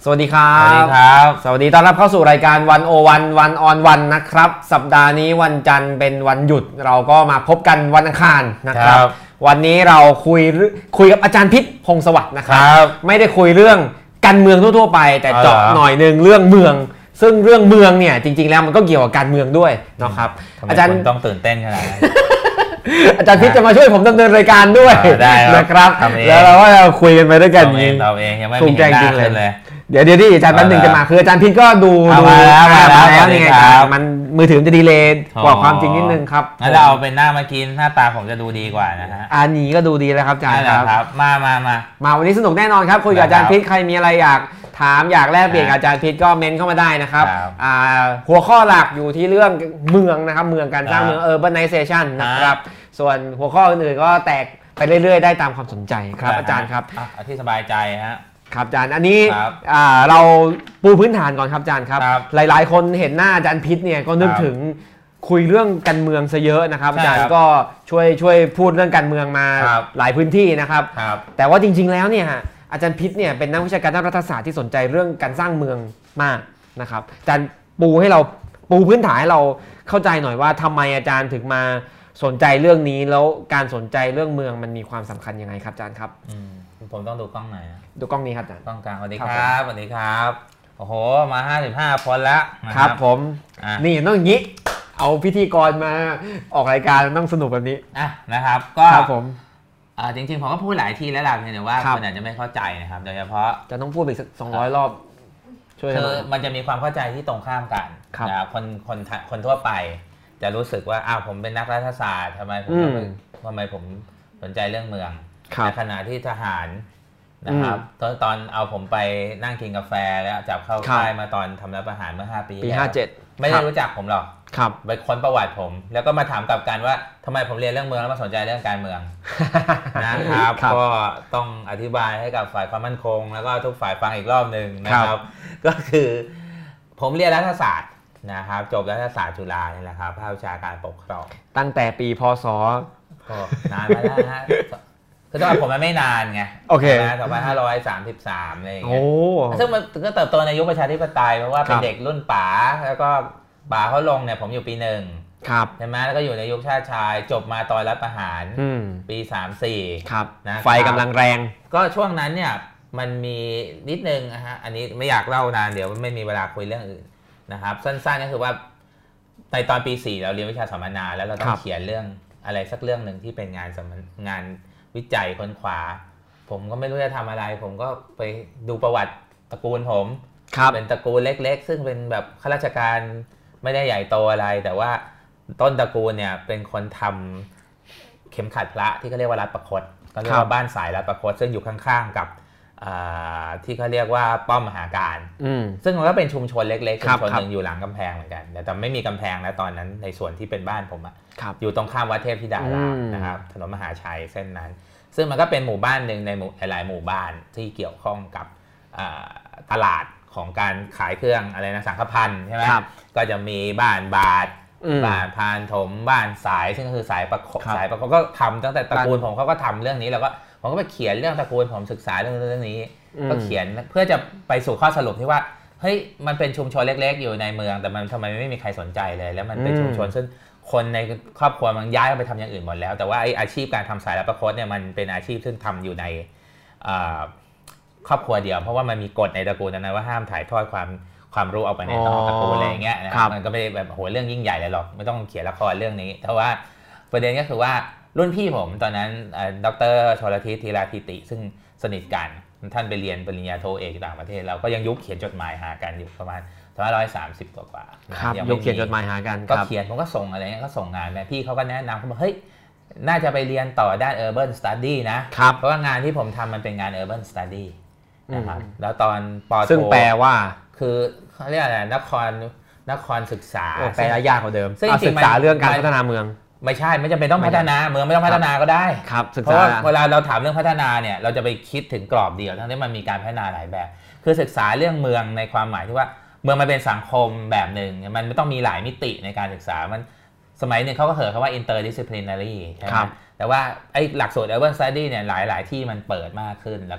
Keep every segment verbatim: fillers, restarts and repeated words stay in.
วัสดีครับสวัสดีครับสวัสดีต้อนรับเข้าสู่รายการวันโอวันวันออนวันนะครับสัปดาห์นี้วันจันทร์เป็นวันหยุดเราก็มาพบกันวันอังคารนะครับวันนี้เราคุยคุยกับอาจารย์พิษพงศ์สวัสดิ์นะครับไม่ได้คุยเรื่องการเมืองทั่วๆไปแต่เจาะหน่อยนึงเรื่องเมืองซึ่งเรื่องเมืองเนี่ยจริงๆแล้วมันก็เกี่ยวกับการเมืองด้วยนะครับอาจารย์ต้องตื่นเต้นขนาดนั้นอาจารย์พิษจะมาช่วยผมดำเนินรายการด้วยนะครับแล้วเราก็จะคุยกันไปด้วยกันเองเราเองยังไม่มีหน้าขึ้นเลยเดี๋ยวเดี๋ยวที่อาจารย์แป๊บนึงจะมาคืออาจารย์พิษก็ดูดูมาแล้วมาแล้วนี่ไงครับมันมือถือจะดีเลย์กว่าความจริงนิดนึงครับงั้นเราเอาเป็นหน้ามากินหน้าตาผมจะดูดีกว่านะฮะอันนี้ก็ดูดีแล้วครับอาจารย์ครับมามามามาวันนี้สนุกแน่นอนครับคุยกับอาจารย์พิษใครมีอะไรอยากถามอยากแลกเปลี่ยนกับอาจารย์พิษก็เมนเข้ามาได้นะครับหัวข้อหลักอยู่ที่เรื่องเมืองนะครับเมืองการสร้างเมือง urbanization นะครับส่วนหัวข้ออื่นๆก็แตกไปเรื่อยๆได้ตามความสนใจครับอาจารย์ครับเอาที่สบายใจฮะครับอาจารย์อันนี้เราปูพื้นฐานก่อนครับอาจารย์ครับหลายๆคนเห็นหน้าอาจารย์พิษเนี่ยก็นึกถึงคุยเรื่องการเมืองซะเยอะนะครับอาจารย์ก็ช่วยช่วยพูดเรื่องการเมืองมาหลายพื้นที่นะครับแต่ว่าจริงๆแล้วเนี่ยอาจารย์พิษเนี่ยเป็นนักวิชาการด้านรัฐศาสตร์ที่สนใจเรื่องการสร้างเมืองมากนะครับอาจารย์ปูให้เราปูพื้นฐานให้เราเข้าใจหน่อยว่าทำไมอาจารย์ถึงมาสนใจเรื่องนี้แล้วการสนใจเรื่องเมืองมันมีความสำคัญยังไงครับอาจารย์ครับผมต้องดูกล้องไหนดูกล้องนี้ครับอาจารย์กล้องกลางสวัสดีครับสวัสดีครับโอ้โหมาห้าสิบห้าคนแล้วครับผมนี่ต้องอย่างนี้เอาพิธีกรมาออกรายการต้องสนุกแบบนี้อ่ะนะครับก็ครับผมจริงๆผมก็พูดหลายทีแล้วล่ะเพียงแต่ว่าคนอาจจะไม่เข้าใจนะครับโดยเฉพาะจะต้องพูดอีกสักสองร้อยรอบช่วยคือมันจะมีความเข้าใจที่ตรงข้ามกันนะครับคนคนคนทั่วไปจะรู้สึกว่าอ้าวผมเป็นนักรัฐศาสตร์ทำไมผมทำไมผมสนใจเรื่องเมืองในขณะที่ทหารนะครับตอนตอนเอาผมไปนั่งกินกาแฟแล้วจับเข้าค่ายมาตอนทำรัฐประหารเมื่อห้าปีปีห้าเจ็ดไม่ได้รู้จักผมหรอกไปค้นประวัติผมแล้วก็มาถามกลับกันว่าทำไมผมเรียนเรื่องเมืองแล้วมาสนใจเรื่องการเมืองนะครับก็ต้องอธิบายให้กับฝ่ายความมั่นคงแล้วก็ทุกฝ่ายฟังอีกรอบหนึ่งนะครับก็คือผมเรียนรัฐศาสตร์นะครับจบรัฐศาสตร์จุฬาเนี่ยแหละครับภาควิชาการปกครองตั้งแต่ปีพศก็นานมาแล้วฮะคือตอนผมมันไม่นานไงโอเคนะสองพันห้าร้อยสามสิบสามอะไรอย่างเงี้ยซึ่งมันก็เติบโตในยุคประชาธิปไตยเพราะว่าเป็นเด็กรุ่นป๋าแล้วก็ป๋าเขาลงเนี่ยผมอยู่ปีหนึ่งใช่ไหมแล้วก็อยู่ในยุคชาติชายจบมาตอนรัฐประหารปีสามสี่นะไฟกำลังแรงก็ช่วงนั้นเนี่ยมันมีนิดนึงนะฮะอันนี้ไม่อยากเล่านานเดี๋ยวไม่มีเวลาคุยเรื่องอื่นนะครับสั้นๆก็คือว่าในตอนปีสี่เราเรียนวิชาสัมมนาแล้วเราต้องเขียนเรื่องอะไรสักเรื่องหนึ่งที่เป็นงานงานวิจัยค้นคว้าผมก็ไม่รู้จะทำอะไรผมก็ไปดูประวัติตระกูลผมเป็นตระกูลเล็กๆซึ่งเป็นแบบข้าราชการไม่ได้ใหญ่โตอะไรแต่ว่าต้นตระกูลเนี่ยเป็นคนทำเข็มขัดพระที่เขาเรียกว่ารัฐประคตก็เรียกว่าบ้านสายรัฐประคตซึ่งอยู่ข้างๆกับที่เขาเรียกว่าป้อมมหาการซึ่งมันก็เป็นชุมชนเล็กๆชุมชนหนึ่งอยู่หลังกำแพงเหมือนกันแต่ไม่มีกำแพงแล้วตอนนั้นในส่วนที่เป็นบ้านผมอะอยู่ตรงข้ามวัดเทพธิดารามนะครับถนนมหาชัยเส้นนั้นซึ่งมันก็เป็นหมู่บ้านหนึ่งในหลายหมู่บ้านที่เกี่ยวข้องกับตลาดของการขายเครื่องอะไรนะสังฆพันธ์ใช่ไหมก็จะมีบ้านบาทบ้านพานถมบ้านสายซึ่งก็คือสายประคสายประคก็ทำตั้งแต่ตระกูลผมเขาก็ทำเรื่องนี้แล้วก็ผมก็ไปเขียนเรื่องตระกูลผมศึกษาเรื่องเรื่องนี้ก็เขียนเพื่อจะไปสู่ข้อสรุปที่ว่าเฮ้ยมันเป็นชุมชนเล็กๆอยู่ในเมืองแต่มันทำไมไม่มีใครสนใจเลยแล้วมันเป็นชุมชนซึ่งคนในครอบครัวมันย้ายไปทำอย่างอื่นหมดแล้วแต่ว่าไอ้อาชีพการทำสายรัฐประคตเนี่ยมันเป็นอาชีพซึ่งทำอยู่ในครอบครัวเดียวเพราะว่ามันมีกฎในตระกูลนั้นว่าห้ามถ่ายทอดความความรู้ออกไปในนอกตระกูลอะไรอย่างเงี้ยนะครับมันก็ไม่ได้แบบโหเรื่องยิ่งใหญ่เลยหรอกไม่ต้องเขียนละครเรื่องนี้แต่ว่าประเด็นก็คือว่ารุ่นพี่ผมตอนนั้นดร.ชลทิศธีราธิติซึ่งสนิทกันท่านไปเรียนปริญญาโทเอกต่างประเทศเราก็ยังยุคเขียนจดหมายหากันอยู่ประมาณสองพันห้าร้อยสามสิบกว่าๆยุคเขียนจดหมายหากันก็เขียนผมก็ส่งอะไรเงี้ยก็ส่งงานแม่พี่เขาก็แนะนำเขาบอกเฮ้ยน่าจะไปเรียนต่อด้าน urban study นะเพราะว่างานที่ผมทำมันเป็นงาน urban study นะครับแล้วตอนป.โทซึ่งแปลว่าคือเขาเรียกอะไรนครนครศึกษาแปลยากกว่าเดิมศึกษาเรื่องการพัฒนาเมืองไม่ใช่ไม่จำเป็นต้องพัฒนาเมืองไม่ต้องพัฒนาก็ได้เพราะว่าเวลาเราถามเรื่องพัฒนาเนี่ยเราจะไปคิดถึงกรอบเดียวทั้งที่มันมีการพัฒนาหลายแบบคือศึกษาเรื่องเมืองในความหมายที่ว่าเมืองมันเป็นสังคมแบบหนึ่งมันไม่ต้องมีหลายมิติในการศึกษามันสมัยหนึ่งเขาก็เหอะคำว่า interdisciplinary ใช่ไหมแต่ว่าไอ้หลักสูตร urban study เนี่ยหลายๆที่มันเปิดมากขึ้นแล้วก็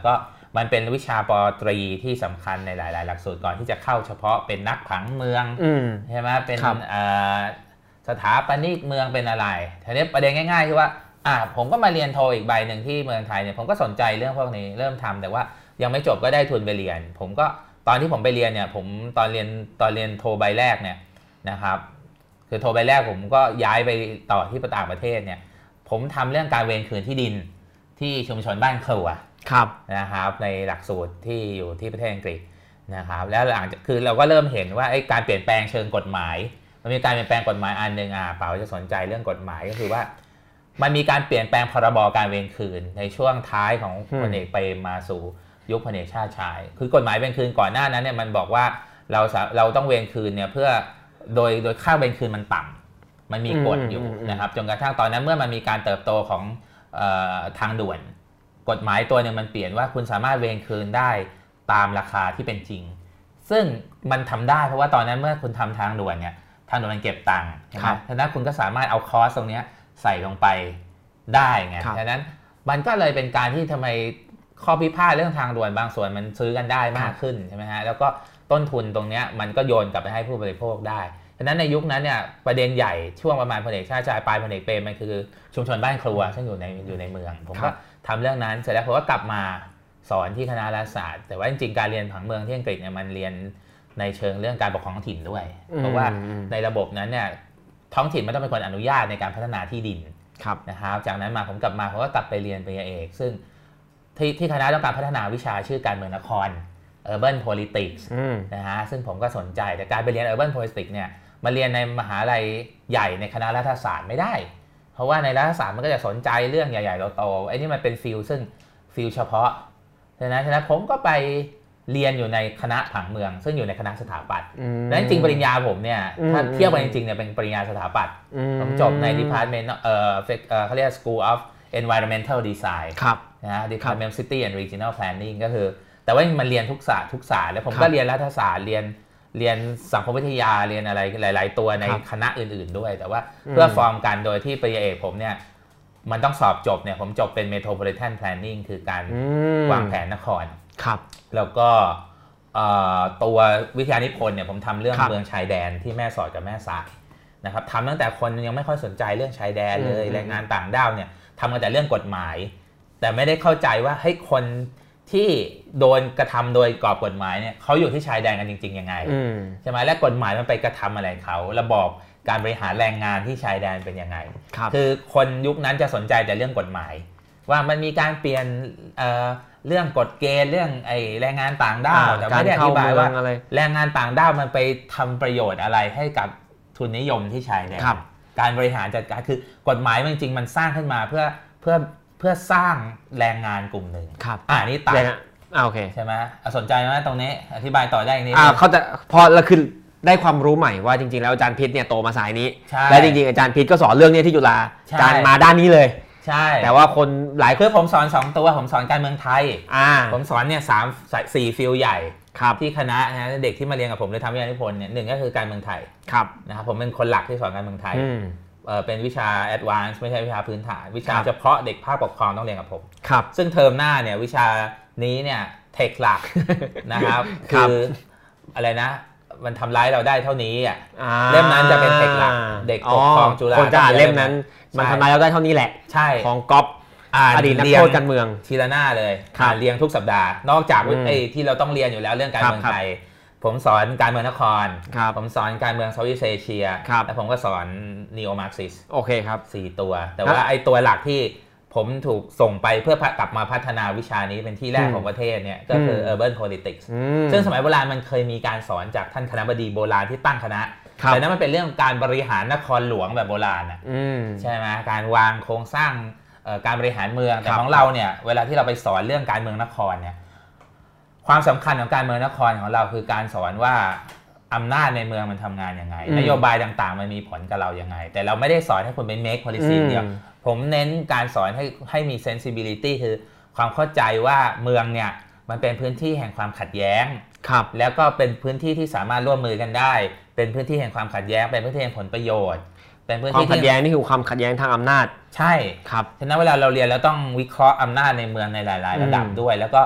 มันเป็นวิชาปตรีที่สำคัญในหลายๆหลักสูตรก่อนที่จะเข้าเฉพาะเป็นนักผังเมืองใช่ไหมเป็นสถาปนิกเมืองเป็นอะไรทีนี้ประเด็นง่ายๆคือว่าอ่าผมก็มาเรียนโทอีกใบหนึ่งที่เมืองไทยเนี่ยผมก็สนใจเรื่องพวกนี้เริ่มทำแต่ว่ายังไม่จบก็ได้ทุนไปเรียนผมก็ตอนที่ผมไปเรียนเนี่ยผมตอนเรียนตอนเรียนโทใบแรกเนี่ยนะครับคือโทใบแรกผมก็ย้ายไปต่อที่ต่างประเทศเนี่ยผมทำเรื่องการเวรคืนที่ดินที่ชุมชนบ้านครัวครับนะครับในหลักสูตรที่อยู่ที่ประเทศอังกฤษนะครับแล้วหลังจากคือเราก็เริ่มเห็นว่าไอ้การเปลี่ยนแปลงเชิงกฎหมายมันมีการเปลี่ยนแปลงกฎหมายอันหนึ่งอ่ะเปล่าจะสนใจเรื่องกฎหมายก็คือว่ามันมีการเปลี่ยนแปลงพรบการเวรคืนในช่วงท้ายของพลเอกเปรมมาสู่ยุคพลเอกชาติชายคือกฎหมายเวรคืนก่อนหน้านั้นเนี่ยมันบอกว่าเราเราต้องเวรคืนเนี่ยเพื่อโดยโดยค่าเวรคืนมันต่ำมันมีกฎอยู่นะครับจนกระทั่งตอนนั้นเมื่อมันมีการเติบโตของเอ่อทางด่วนกฎหมายตัวหนึ่งมันเปลี่ยนว่าคุณสามารถเวรคืนได้ตามราคาที่เป็นจริงซึ่งมันทำได้เพราะว่าตอนนั้นเมื่อคุณทำทางด่วนเนี่ยทางด่วนมันเก็บตังค์นะครับฉะนั้นคุณก็สามารถเอาคอสตรงนี้ใส่ลงไปได้ไงฉะนั้นมันก็เลยเป็นการที่ทำไมข้อพิพาทเรื่องทางด่วนบางส่วนมันซื้อกันได้มากขึ้นใช่ไหมฮะแล้วก็ต้นทุนตรงนี้มันก็โยนกลับไปให้ผู้บริโภคได้ฉะนั้นในยุคนั้นเนี่ยประเด็นใหญ่ช่วงประมาณพลเอกชาติชายปลายพลเอกเปรมมันคือชุมชนบ้านครัวซึ่งอยู่ในอยู่ในเมืองผมก็ทำเรื่องนั้นเสร็จแล้วผมก็กลับมาสอนที่คณะรัฐศาสตร์แต่ว่าจริงๆการเรียนผังเมืองที่อังกฤษเนี่ยมันเรียนในเชิงเรื่องการปกครองท้องถิ่นด้วยเพราะว่าในระบบนั้นเนี่ยท้องถิ่นไม่ต้องเป็นคนอนุญาตในการพัฒนาที่ดินนะครับจากนั้นมาผมกลับมาผมก็กลับไปเรียนปริญญาเอกซึ่งที่ที่คณะต้องการพัฒนาวิชาชื่อการเมืองนคร Urban Politics นะฮะซึ่งผมก็สนใจแต่การไปเรียน Urban Politics เนี่ยมาเรียนในมหาลัยใหญ่ในคณะรัฐศาสตร์ไม่ได้เพราะว่าในรัฐศาสตร์มันก็จะสนใจเรื่องใหญ่ๆโตๆไอ้นี่มันเป็นฟิลซึ่งฟิลเฉพาะฉะนั้นฉะนั้นผมก็ไปเรียนอยู่ในคณะผังเมืองซึ่งอยู่ในคณะสถาปัตย์และจริงปริญญาผมเนี่ยถ้าเทียบกันจริงๆเนี่ยเป็นปริญญาสถาปัตย์ผมจบใน Department เอ่อเขาเรียก School of Environmental Design นะฮะ Department of City and Regional Planning ก็คือแต่ว่ามันเรียนทุกศาสตร์ทุกศาสตร์แล้วผมก็เรียนรัฐศาสตร์เรียนเรียนสังคมวิทยาเรียนอะไรหลายๆตัวในคณะอื่นๆด้วยแต่ว่าเพื่อฟอร์มกันโดยที่ปริญญาเอกผมเนี่ยมันต้องสอบจบเนี่ยผมจบเป็น Metropolitan Planning คือการวางแผนนครครับแล้วก็ตัววิทยานิพนธ์เนี่ยผมทำเรื่องเมืองชายแดนที่แม่สอดกับแม่สายนะครับทำตั้งแต่คนยังไม่ค่อยสนใจเรื่องชายแดนเลยแรงงานต่างด้าวเนี่ยทำกันแต่เรื่องกฎหมายแต่ไม่ได้เข้าใจว่าให้คนที่โดนกระทำโดยกรอบกฎหมายเนี่ยเขาอยู่ที่ชายแดนกันจริงๆยังไงใช่ไหมและกฎหมายมันไปกระทำอะไรเขาระบอบการบริหารแรงงานที่ชายแดนเป็นยังไงคือคนยุคนั้นจะสนใจแต่เรื่องกฎหมายว่ามันมีการเปลี่ยน เอ่อ เรื่องกฎเกณฑ์เรื่องไอ้แรงงานต่างด้าวแต่ไม่ได้อธิบายว่าแรงงานต่างด้าวมันไปทำประโยชน์อะไรให้กับทุนนิยมที่ชายแดนการบริหารจัดการคือกฎหมายจริงๆมันสร้างขึ้นมาเพื่อเพื่อเพื่อสร้างแรงงานกลุ่มหนึ่งอ่านี่ตัดอ่าโอเคใช่ไหมสนใจไหมตรงนี้อธิบายต่อได้อีกนิดอ่าเขาจะพอเราคือได้ความรู้ใหม่ว่าจริงๆแล้วอาจารย์พิษเนี่ยโตมาสายนี้และจริงๆอาจารย์พิษก็สอนเรื่องนี้ที่จุฬาอาจารย์มาด้านนี้เลยใช่แต่ว่าคนหลายคือผมสอนสองตัวผมสอนการเมืองไทยอ่าผมสอนเนี่ยสามสี่ฟิลใหญ่ที่คณะนะเด็กที่มาเรียนกับผมเลยทำวิทยานิพนธ์เนี่ยหนึ่งก็คือการเมืองไทยครับนะครับผมเป็นคนหลักที่สอนการเมืองไทยเออเป็นวิชาแอดวานซ์ไม่ใช่วิชาพื้นฐานวิชาเฉพาะเด็กภาคปกครองต้องเรียนกับผมครับซึ่งเทอมหน้าเนี่ยวิชานี้เนี่ยเทคหลักนะครับคืออะไรนะมันทำร้ายเราได้เท่านี้อ่ะเล่มนั้นจะเป็นเทคหลักเด็กปกครองจุฬาคนจะอ่านเล่มนั้นมันทำร้ายเราได้เท่านี้แหละใช่ของก๊อปอดีตนักโทษการเมืองทีละหน้าเลยเรียงทุกสัปดาห์นอกจากไอ้ที่เราต้องเรียนอยู่แล้วเรื่องการเมืองไทยผมสอนการเมืองนครผมสอนการเมืองเซาท์อีสต์เอเชียแล้วผมก็สอนนีโอมาร์กซิสโอเคครับสี่ตัวแต่ว่าไอ้ตัวหลักที่ผมถูกส่งไปเพื่อกลับมาพัฒนาวิชานี้เป็นที่แรกของประเทศเนี่ยก็คือ Urban Politics ซึ่งสมัยโบราณมันเคยมีการสอนจากท่านคณบดีโบราณที่ตั้งคณะแต่นั้นมันเป็นเรื่องการบริหารนครหลวงแบบโบราณอ่ะใช่ไหมการวางโครงสร้างการบริหารเมืองแต่ของเราเนี่ยเวลาที่เราไปสอนเรื่องการเมืองนครเนี่ยความสำคัญของการเมืองนครของเราคือการสอนว่าอำนาจในเมืองมันทำงานยังไงนโยบายต่างๆมันมีผลกับเรายังไงแต่เราไม่ได้สอนให้คุณไป make policy เดียวผมเน้นการสอนให้ให้มี sensibility คือความเข้าใจว่าเมืองเนี่ยมันเป็นพื้นที่แห่งความขัดแย้งแล้วก็เป็นพื้นที่ที่สามารถร่วมมือกันได้เป็นพื้นที่แห่งความขัดแย้งเป็นพื้นที่แห่งผลประโยชน์เป็นพื้นที่ความขัดแย้งนี่คือความขัดแย้งทางอำนาจใช่ครับฉะนั้นเวลาเราเรียนเราต้องวิเคราะห์อำนาจในเมืองในหลายๆระดับด้วยแล้วก็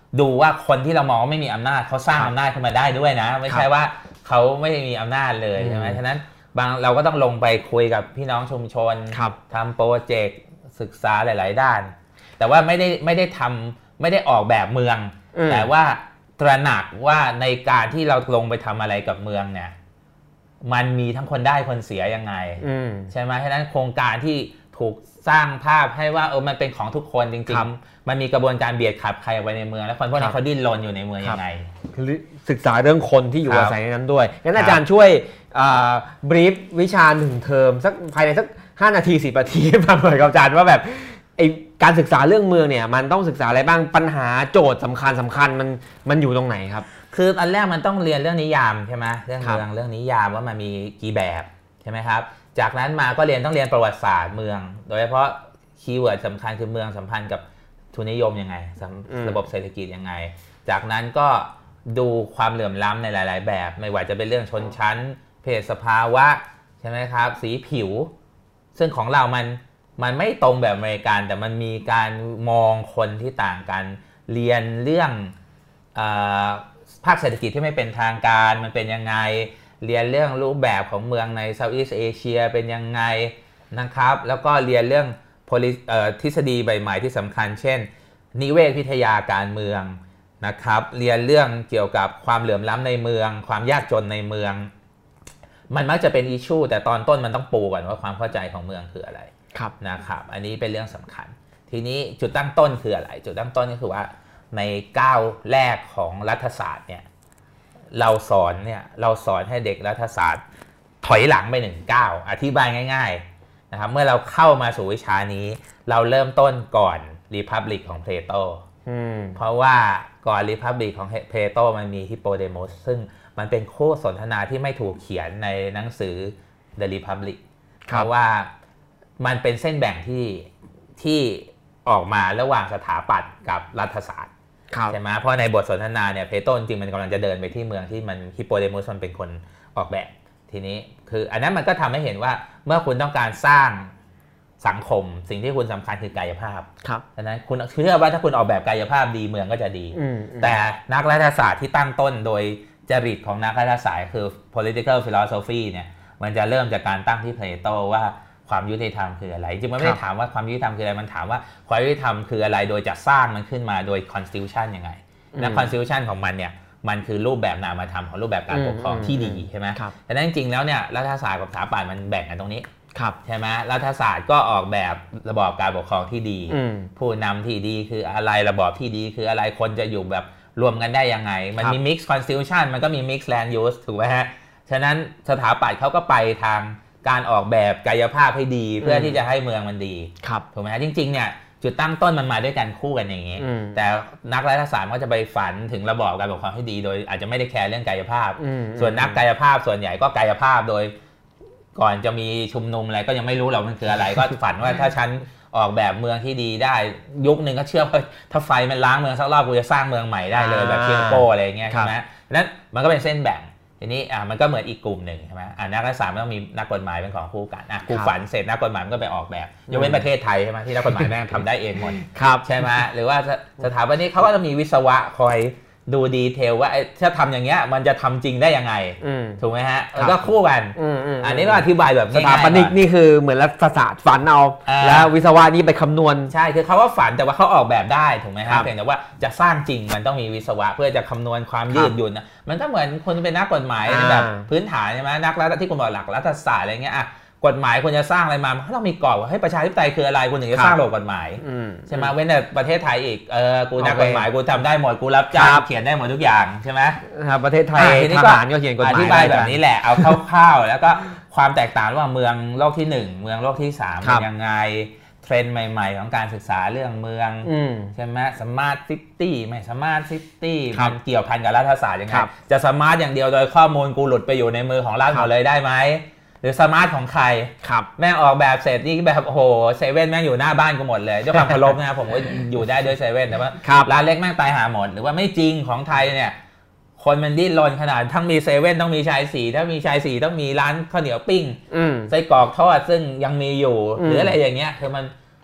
ดูว่าคนที่เรามองว่าไม่มีอำนาจเขาสร้างอำนาจขึ้นมาได้ด้วยนะไม่ใช่ว่าเขาไม่มีอำนาจเลยใช่ไหมฉะนั้นบางเราก็ต้องลงไปคุยกับพี่น้องชุมชนทำโปรเจกต์ศึกษาหลายๆด้านแต่ว่าไม่ได้ไม่ได้ทำไม่ได้ออกแบบเมืองแต่ว่าตระหนักว่าในการที่เราลงไปทำอะไรกับเมืองเนี่ยมันมีทั้งคนได้คนเสียยังไงใช่ไหมฉะนั้นโครงการที่ถูกสร้างภาพให้ว่าเออมันเป็นของทุกคนจริงๆมันมีกระบวนการเบียดขับใครออกไปในเมืองแล้วคนพวกนี้เขาดิ้นรนอยู่ในเมืองยังไงศึกษาเรื่องคนที่อยู่อาศัยในนั้นด้วยงั้นอาจารย์ช่วยบรีฟวิชาหนึ่งเทอมสักภายในสักห้านาทีสิบนาทีมาหน่อยครับอาจารย์ว่าแบบไอการศึกษาเรื่องเมืองเนี่ยมันต้องศึกษาอะไรบ้างปัญหาโจทย์สำคัญสำคัญมันมันอยู่ตรงไหนครับคืออันแรกมันต้องเรียนเรื่องนิยามใช่ไหมเรื่องเมืองเรื่องนิยามว่ามันมีกี่แบบใช่ไหมครับจากนั้นมาก็เรียนต้องเรียนประวัติศาสตร์เมืองโดยเฉพาะคีย์เวิร์ดสำคัญคือเมืองสัมพันธ์กับทุนนิยมยังไงระบบเศรษฐกิจยังไงจากนั้นก็ดูความเหลื่อมล้ำในหลายๆแบบไม่ว่าจะเป็นเรื่องชนชั้นเพศสภาวะใช่ไหมครับสีผิวซึ่งของเรามันมันไม่ตรงแบบอเมริกันแต่มันมีการมองคนที่ต่างกันเรียนเรื่องภาคเศรษฐกิจที่ไม่เป็นทางการมันเป็นยังไงเรียนเรื่องรูปแบบของเมืองใน Southeast Asia เป็นยังไงนะครับแล้วก็เรียนเรื่องทฤษฎีใบใหม่ที่สำคัญเช่นนิเวศวิทยาการเมืองนะครับเรียนเรื่องเกี่ยวกับความเหลื่อมล้ำในเมืองความยากจนในเมืองมันมักจะเป็นอิชชูแต่ตอนต้นมันต้องปูก่อนว่าความเข้าใจของเมืองคืออะไรนะครับอันนี้เป็นเรื่องสำคัญทีนี้จุดตั้งต้นคืออะไรจุดตั้งต้นก็คือว่าในก้าวแรกของรัฐศาสตร์เนี่ยเราสอนเนี่ยเราสอนให้เด็กรัฐศาสตร์ถอยหลังไปหนึ่งก้าวอธิบายง่ายๆนะครับเมื่อเราเข้ามาสู่วิชานี้เราเริ่มต้นก่อน Republic ของเพลโตเพราะว่าก่อน Republic ของเพลโตมันมีฮิปโปเดโมสซึ่งมันเป็นคู่สนทนาที่ไม่ถูกเขียนในหนังสือ The Republic เพราะว่ามันเป็นเส้นแบ่งที่ที่ออกมาระหว่างสถาปัตย์กับรัฐศาสตร์ใช่ไหมเพราะในบทสนทนาเนี่ยเพโตจริงมันกำลังจะเดินไปที่เมืองที่มันฮิปโปเดโมสมันเป็นคนออกแบบทีนี้คืออันนั้นมันก็ทำให้เห็นว่าเมื่อคุณต้องการสร้างสังคมสิ่งที่คุณสำคัญคือกายภาพฉะนั้นคุณเชื่อว่าถ้าคุณออกแบบกายภาพดีเมืองก็จะดีแต่นักรัฐศาสตร์ที่ตั้งต้นโดยจริตของนักรัฐศาสตร์คือ political philosophy เนี่ยมันจะเริ่มจากการตั้งที่เพลโตว่าความยุติธรรมคืออะไรจริงๆมันไม่ได้ถามว่าความยุติธรรมคืออะไรมันถามว่าความยุติธรรมคืออะไรโดยจะสร้างมันขึ้นมาโดย constitution ยังไงและ constitution ของมันเนี่ยมันคือรูปแบบนามธรรมของรูปแบบการปกครองที่ดีใช่ไหมแต่นั้นจริงๆแล้วเนี่ยรัฐศาสตร์กับสถาปัตย์มันแบ่งกันตรงนี้ใช่ไหมรัฐศาสตร์ก็ออกแบบระบอบการปกครองที่ดีผู้นำที่ดีคืออะไรระบอบที่ดีคืออะไรคนจะอยู่แบบรวมกันได้ยังไงมันมี mix constitution มันก็มี mix land use ถูกไหมฮะฉะนั้นสถาปัตย์เขาก็ไปทางการออกแบบกายภาพให้ดีเพื่อที่จะให้เมืองมันดีถูกไหมฮะจริงๆเนี่ยจุดตั้งต้นมันมาด้วยกันคู่กันอย่างนี้แต่นักรัฐศาสตร์ก็จะไปฝันถึงระบอบการปกครองให้ดีโดยอาจจะไม่ได้แคร์เรื่องกายภาพส่วนนักกายภาพส่วนใหญ่ก็กายภาพโดยก่อนจะมีชุมนุมอะไรก็ยังไม่รู้หรอกมันคืออะไรก็ฝันว่าถ้าฉันออกแบบเมืองที่ดีได้ยุคนึงก็เชื่อว่าถ้าไฟมันล้างเมืองสักรอบกูจะสร้างเมืองใหม่ได้เลยแบบเชียงโป้อะไรเงี้ยใช่ไหมนั้นมันก็เป็นเส้นแบ่งทีนี้อ่ะมันก็เหมือนอีกกลุ่มหนึ่งใช่ไหมอ่ะนักรัฐศาสตร์มันต้องมีนักกฎหมายเป็นของคู่กันอ่ะกูฝันเสร็จนักกฎหมายมันก็ไปออกแบบยกเว้นประเทศไทยใช่ไหมที่นักกฎหมายแม่งทำได้เองหมดใช่ไหมหรือว่าสถาบันนี้เขาก็จะมีวิศวะคอยดูดีเทลว่าถ้าทำอย่างเงี้ยมันจะทำจริงได้ยังไงถูกไหมฮะก็คู่กันอันนี้ก็อธิบายแบบสถาปนิกนี่คือเหมือนรัฐศาสตร์ฝันเอาแล้ววิศวะนี่ไปคำนวณใช่คือเขาว่าฝันแต่ว่าเขาออกแบบได้ถูกไหมครับเพียงแต่ว่าจะสร้างจริงมันต้องมีวิศวะเพื่อจะคำนวณความยืดหยุ่นนะมันก็เหมือนคนเป็นนักกฎหมายแบบพื้นฐานใช่ไหมนักรัฐที่คุณบอกหลักรัฐศาสตร์อะไรเงี้ยอ่ะกฎหมายคุณจะสร้างอะไรมามันต้องมีกรอบว่าให้ประชาธิปไตยคืออะไรคุณถึงจะสร้างระบบกฎหมายใช่ไหมเว้นแต่ประเทศไทยอีกเออกูนักกฎหมายกูทำได้หมดกูรับจ้างเขียนได้หมดทุกอย่างใช่ไหมครับประเทศไทยทหารก็เขียนกฎหมายอธิบายแบบนี้แหละเอาคร่าวๆแล้วก็ความแตกต่างระหว่างเมืองโลกที่หนึ่งเมืองโลกที่สามเป็นยังไงเทรนด์ใหม่ๆของการศึกษาเรื่องเมืองใช่ไหมสมาร์ทซิตี้ไม่สมาร์ทซิตี้มันเกี่ยวพันกับรัฐศาสตร์ยังไงจะสมาร์ทอย่างเดียวโดยข้อมูลกูหลุดไปอยู่ในมือของรัฐหมดเลยได้ไหมหรือสมาร์ทของใครครับแม่งออกแบบเสร็จนี่แบบโอ้โหเซเว่นแม่งอยู่หน้าบ้านกูหมดเลยด้วยความเคารพนะครับผมก็อยู่ได้ด้วยเซเว่นแต่ว่าร้านเล็กแม่งตายหาหมดหรือว่าไม่จริงของไทยเนี่ยคนมันดิ้นรนขนาดทั้งมีเซเว่นต้องมีชายสีถ้ามีชายสีต้องมีร้านข้าวเหนียวปิ้งไส้กรอกทอดซึ่งยังมีอยู่หรืออะไรอย่างเงี้ยคือมัน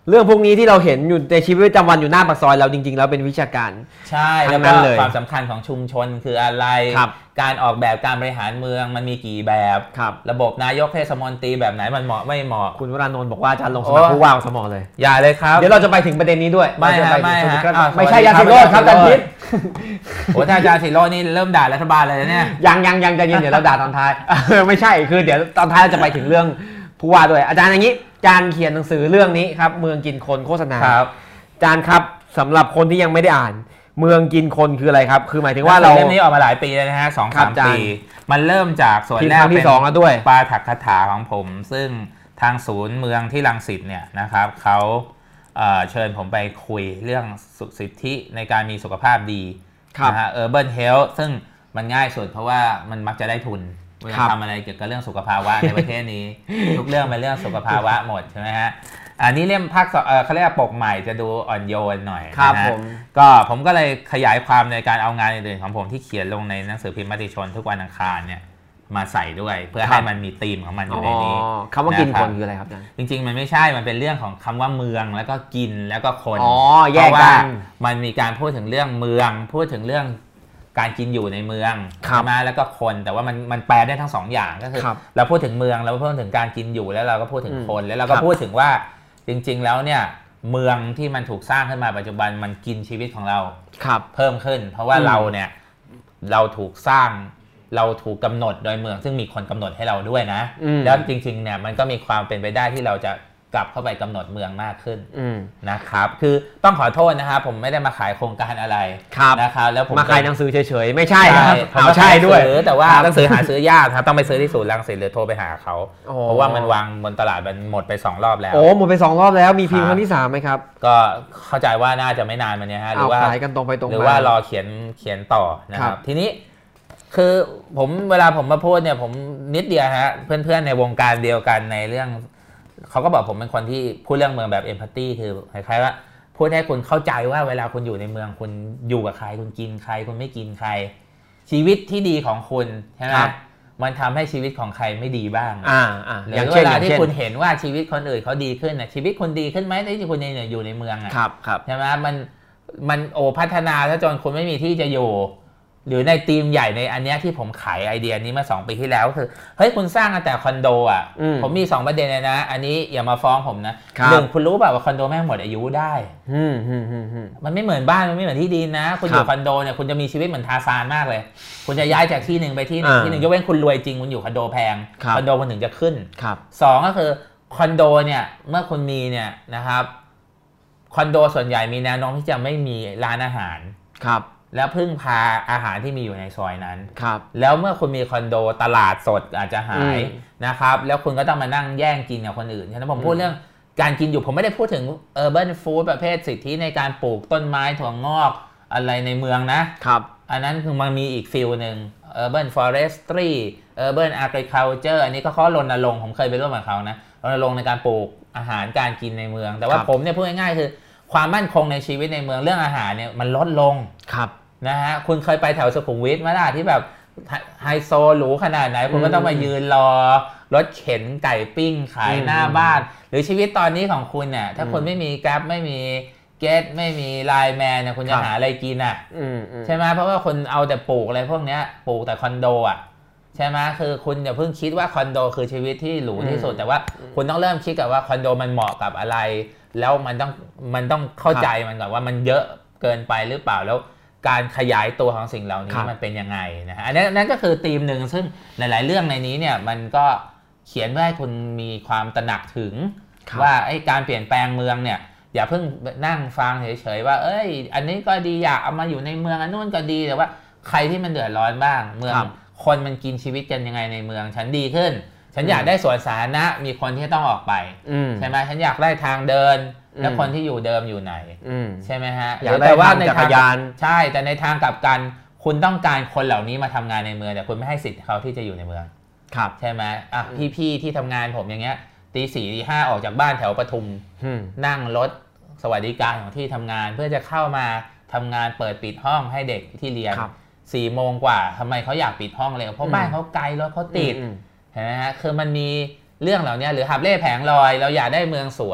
เรื่องพวกนี้ที่เราเห็นอยู่ในชีวิตประจำวันอยู่หน้าปากซอยเราจริงๆแล้วเป็นวิชาการใช่แล้วก็ความสำคัญของชุมชนคืออะไรการออกแบบการบริหารเมืองมันมีกี่แบบระบบนายกเทศมนตรีแบบไหนมันเหมาะไม่เหมาะคุณวรานนท์บอกว่าจะลงสมัครผู้ว่าสมอเลยอย่าเลยครับเดี๋ยวเราจะไปถึงประเด็นนี้ด้วยไม่ไม่ไม่ไม่ใช่ยาสิโรจน์ครับอาจารย์พิษโอ้ถ้าอาจารย์สิโรจน์นี่เริ่มด่ารัฐบาลเลยเนี่ยยังยังยังจะยินเดี๋ยวเราด่าตอนท้ายไม่ใช่คือเดี๋ยวตอนท้ายเราจะไปถึงเรื่องผู้ว่าด้วยอาจารย์อย่างนี้การเขียนหนังสือเรื่องนี้ครับเมืองกินคนโฆษณาครับอาจารย์ครับสำหรับคนที่ยังไม่ได้อ่านเมืองกินคนคืออะไรครับคือหมายถึงว่าเราเล่มนี้ออกมาหลายปีแล้วนะฮะสองสามปีมันเริ่มจากส่วนแรกที่สองแล้วด้วยปาฐกถาของผมซึ่งทางศูนย์เมืองที่รังสิตเนี่ยนะครับเขาเชิญผมไปคุยเรื่องสิทธิในการมีสุขภาพดีนะฮะ Urban Health ซึ่งมันง่ายสุดเพราะว่ามันมักจะได้ทุนเวลาทำอะไรเกี่ยวกับเรื่องสุขภาวะในประเทศนี้ทุกเรื่องเป็นเรื่องสุขภาวะหมดใช่ไหมฮะอันนี้เล่มภาคเขาเรียกปกใหม่จะดูอ่อนโยนหน่อยครับผมก็ผมก็เลยขยายความในการเอางานอื่นๆของผมที่เขียนลงในหนังสือพิมพ์มติชนทุกวันอังคารเนี่ยมาใส่ด้วยเพื่อให้มันมีธีมของมันอยู่ในนี้คำว่ากินคนคืออะไรครับอาจารย์จริงๆมันไม่ใช่มันเป็นเรื่องของคำว่าเมืองแล้วก็กินแล้วก็คนอ๋อแยกกันมันมีการพูดถึงเรื่องเมืองพูดถึงเรื่องการกินอยู่ในเมืองใช่ไหมแล้วก็คนแต่ว่ามันมันแปลได้ทั้งสองอย่างก็คือเราพูดถึงเมืองเราพูดถึงการกินอยู่แล้วเราก็พูดถึงคนแล้วเราก็พูดถึงว่าจริงๆแล้วเนี่ยเมืองที่มันถูกสร้างขึ้นมาปัจจุบันมันกินชีวิตของเราเพิ่มขึ้นเพราะว่าเราเนี่ยเราถูกสร้างเราถูกกำหนดโดยเมืองซึ่งมีคนกำหนดให้เราด้วยนะแล้วจริงๆเนี่ยมันก็มีความเป็นไปได้ที่เราจะกลับเข้าไปกำหนดเมืองมากขึ้นนะครับคือต้องขอโทษนะครับผมไม่ได้มาขายโครงการอะไรนะครับแล้วผมมาขายหนังสือเฉยๆไม่ใช่ครับเอาใช่ด้วยแต่ว่าหนังสือหาซื้อยากครับต้องไปซื้อที่ศูนย์รังสิตหรือโทรไปหาเขาเพราะว่ามันวางบนตลาดมันหมดไปสองรอบแล้วโอ้หมดไปสองรอบแล้วมีพิมพ์ครั้งที่สามไหมครับก็เข้าใจว่าน่าจะไม่นานมันนี้ฮะหรือว่าขายกันตรงไปตรงมาหรือว่ารอเขียนเขียนต่อนะครับทีนี้คือผมเวลาผมมาพูดเนี่ยผมนิดเดียวฮะเพื่อนๆในวงการเดียวกันในเรื่องเขาก็บอกผมเป็นคนที่พูดเรื่องเมืองแบบเอมพัตตี้คือคล้ายๆว่าพูดให้คุณเข้าใจว่าเวลาคุณอยู่ในเมืองคุณอยู่กับใครคุณกินใครคุณไม่กินใครชีวิตที่ดีของคุณใช่ไหมมันทำให้ชีวิตของใครไม่ดีบ้างอ่าอ่าหรือเวลาที่คุณเห็นว่าชีวิตคนอื่นเขาดีขึ้นนะชีวิตคุณดีขึ้นไหมที่คุณอยู่ในเมืองอ่ะครับครับใช่ไหมมันมันโอพัฒนาถ้าจนคุณไม่มีที่จะอยู่หรือในทีมใหญ่ในอันนี้ที่ผมขายไอเดียนี้มาสองปีที่แล้วคือเฮ้ยคุณสร้างแต่คอนโดอ่ะผมมีสองประเด็นเลยนะอันนี้อย่ามาฟ้องผมนะหนึ่งคุณรู้แบบว่าคอนโดแม่งหมดอายุได้มันไม่เหมือนบ้านมันไม่เหมือนที่ดินนะคุณอยู่คอนโดเนี่ยคุณจะมีชีวิตเหมือนทาซานมากเลยคุณจะย้ายจากที่หนึ่งไปที่หนึ่งที่หนึ่งยกเว้นคุณรวยจริงคุณอยู่คอนโดแพงคอนโดคุณถึงจะขึ้นสองก็คือคอนโดเนี่ยเมื่อคุณมีเนี่ยนะครับคอนโดส่วนใหญ่มีแนวโน้มที่จะไม่มีร้านอาหารครับแล้วพึ่งพาอาหารที่มีอยู่ในซอยนั้นครับแล้วเมื่อคุณมีคอนโดตลาดสดอาจจะหายนะครับแล้วคุณก็ต้องมานั่งแย่งกินกับคนอื่นฉะนั้นผมพูดเรื่องการกินอยู่ผมไม่ได้พูดถึง urban food ประเภทสิทธิในการปลูกต้นไม้ถั่วงอกอะไรในเมืองนะครับอันนั้นคือมันมีอีกฟิลนึง urban forestry urban agriculture อันนี้ก็เขารณรงค์ผมเคยไปร่วมกับเขานะรณรงค์ในการปลูกอาหารการกินในเมืองแต่ว่าผมเนี่ยพูดง่ายๆคือความมั่นคงในชีวิตในเมืองเรื่องอาหารเนี่ยมันลดลงครับนะฮะคุณเคยไปแถวสุขุมวิทไหมล่ะที่แบบไฮโซหรูขนาดไหนคุณก็ต้องมายืนรอรถเข็นไก่ปิ้งขายหน้าบ้านหรือชีวิตตอนนี้ของคุณเนี่ยถ้าคุณไม่มีแกร็บไม่มีเกตไม่มีไลน์แมนเนี่ยคุณจะหาอะไรกินอ่ะใช่ไหมเพราะว่าคุณเอาแต่ปลูกอะไรพวกนี้ปลูกแต่คอนโดอ่ะใช่ไหมคือคุณอย่าเพิ่งคิดว่าคอนโดคือชีวิตที่หรูที่สุดแต่ว่าคุณต้องเริ่มคิดกับว่าคอนโดมันเหมาะกับอะไรแล้วมันต้องมันต้องเข้าใจมันก่อนว่ามันเยอะเกินไปหรือเปล่าแล้วการขยายตัวของสิ่งเหล่านี้มันเป็นยังไงนะฮะอันนั้นนั่นก็คือธีมหนึ่งซึ่งหลายๆเรื่องในนี้เนี่ยมันก็เขียนเพื่อให้คุณมีความตระหนักถึงว่าไอ้การเปลี่ยนแปลงเมืองเนี่ยอย่าเพิ่งนั่งฟังเฉยๆว่าเอ้ยอันนี้ก็ดีอยากเอามาอยู่ในเมืองอันนู้นก็ดีแต่ว่าใครที่มันเดือดร้อนบ้างเมืองคนมันกินชีวิตกันยังไงในเมืองฉันดีขึ้นฉันอยากได้สวนสาธารณะมีคนที่ต้องออกไปใช่ไหมฉันอยากได้ทางเดินแล้วคนที่อยู่เดิมอยู่ไหนใช่ไหมฮะอยากได้ว่าในทางยานใช่แต่ในทางกลับกันคุณต้องการคนเหล่านี้มาทำงานในเมืองแต่คุณไม่ให้สิทธิ์เขาที่จะอยู่ในเมืองครับใช่ไหมอ่ะพี่ๆที่ทำงานผมอย่างเงี้ยตีสี่ตีห้าออกจากบ้านแถวปทุมนั่งรถสวัสดิการของที่ทำงานเพื่อจะเข้ามาทำงานเปิดปิดห้องให้เด็กที่เรียนสี่โมงกว่าทำไมเขาอยากปิดห้องเร็วเพราะบ้านเขาไกลรถเขาติดเห็นไหมฮะคือมันมีเรื่องเหล่านี้หรือหับเล่แผงลอยเราอยากได้เมืองสวย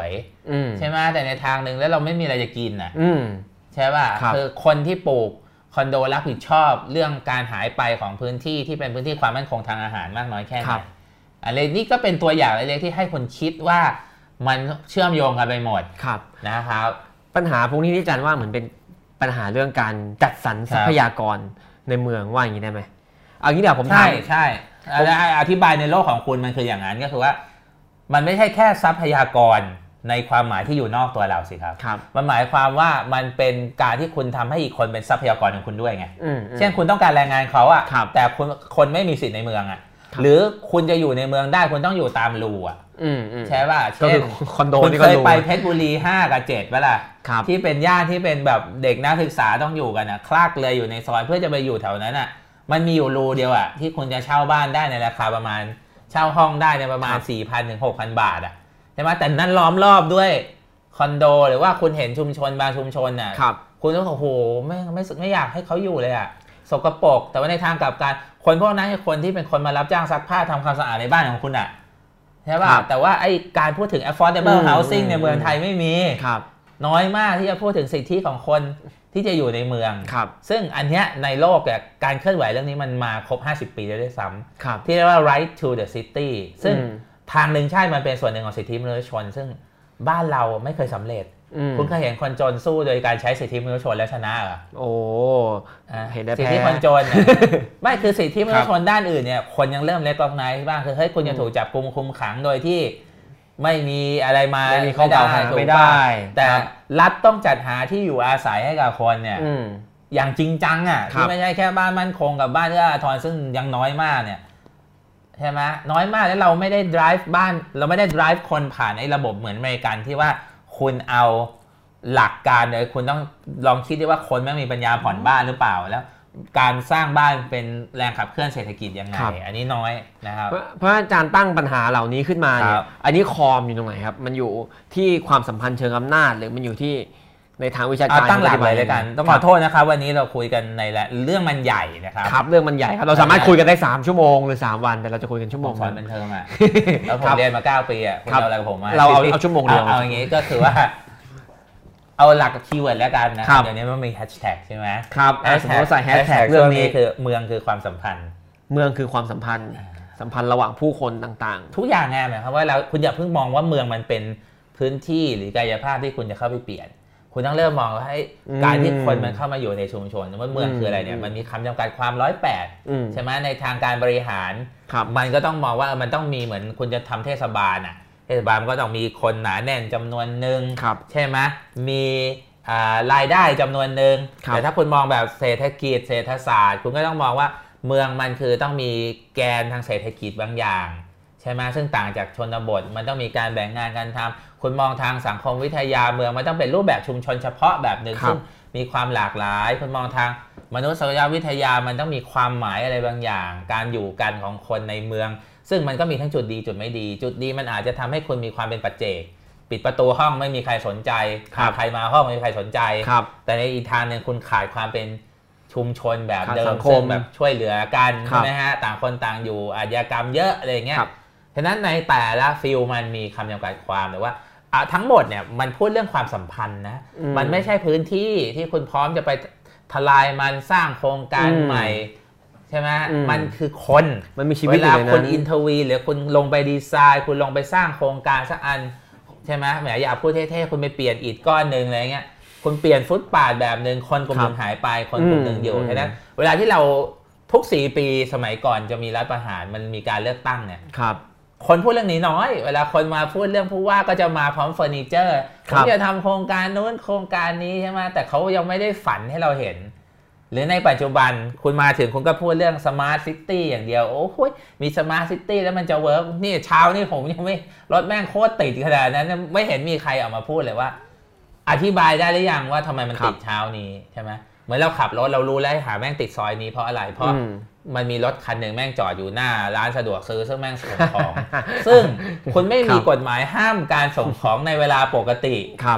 ใช่ไหมแต่ในทางหนึ่งแล้วเราไม่มีอะไรจะกินอ่ะใช่ป่ะค, คือคนที่ปลูกคอนโดรับผิดชอบเรื่องการหายไปของพื้นที่ที่เป็นพื้นที่ความมั่นคงทางอาหารมากน้อยแค่ไหนอะไรนี่ก็เป็นตัวอย่างเล็กๆที่ให้คนคิดว่ามันเชื่อมโยงกันไปหมดนะครับปัญหาพวกนี้ที่อาจารย์ว่าเหมือนเป็นปัญหาเรื่องการจัดสรรทรัพยากรในเมืองว่าอย่างนี้ได้ไหมเอางี้เดี๋ยวผมใช่ใช่อธิบายในโลกของคุณมันคืออย่างนั้นก็คือว่ามันไม่ใช่แค่ทรัพยากรในความหมายที่อยู่นอกตัวเราสิครับมันหมายความว่ามันเป็นการที่คุณทำให้อีกคนเป็นทรัพยากรของคุณด้วยไงเช่นคุณต้องการแรงงานเขาอะแต่คุณคนไม่มีสิทธิ์ในเมืองอะหรือคุณจะอยู่ในเมืองได้คุณต้องอยู่ตามรูอะใช่ป่ะเช่นคุณเคยไปเพชรบุรีห้ากับเจ็ดป่ะล่ะที่เป็นย่านที่เป็นแบบเด็กนักศึกษาต้องอยู่กันอะคลากเลยอยู่ในซอยเพื่อจะไปอยู่แถวนั้นอะมันมีอยู่รูเดียวอะที่คุณจะเช่าบ้านได้ในราคาประมาณเช่าห้องได้ในประมาณ สี่พัน ถึง หกพัน บาทอะใช่ไหมแต่นั้นล้อมรอบด้วยคอนโดหรือว่าคุณเห็นชุมชนบางชุมชนน่ะคุณต้องโอ้โหไม่ไม่ไม่อยากให้เขาอยู่เลยอะสกปรกแต่ว่าในทางกลับกันคนพวกนั้นคือคนที่เป็นคนมารับจ้างซักผ้าทำความสะอาดในบ้านของคุณอะใช่ป่ะแต่ว่าไอ้การพูดถึง affordable housing ในเมืองไทยไม่มีน้อยมากที่จะพูดถึงสิทธิของคนที่จะอยู่ในเมืองซึ่งอันเนี้ยในโลกเนี่ยการเคลื่อนไหวเรื่องนี้มันมาครบห้าสิบปีแล้วด้วยซ้ำที่เรียกว่า right to the city ซึ่งทางหนึ่งใช่มันเป็นส่วนหนึ่งของสิทธิมนุษยชนซึ่งบ้านเราไม่เคยสำเร็จคุณเคยเห็นคนจนสู้โดยการใช้สิทธิมนุษยชนแล้วชนะเหรอโอ้เห็นได้แพ้สิทธิคนจนไม่คือสิทธิมนุษยชนด้านอื่นเนี่ยคนยังเริ่มเล็กกองนายบ้างคือเฮ้ยคุณจะถูกจับกุมคุมขังโดยที่ไม่มีอะไรมาไม่มีข้อกล่าวหาไม่ได้แต่รัฐต้องจัดหาที่อยู่อาศัยให้กับคนเนี่ยอย่างจริงจังอ่ะที่ไม่ใช่แค่บ้านมั่นคงกับบ้านเอื้ออาทรซึ่งยังน้อยมากเนี่ยใช่ไหมน้อยมากแล้วเราไม่ได้ drive บ้านเราไม่ได้ drive คนผ่านไอ้ระบบเหมือนอเมริกันที่ว่าคุณเอาหลักการเลยคุณต้องลองคิดดูว่าคนไม่มีปัญญาผ่อนบ้านหรือเปล่าแล้วการสร้างบ้านเป็นแรงขับเคลื่อนเศรษฐกิจยังไงอันนี้น้อยนะครับเพราะอาจารย์ตั้งปัญหาเหล่านี้ขึ้นมาเนี่ยอันนี้คอมอยู่ตรงไหนครับมันอยู่ที่ความสัมพันธ์เชิงอำนาจหรือมันอยู่ที่ในทางวิชาการตั้งหลักเลยเลยกันต้องขอโทษนะครับวันนี้เราคุยกันในเรื่องมันใหญ่นะครับครับเรื่องมันใหญ่ครับเราสามารถคุยกันได้สามชั่วโมงหรือสามวันแต่เราจะคุยกันชั่วโมงสอนบันเทิงอ่ะแล้วผมเรียนมาเก้าปีอ่ะคุณเอาอะไรกับผมมาเราเอาเอาชั่วโมงเดียวเอาอย่างงี้ก็คือว่าเอาหลักคีย์เวิร์ดแล้วกันนะเดี๋ยวนี้มันมีแฮชแท็กใช่ไหมครับสมมติใส่แฮชแท็กเรื่องนี้คือเมืองคือความสัมพันธ์เมืองคือความสัมพันธ์สัมพันธ์ระหว่างผู้คนต่างๆทุกอย่างไงหมายความว่าเราคุณอย่าเพิ่งมองว่าเมืองมันเป็นพื้นที่หรือกายภาพที่คุณจะเข้าไปเปลี่ยนคุณต้องเริ่มมองว่าให้การที่คนมันเข้ามาอยู่ในชุมชนว่าเมืองคืออะไรเนี่ยมันมีคำจำกัดความร้อยแปดใช่ไหมในทางการบริหารมันก็ต้องมองว่ามันต้องมีเหมือนคุณจะทำเทศบาลอ่ะเทศบาลก็ต้องมีคนหนาแน่นจำนวนหนึ่งใช่ไหมมีรายได้จำนวนหนึ่งแต่ถ้าคุณมองแบบเศรษฐกิจเศรษฐศาสตร์คุณก็ต้องมองว่าเมืองมันคือต้องมีแกนทางเศรษฐกิจบางอย่างใช่ไหมซึ่งต่างจากชนบทมันต้องมีการแบ่งงานกันทำคุณมองทางสังคมวิทยาเมืองมันต้องเป็นรูปแบบชุมชนเฉพาะแบบหนึ่งซึ่งมีความหลากหลายคุณมองทางมนุษยวิทยามันต้องมีความหมายอะไรบางอย่างการอยู่กันของคนในเมืองซึ่งมันก็มีทั้งจุดดีจุดไม่ดีจุดดีมันอาจจะทำให้คุณมีความเป็นปัจเจกปิดประตูห้องไม่มีใครสนใจใครมาห้องไม่มีใครสนใจแต่ในอีกทางนึงคุณขาดความเป็นชุมชนแบบเดิมซึ่งแบบช่วยเหลือกันใช่ไหมฮะต่างคนต่างอยู่อาชญากรรมเยอะอะไรเงี้ยฉะนั้นในแต่ละฟิลมันมีคำจำกัดความหรือว่าทั้งหมดเนี่ยมันพูดเรื่องความสัมพันธ์นะมันไม่ใช่พื้นที่ที่คุณพร้อมจะไปทลายมันสร้างโครงการใหม่ใช่ไหมมันคือคนมันมีชีวิตเวลาคุณอินเทอร์วีหรือคุณลงไปดีไซน์คุณลงไปสร้างโครงการสักอันใช่ไหมแหมอยากพูดเท่ๆคุณไปเปลี่ยนอิฐก้อนหนึ่งอะไรเงี้ยคุณเปลี่ยนฟุตบาทแบบหนึ่งคนกลุ่มหนึ่งหายไปคนกลุ่มหนึ่งอยู่ฉะนั้นเวลาที่เราทุกสี่ปีสมัยก่อนจะมีรัฐประหารมันมีการเลือกตั้งเนี่ยคนพูดเรื่องนี้น้อยเวลาคนมาพูดเรื่องผู้ว่าก็จะมาพร้อมเฟอร์นิเจอร์ผมจะทำโครงการนู้นโครงการนี้ใช่ไหมแต่เขายังไม่ได้ฝันให้เราเห็นหรือในปัจจุบันคุณมาถึงคุณก็พูดเรื่องสมาร์ทซิตี้อย่างเดียวโอ้โหมีสมาร์ทซิตี้แล้วมันจะเวิร์กนี่เช้านี่ผมยังไม่รถแม่งโคตรติดขนาดนั้นไม่เห็นมีใครออกมาพูดเลยว่าอธิบายได้หรือยังว่าทำไมมันติดเช้านี้ใช่ไหมเหมือนเราขับรถเรารู้แล้วหาแม่งติดซอยนี้เพราะอะไรเพราะมันมีรถคันหนึ่งแม่งจอดอยู่หน้าร้านสะดวกซื้อซึ่งแม่งส่งของซึ่งคุณไม่มีกฎหมายห้ามการส่งของในเวลาปกติครับ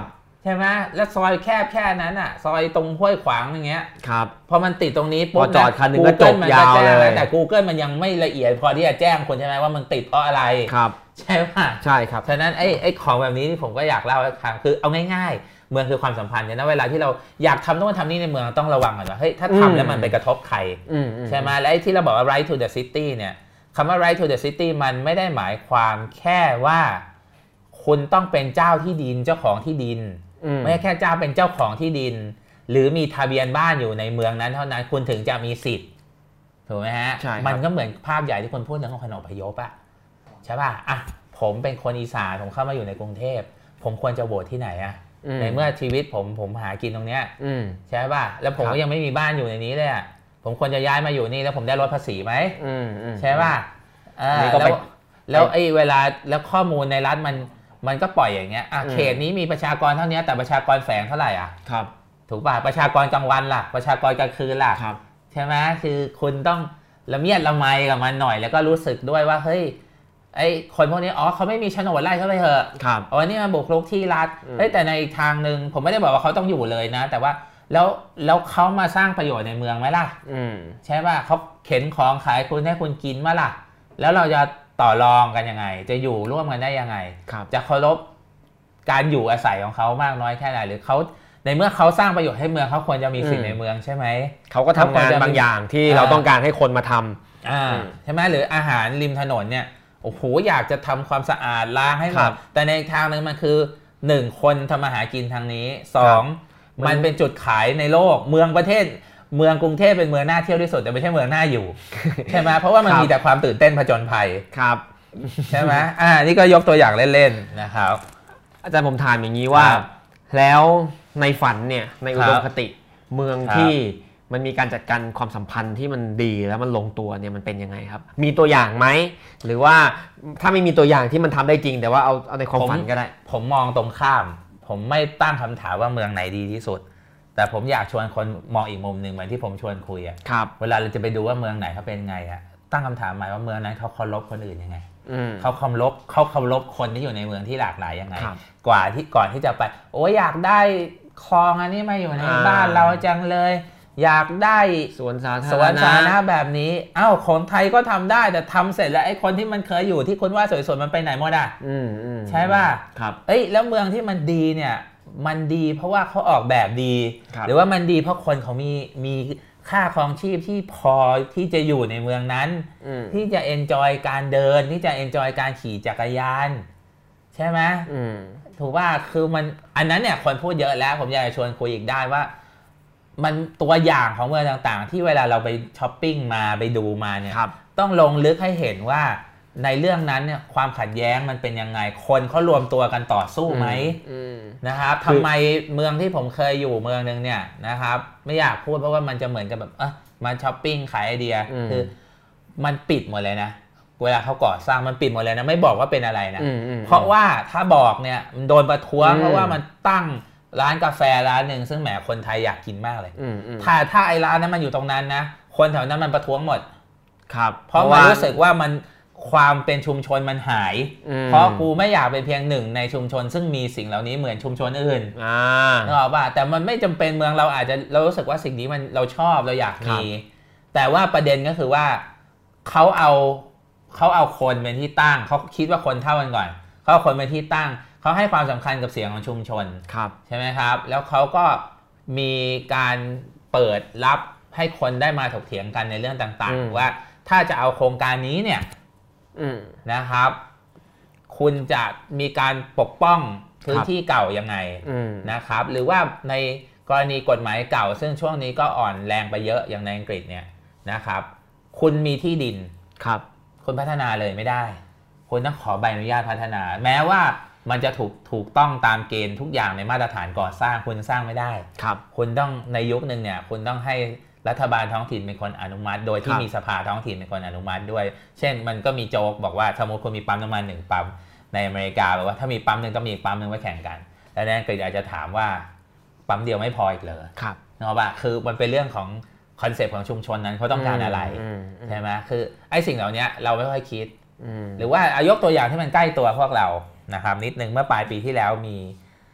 ใช่ไหมแล้วซอยแคบแค่นั้นอ่ะซอยตรงห้วยขวางอย่างเงี้ยครับพอมันติดตรงนี้ปุ๊บจอดคันนึงก็จบยาวเลยแต่ Google มันยังไม่ละเอียดพอที่จะแจ้งคนใช่ไหมว่ามันติดเพราะอะไรครับใช่ป่ะใช่ครับฉะนั้นไอ้ไอ้ของแบบนี้ผมก็อยากเล่าให้ฟังคือเอาง่ายๆเมืองคือความสัมพันธ์เนี่ยนะเวลาที่เราอยากทำต้องมาทำนี่ในเมืองต้องระวังก่อนว่าเฮ้ยถ้าทำแล้วมันไปกระทบใครใช่ไหมและไอ้ที่เราบอกว่า right to the city เนี่ยคำว่า right to the city มันไม่ได้หมายความแค่ว่าคุณต้องเป็นเจ้าที่ดินเจ้าของที่ดินไม่ใช่แค่เจ้าเป็นเจ้าของที่ดินหรือมีทะเบียนบ้านอยู่ในเมืองนั้นเท่านั้นคุณถึงจะมีสิทธิ์ถูกไหมฮะมันก็เหมือนภาพใหญ่ที่คนพูดเรื่องของคนอพยพอะใช่ป่ะอ่ะผมเป็นคนอีสานผมเข้ามาอยู่ในกรุงเทพผมควรจะโหวตที่ไหนอะในเมื่อชีวิตผมผมหากินตรงเนี้ยใช่ป่ะแล้วผมก็ยังไม่มีบ้านอยู่ในนี้เลยอะผมควรจะย้ายมาอยู่นี่แล้วผมได้ลดภาษีไหมใช่ป่ะแล้วแล้วไอ้เวลาแล้วข้อมูลในรัฐมันมันก็ปล่อยอย่างเงี้ยอ่ะเขตนี้มีประชากรเท่านี้แต่ประชากรแฝงเท่าไหร่อ่ะครับถูกป่ะประชากรกลางวันล่ะประชากรกลางคืนล่ะใช่ไหมคือคุณต้องละเมียดละไมกับมันหน่อยแล้วก็รู้สึกด้วยว่าเฮ้ยไอ้คนพวกนี้อ๋อเขาไม่มีโฉนดไร่เขาไปเถอะอ๋อนี่มันบุกรุกที่รัฐเฮ้ยแต่ในอีกทางนึงผมไม่ได้บอกว่าเขาต้องอยู่เลยนะแต่ว่าแล้วแล้วเขามาสร้างประโยชน์ในเมืองไหมล่ะใช่ป่ะเขาเข็นของขายคุณให้คุณกินมั้ยล่ะแล้วเราจะต่อรองกันยังไงจะอยู่ร่วมกันได้ยังไงจะเคารพการอยู่อาศัยของเขามากน้อยแค่ไหนหรือเขาในเมื่อเขาสร้างประโยชน์ให้เมืองเขาควรจะมีสิ่งในเมืองใช่ไหมเขาก็ทำงานบางอย่างที่เราต้องการให้คนมาทำอ่าใช่ไหมหรืออาหารริมถนนเนี่ยโอ้โหอยากจะทำความสะอาดล้างให้หมดแต่ในทางนึงมันคือหนึ่งคนทำมาหากินทางนี้สองมันเป็นจุดขายในโลกเมืองประเทศเมืองกรุงเทพเป็นเมืองน่าเที่ยวที่สุดแต่ไม่ใช่เมืองน่าอยู่ใช่ไหมเพราะว่ามันมีแต่ความตื่นเต้นผจญภัยครับใช่ไหมอ่านี่ก็ยกตัวอย่างเล่นๆนะครับอาจารย์ผมถามอย่างนี้ว่าแล้วในฝันเนี่ยในอุดมคติเมืองที่มันมีการจัดการความสัมพันธ์ที่มันดีแล้วมันลงตัวเนี่ยมันเป็นยังไงครับมีตัวอย่างไหมหรือว่าถ้าไม่มีตัวอย่างที่มันทำได้จริงแต่ว่าเอาเอาในความฝันก็ได้ผมมองตรงข้ามผมไม่ตั้งคำถามว่าเมืองไหนดีที่สุดแต่ผมอยากชวนคนมองอีกมุมหนึ่งเหมือนที่ผมชวนคุยอ่ะเวลาเราจะไปดูว่าเมืองไหนเขาเป็นไงอ่ะตั้งคำถามใหม่ว่าเมืองนั้นเขาเคารพคนอื่นยังไงเขาเคารพเขาเคารพคนที่อยู่ในเมืองที่หลากหลายยังไงกว่าที่ก่อนที่จะไปโอ้ยอยากได้คลองอันนี้มาอยู่ในบ้านเราจังเลยอยากได้สวนสาธารณะสวนสาธารณะแบบนี้เอ้าคนไทยก็ทำได้แต่ทำเสร็จแล้วไอ้คนที่มันเคยอยู่ที่คุณว่าสวยๆมันไปไหนหมดอ่ะใช่ป่ะครับเอ้ยแล้วเมืองที่มันดีเนี่ยมันดีเพราะว่าเขาออกแบบดีหรือว่ามันดีเพราะคนเขามีมีค่าครองชีพที่พอที่จะอยู่ในเมืองนั้นที่จะเอนจอยการเดินที่จะเอนจอยการขี่จักรยานใช่ไหมถูกว่าคือมันอันนั้นเนี่ยคนพูดเยอะแล้วผมอยากจะชวนคุยอีกได้ว่ามันตัวอย่างของเมืองต่างๆที่เวลาเราไปช้อปปิ้งมาไปดูมาเนี่ยต้องลงลึกให้เห็นว่าในเรื่องนั้นเนี่ยความขัดแย้งมันเป็นยังไงคนเขารวมตัวกันต่อสู้ไหมนะครับทำไมเมืองที่ผมเคยอยู่เมืองนึงเนี่ยนะครับไม่อยากพูดเพราะว่ามันจะเหมือนกับแบบเออมาช้อปปิ้งขายไอเดียคือมันปิดหมดเลยนะเวลาเขาก่อสร้างมันปิดหมดเลยนะไม่บอกว่าเป็นอะไรนะเพราะว่าถ้าบอกเนี่ยมันโดนประท้วงเพราะว่ามันตั้งร้านกาแฟร้านหนึ่งซึ่งแหมคนไทยอยากกินมากเลยถ้าถ้าไอ้ร้านนั้นมันอยู่ตรงนั้นนะคนแถวนั้นมันประท้วงหมดครับเพราะมันรู้สึกว่ามันความเป็นชุมชนมันหายเพราะกูไม่อยากเป็นเพียงหนึ่งในชุมชนซึ่งมีสิ่งเหล่านี้เหมือนชุมชนอื่นนึกออกป่ะแต่มันไม่จำเป็นเมืองเราอาจจะเรารู้สึกว่าสิ่งนี้มันเราชอบเราอยากมีแต่ว่าประเด็นก็คือว่าเขาเอาเขาเอาคนเป็นที่ตั้งเขาคิดว่าคนเท่ากันก่อนเขาเอาคนเป็นที่ตั้งเขาให้ความสำคัญกับเสียงของชุมชนใช่ไหมครับแล้วเขาก็มีการเปิดรับให้คนได้มาถกเถียงกันในเรื่องต่างๆว่าถ้าจะเอาโครงการนี้เนี่ยนะครับคุณจะมีการปกป้องพื้นที่เก่ายังไงนะครับหรือว่าในกรณีกฎหมายเก่าซึ่งช่วงนี้ก็อ่อนแรงไปเยอะอย่างในอังกฤษเนี่ยนะครับคุณมีที่ดินครับคุณพัฒนาเลยไม่ได้คุณต้องขอใบอนุญาตพัฒนาแม้ว่ามันจะถูกถูกต้องตามเกณฑ์ทุกอย่างในมาตรฐานก่อสร้างคุณสร้างไม่ได้ครับคุณต้องในยุคนึงเนี่ยคุณต้องให้รัฐบาลท้องถิ่นเป็นคนอนุมัติโดยที่มีสภาท้องถิ่นเป็นคนอนุมัติด้วยเช่นมันก็มีโจ๊กบอกว่าสมมติคุณมีปั๊มน้ำมันหนึ่งปั๊มในอเมริกาบอกว่าถ้ามีปั๊มหนึ่งต้องมีปั๊มหนึ่งไว้แข่งกันและนั่นก็อาจจะถามว่าปั๊มเดียวไม่พออีกเหรอครับเนาะป่ะคือมันเป็นเรื่องของคอนเซปต์ของชุมชนนั้นเขาต้องการอะไรใช่ไหมคือไอ้สิ่งเหล่านี้เราไม่ค่อยคิดหรือว่ายกตัวอย่างที่มันใกล้ตัวพวกเรานะครับนิดนึงเมื่อปลายปีที่แล้วมี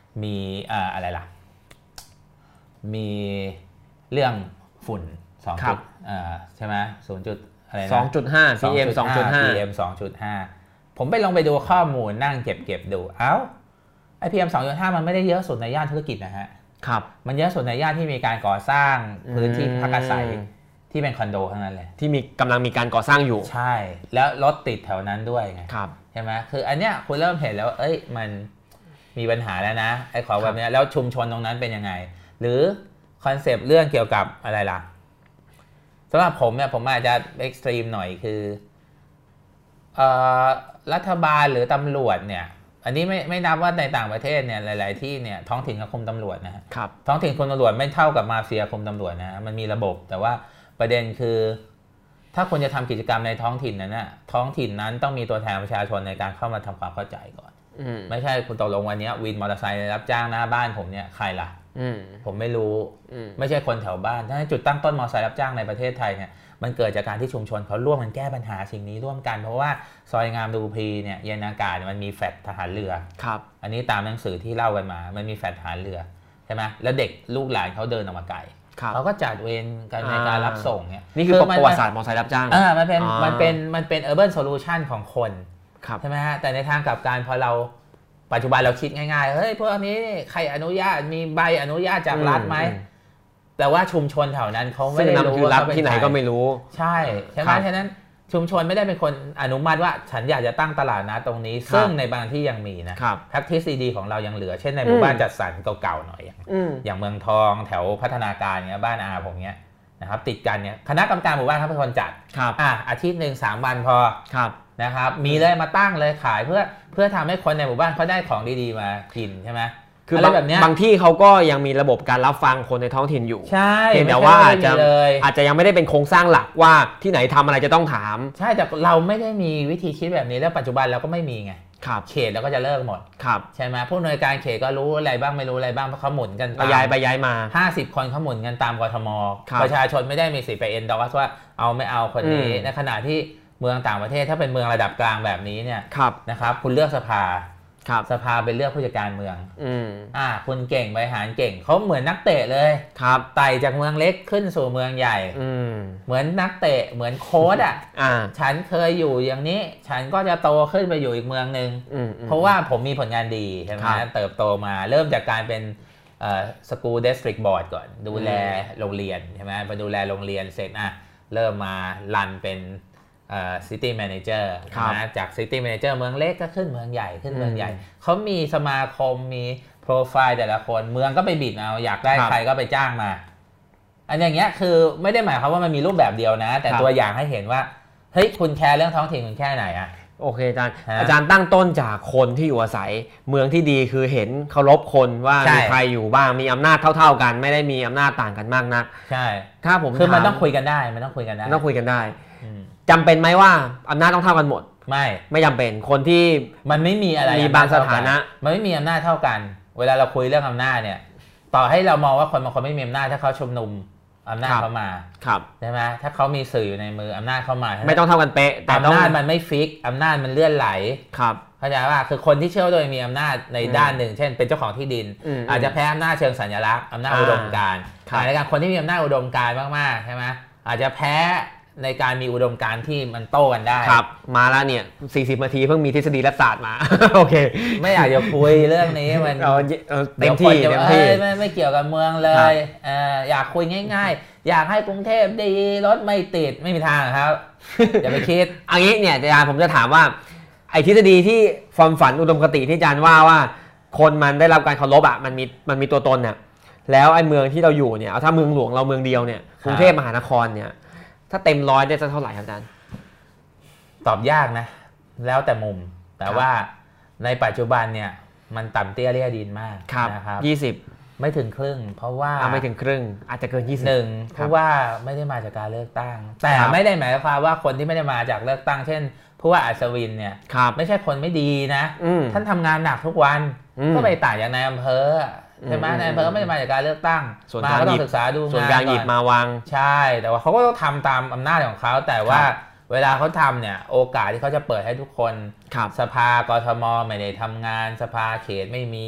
มีอะไรล่ะมีเรื่องฝุ่นสองจุดใช่ไหมศูนย์จุดอะไรนะสองจุดห้า พี เอ็ม สองจุดห้าพี เอ็ม สองจุดห้า ผมไปลองไปดูข้อมูลนั่งเก็บเก็บดูเอ้าไอ พี เอ็ม สองจุดห้า มันไม่ได้เยอะสุดในย่านธุรกิจนะฮะครับมันเยอะสุดในย่านที่มีการก่อสร้างพื้นที่พักอาศัยที่เป็นคอนโดทั้งนั้นเลยที่มีกำลังมีการก่อสร้างอยู่ใช่แล้วรถติดแถวนั้นด้วยไงครับใช่ไหมคืออันเนี้ยคุณเริ่มเห็นแล้วเอ้ยมันมีปัญหาแล้วนะไอ้ของแบบนี้แล้วชุมชนตรงนั้นเป็นยังไงหรือคอนเซปต์เรื่องเกี่ยวกับอะไรล่ะสำหรับผมเนี่ยผมอาจจะเอ็กซ์ตรีมหน่อยคือเอ่อรัฐบาลหรือตำรวจเนี่ยอันนี้ไม่ไม่นับว่าในต่างประเทศเนี่ยหลายๆที่เนี่ยท้องถิ่นกับคุมตำรวจนะครับท้องถิ่นคุมตำรวจไม่เท่ากับมาเฟียคุมตำรวจนะมันมีระบบแต่ว่าประเด็นคือถ้าคุณจะทำกิจกรรมในท้องถิ่นนั้นนะท้องถิ่นนั้นต้องมีตัวแทนประชาชนในการเข้ามาทำความเข้าใจก่อนไม่ใช่คุณตกลงวันนี้วินมอเตอร์ไซค์รับจ้างหน้าบ้านผมเนี่ยใครล่ะผมไม่รู้ไม่ใช่คนแถวบ้านถ้าจุดตั้งต้นมอเตอร์ไซค์รับจ้างในประเทศไทยเนี่ยมันเกิดจากการที่ชุมชนเขาร่วมกันแก้ปัญหาสิ่งนี้ร่วมกันเพราะว่าซอยงามดูพรีเนี่ยเย็นอากาศมันมีแฟลตทหารเรือครับอันนี้ตามหนังสือที่เล่ากันมามันมีแฟลตทหารเรือใช่ไหมแล้วเด็กลูกหลานเขาเดินออกมาไกลเขาก็จัดเวรกันในการรับส่งเนี่ยนี่คือประวัติศาสตร์มอเตอร์ไซค์รับจ้างอ่ามันเป็นมันเป็นมันเป็น urban solution ของคนใช่ไหมฮะแต่ในทางกลับกันพอเราปัจจุบันเราคิดง่ายๆเฮ้ยพวกนี้ใครอนุญาตมีใบอนุญาตจากรัฐไหมแต่ว่าชุมชนแถวนั้นเขาไม่ได้รู้ว่าที่ไหนก็ไม่รู้ใช่ใช่ไหมฉะนั้นชุมชนไม่ได้เป็นคนอนุมัติว่าฉันอยากจะตั้งตลาดนะตรงนี้ซึ่งในบางที่ยังมีนะ practice ดีของเรายังเหลือเช่นในหมู่บ้านจัดสรรเก่าๆหน่อยอย่างอย่างเมืองทองแถวพัฒนาการเนี้ยบ้านอาผมเนี้ยนะครับติดกันเนี้ยคณะกรรมการหมู่บ้านเขาเป็นคนจัดอ่ะอาทิตย์หนึ่งสามวันพอนะครับมีเลยมาตั้งเลยขายเพื่อเพื่อทำให้คนในหมู่บ้านเขาได้ของดีๆมากินใช่ไหมคือบางแบบนี้บางที่เขาก็ยังมีระบบการรับฟังคนในท้องถิ่นอยู่ใช่เพียงแต่ว่าอาจจะอาจจะยังไม่ได้เป็นโครงสร้างหลักว่าที่ไหนทำอะไรจะต้องถามใช่แต่เราไม่ได้มีวิธีคิดแบบนี้แล้วปัจจุบันเราก็ไม่มีไงเขตเราก็จะเลิกหมดใช่ไหมผู้อำนวยการเขตก็รู้อะไรบ้างไม่รู้อะไรบ้างเพราะเขาหมุนกันย้ายไปย้ายมาห้าสิบคนเขาหมุนกันตามกทมประชาชนไม่ได้มีสิทธิ์ไปเอ็นดอร์สว่าเอาไม่เอาคนนี้ในขณะที่เมืองต่างประเทศถ้าเป็นเมืองระดับกลางแบบนี้เนี่ยนะครับคุณเลือกสภาสภาเป็นเลือกผู้จัดการเมืองอืมอ่าคุณเก่งบริหารเก่งเขาเหมือนนักเตะเลยครับไต่จากเมืองเล็กขึ้นสู่เมืองใหญ่อืมเหมือนนักเตะเหมือนโค้ชอ่ะอ่าฉันเคยอยู่อย่างนี้ฉันก็จะโตขึ้นไปอยู่อีกเมืองนึงเพราะว่าผมมีผลงานดีใช่ไหมเติบโตมาเริ่มจากการเป็นเอ่อ school district board ก่อนดูแลโรงเรียนใช่ไหมไปดูแลโรงเรียนเสร็จอ่ะเริ่มมารันเป็นซิตี้แมเนเจอร์นะจากซิตี้แมเนเจอร์เมืองเล็กก็ขึ้นเมืองใหญ่ขึ้นเมืองใหญ่เขามีสมาคมมีโปรไฟล์แต่ละคนเมืองก็ไปบิดเอาอยากได้ใครก็ไปจ้างมาอันอย่างเงี้ยคือไม่ได้หมายความว่ามันมีรูปแบบเดียวนะแต่ตัวอย่างให้เห็นว่าเฮ้ยคุณแคร์เรื่องท้องถิ่นคุณแค่ไหนอะโอเคอาจารย์อาจารย์ตั้งต้นจากคนที่อยู่อาศัยเมืองที่ดีคือเห็นเคารพคนว่ามีใครอยู่บ้างมีอำนาจเท่าๆกันไม่ได้มีอำนาจต่างกันมากนักใช่ถ้าผมคือมันต้องคุยกันได้มันต้องคุยกันได้ต้องคุยกันได้จำเป็นไหมว่าอำนาจต้องเท่ากันหมดไม่ไม่จำเป็นคนที่มันไม่มีอะไรมีบางสถานะมันไม่มีอำนาจเท่ากันเวลาเราคุยเรื่องอำนาจเนี่ยต่อให้เรามองว่าคนบางคนไม่มีอำนาจถ้าเขาชุมนุมอำนาจเข้ามาใช่ไหมถ้าเขามีสื่ออยู่ในมืออำนาจเข้ามาไม่ต้องเท่ากันเป๊ะแต่อำนาจมันไม่ฟิกอำนาจมันเลื่อนไหลครับเข้าใจว่าคือคนที่เชื่อโดยมีอำนาจในด้านหนึ่งเช่นเป็นเจ้าของที่ดินอาจจะแพ้อำนาจเชิงสัญลักษณ์อำนาจอุดมการณ์ในการคนที่มีอำนาจอุดมการณ์มากๆใช่ไหมอาจจะแพ้ในการมีอุดมการณ์ที่มันโต้กันได้ครับมาแล้วเนี่ยสี่สิบนาทีเพิ่งมีทฤษฎีรัฐศาสตร์มาโอเคไม่อยากจะคุยเรื่องนี้มันเต็มที่เต็มที่ไม่ไม่เกี่ยวกับเมืองเลยอยากคุยง่ายๆอยากให้กรุงเทพดีรถไม่ติดไม่มีทางครับอย่าไปคิดอันนี้เนี่ยอาจารย์ผมจะถามว่าไอ้ทฤษฎีที่ความฝันอุดมคติที่อาจารย์ว่าว่าคนมันได้รับการเคารพอ่ะมันมีมันมีตัวตนเนี่ยแล้วไอ้เมืองที่เราอยู่เนี่ยถ้าเมืองหลวงเราเมืองเดียวเนี่ยกรุงเทพมหานครเนี่ยถ้าเต็มร้อยได้จะเท่าไหร่ครับอาจารย์ตอบยากนะแล้วแต่มุมแต่ว่าในปัจจุบันเนี่ยมันต่ำเตี้ยเลี่ยดินมากนะครับยี่สิบไม่ถึงครึ่งเพราะว่าไม่ถึงครึ่งอาจจะเกินยี่สิบหนึ่งเพราะว่าไม่ได้มาจากการเลือกตั้งแต่ไม่ได้หมายความว่าคนที่ไม่ได้มาจากเลือกตั้งเช่นผู้ว่าอัศวินเนี่ยไม่ใช่คนไม่ดีนะท่านทำงานหนักทุกวันก็ไปต่างจากนายอำเภอใช่ไหมนายอำเภอก็ไม่ได้มาจากการเลือกตั้งมาก็ต้องศึกษาดูงานส่วนกลางหยิบมาวางใช่แต่ว่าเขาก็ต้องทำตามอำนาจของเขาแต่ว่าเวลาเขาทำเนี่ยโอกาสที่เขาจะเปิดให้ทุกคนสภากทมไม่ได้ทำงานสภาเขตไม่มี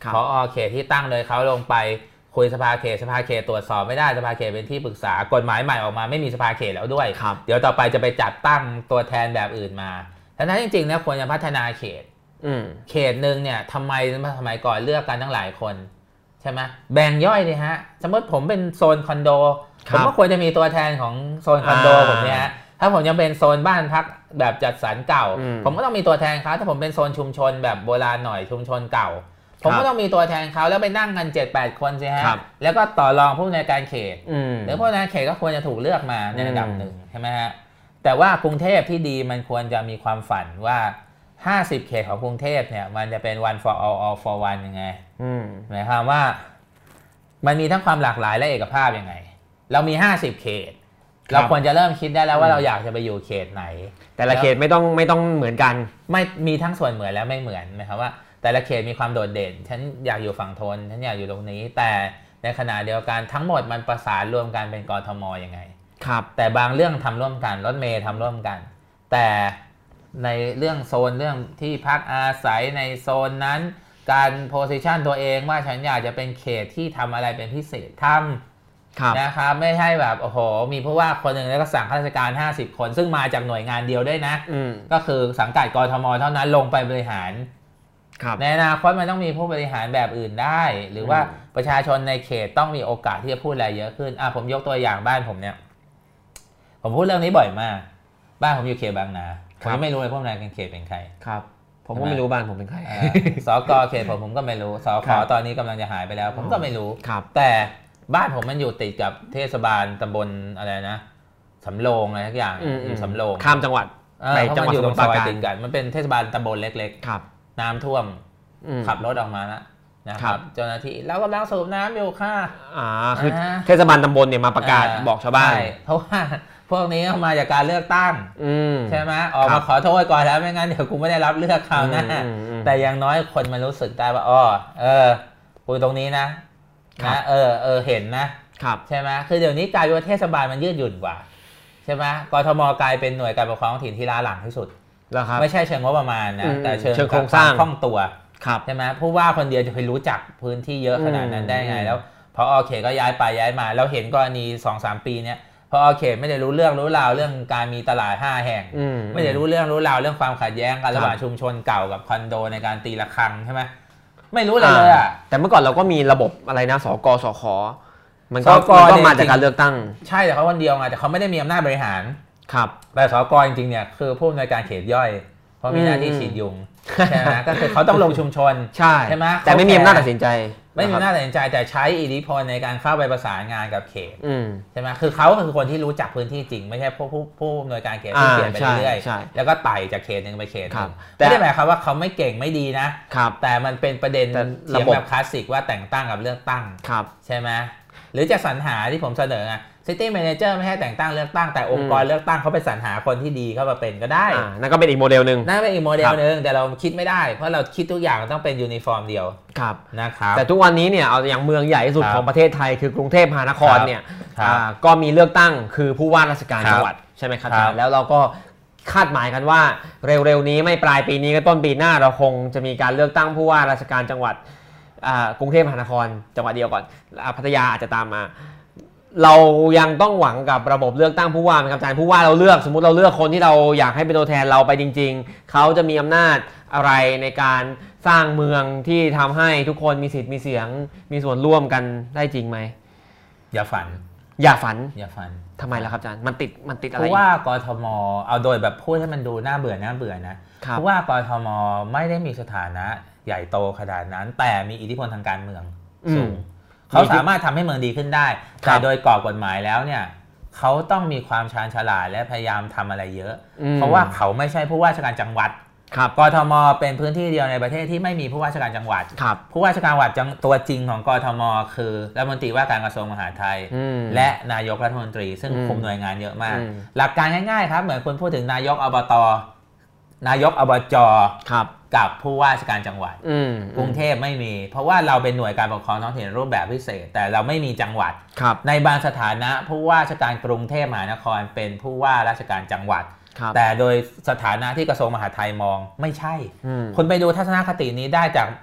ผอ.เขตที่ตั้งโดยเขาลงไปคุยสภาเขตสภาเขตตรวจสอบไม่ได้สภาเขตเป็นที่ปรึกษากฎหมายใหม่ออกมาไม่มีสภาเขตแล้วด้วยเดี๋ยวต่อไปจะไปจัดตั้งตัวแทนแบบอื่นมาทั้งนั้นจริงๆนะควรจะพัฒนาเขตเขตหนึ่งเนี่ยทำไมสมัยก่อนเลือกกันตั้งหลายคนใช่ไหมแบ่งย่อยเลยฮะสมมติผมเป็นโซนคอนโดผมก็ควรจะมีตัวแทนของโซนคอนโดผมเนี่ยถ้าผมยังเป็นโซนบ้านพักแบบจัดสรรเก่าผมก็ต้องมีตัวแทนเขาถ้าผมเป็นโซนชุมชนแบบโบราณหน่อยชุมชนเก่าผมก็ต้องมีตัวแทนเขาแล้วไปนั่งกัน เจ็ดแปด คนสิฮะแล้วก็ต่อรองผู้ในการเขตหรือผู้ในการเขตก็ควรจะถูกเลือกมาในระดับหนึ่งใช่ไหมฮะแต่ว่ากรุงเทพที่ดีมันควรจะมีความฝันว่าห้าสิบเขตของกรุงเทพเนี่ยมันจะเป็น one for all all for one ยังไงหมายความว่ามันมีทั้งความหลากหลายและเอกภาพยังไงเรามีห้าสิบเขตเราควรจะเริ่มคิดได้แล้วว่าเราอยากจะไปอยู่เขตไหนแต่ละเขตไม่ต้องไม่ต้องเหมือนกันไม่มีทั้งส่วนเหมือนและไม่เหมือนนะครับว่าแต่ละเขตมีความโดดเด่นฉันอยากอยู่ฝั่งทนฉันอยากอยู่ตรงนี้แต่ในขณะเดียวกันทั้งหมดมันประสานรวมกันเป็นกทมยังไงครับแต่บางเรื่องทำร่วมกันรถเมล์ทำร่วมกันแต่ในเรื่องโซนเรื่องที่พักอาศัยในโซนนั้นการโพสิชันตัวเองว่าฉันอยากจะเป็นเขตที่ทำอะไรเป็นพิเศษทำนะครับไม่ใช่แบบโอ้โหมีผู้ว่าคนหนึ่งแล้วก็สั่งข้าราชการห้าสิบคนซึ่งมาจากหน่วยงานเดียวด้วยนะก็คือสังกัดกทมเท่านั้นลงไปบริหารในอนาคตมันต้องมีผู้บริหารแบบอื่นได้หรือว่าประชาชนในเขตต้องมีโอกาสที่จะพูดอะไรเยอะขึ้นอ่ะผมยกตัวอย่างบ้านผมเนี่ยผมพูดเรื่องนี้บ่อยมากบ้านผมอยู่เขตบางนาผมไม่รู้เลยพวกนายเป็นเขตเป็นใครครับผมก็ไม่รู้บ้านผมเป็นใครสกเขตผมผมก็ไม่รู้สขตอนนี้กำลังจะหายไปแล้วผมก็ไม่รู้แต่บ้านผมมันอยู่ติดกับเทศบาลตำบลอะไรนะสำโรงอะไรทุกอย่างอยู่สำโรงข้ามจังหวัดไปจังหวัดสมุทรปราการติดกันมันเป็นเทศบาลตำบลเล็กๆน้ำท่วมขับรถออกมาแล้วนะครับเจ้าหน้าที่แล้วกำลังสูบน้ำอยู่ค่ะอ่าคือเทศบาลตำบลเนี่ยมาประกาศบอกชาวบ้านเพราะว่าพวกนี้มาจากการเลือกตั้งใช่ไหมออกมาขอโทษก่อนแล้วไม่งั้นเดี๋ยวกูไม่ได้รับเลือกคราวหน้าแต่อย่างน้อยคนมันรู้สึกได้ว่าอ๋อเออกูตรงนี้นะนะเออเออเห็นนะใช่ไหมคือเดี๋ยวนี้กลายเป็นว่าเทศบาลมันยืดหยุ่นกว่าใช่ไหมกทมกลายเป็นหน่วยการปกครองท้องถิ่นที่ล้าหลังที่สุดไม่ใช่เชิงงบประมาณนะแต่เชิงโครงสร้างคล่องตัวใช่ไหมผู้ว่าคนเดียวจะไปรู้จักพื้นที่เยอะขนาดนั้นได้ไงแล้วพอเขตก็ย้ายไปย้ายมาเราเห็นกรณี สองสาม ปีเนี้ยพอเขตไม่ได้รู้เรื่องรู้ราวเรื่องการมีตลาดห้าแห่งไม่ได้รู้เรื่องรู้ราวเรื่องความขัดแย้งกันระหว่างชุมชนเก่ากับคอนโดในการตีระฆังใช่ไหมไม่รู้เลยเลยอ่ะแต่เมื่อก่อนเราก็มีระบบอะไรนะสกสคมันก็มาจากการเลือกตั้งใช่แต่เขาคนเดียวไงแต่เขาไม่ได้มีอำนาจบริหารครับแต่สกจริงๆเนี่ยคือผู้อำนวยการเขตย่อยเพราะมีหน้าที่ฉีดยุงใช่ไหมก็คือเขาต้องลงชุมชนใช่ใช่ไหมแต่ไม่มีอำนาจตัดสินใจไม่มีอำนาจตัดสินใจแต่ใช้อิทธิพลในการเข้าไปประสานงานกับเขตใช่ไหมคือเขาคือคนที่รู้จักพื้นที่จริงไม่ใช่ผู้ผู้ผู้อำนวยการเขตที่เปลี่ยนไปเรื่อยๆแล้วก็ไต่จากเขตหนึ่งไปเขตนึงไม่ได้หมายความว่าเขาไม่เก่งไม่ดีนะแต่มันเป็นประเด็นเสียงแบบคลาสสิกว่าแต่งตั้งกับเลือกตั้งใช่ไหมหรือจะสรรหาที่ผมเสนอไงซิตี้แมเนเจอร์ไม่ใช่แต่งตั้งเลือกตั้งแต่องค์กรเลือกตั้งเขาไปสรรหาคนที่ดีเข้ามาเป็นก็ได้นั่นก็เป็นอีกโมเดลนึงนั่นเป็นอีกโมเดลนึงแต่เราคิดไม่ได้เพราะเราคิดทุกอย่างต้องเป็นยูนิฟอร์มเดียวนะครับแต่ทุกวันนี้เนี่ยเอาอย่างเมืองใหญ่ที่สุดของประเทศไทยคือกรุงเทพมหานครเนี่ยก็มีเลือกตั้งคือผู้ว่าราชการจังหวัดใช่ไหมครับแล้วเราก็คาดหมายกันว่าเร็วๆนี้ไม่ปลายปีนี้ก็ต้นปีหน้าเราคงจะมีการเลือกตั้งผู้ว่าราชการจังหวัดกรุงเทพมหานครจังหวัดเดียวก่อนพัทยาอาจจะตามมาเรายังต้องหวังกับระบบเลือกตั้งผู้ว่าไหมครับอาจารย์ผู้ว่าเราเลือกสมมุติเราเลือกคนที่เราอยากให้เป็นตัวแทนเราไปจริงๆเขาจะมีอำนาจอะไรในการสร้างเมืองที่ทำให้ทุกคนมีสิทธิ์มีเสียงมีส่วนร่วมกันได้จริงไหมอย่าฝันอย่าฝันอย่าฝันทำไมล่ะครับอาจารย์มันติดมันติดอะไรผู้ว่ากทมเอาโดยแบบพูดให้มันดูน่าเบื่อน่าเบื่อนะผู้ว่ากทมไม่ได้มีสถานะใหญ่โตขนาดนั้นแต่มีอิทธิพลทางการเมืองสูงเขาสามารถทำให้เมืองดีขึ้นได้แต่โดยกรอบกฎหมายแล้วเนี่ยเขาต้องมีความชาญฉลาดและพยายามทำอะไรเยอะเพราะว่าเขาไม่ใช่ผู้ว่าราชการจังหวัดกทมเป็นพื้นที่เดียวในประเทศที่ไม่มีผู้ว่าราชการจังหวัดผู้ว่าราชการจังหวัดตัวจริงของกทมคือรัฐมนตรีว่าการกระทรวงมหาดไทยและนายกรัฐมนตรีซึ่งคุมหน่วยงานเยอะมากหลักการง่ายๆครับเหมือนคุณพูดถึงนายกอบต.นายกอบจ.กับผู้ว่าราชการจังหวัดกรุงเทพไม่มีเพราะว่าเราเป็นหน่วยการปกครองท้องถิ่นรูปแบบพิเศษแต่เราไม่มีจังหวัดในบางสถานะผู้ว่าราชการกรุงเทพมหานครเป็นผู้ว่าราชการจังหวัดแต่โดยสถานะที่กระทรวงมหาดไทยมองไม่ใช่คุณไปดูทัศนคตินี้ได้จาก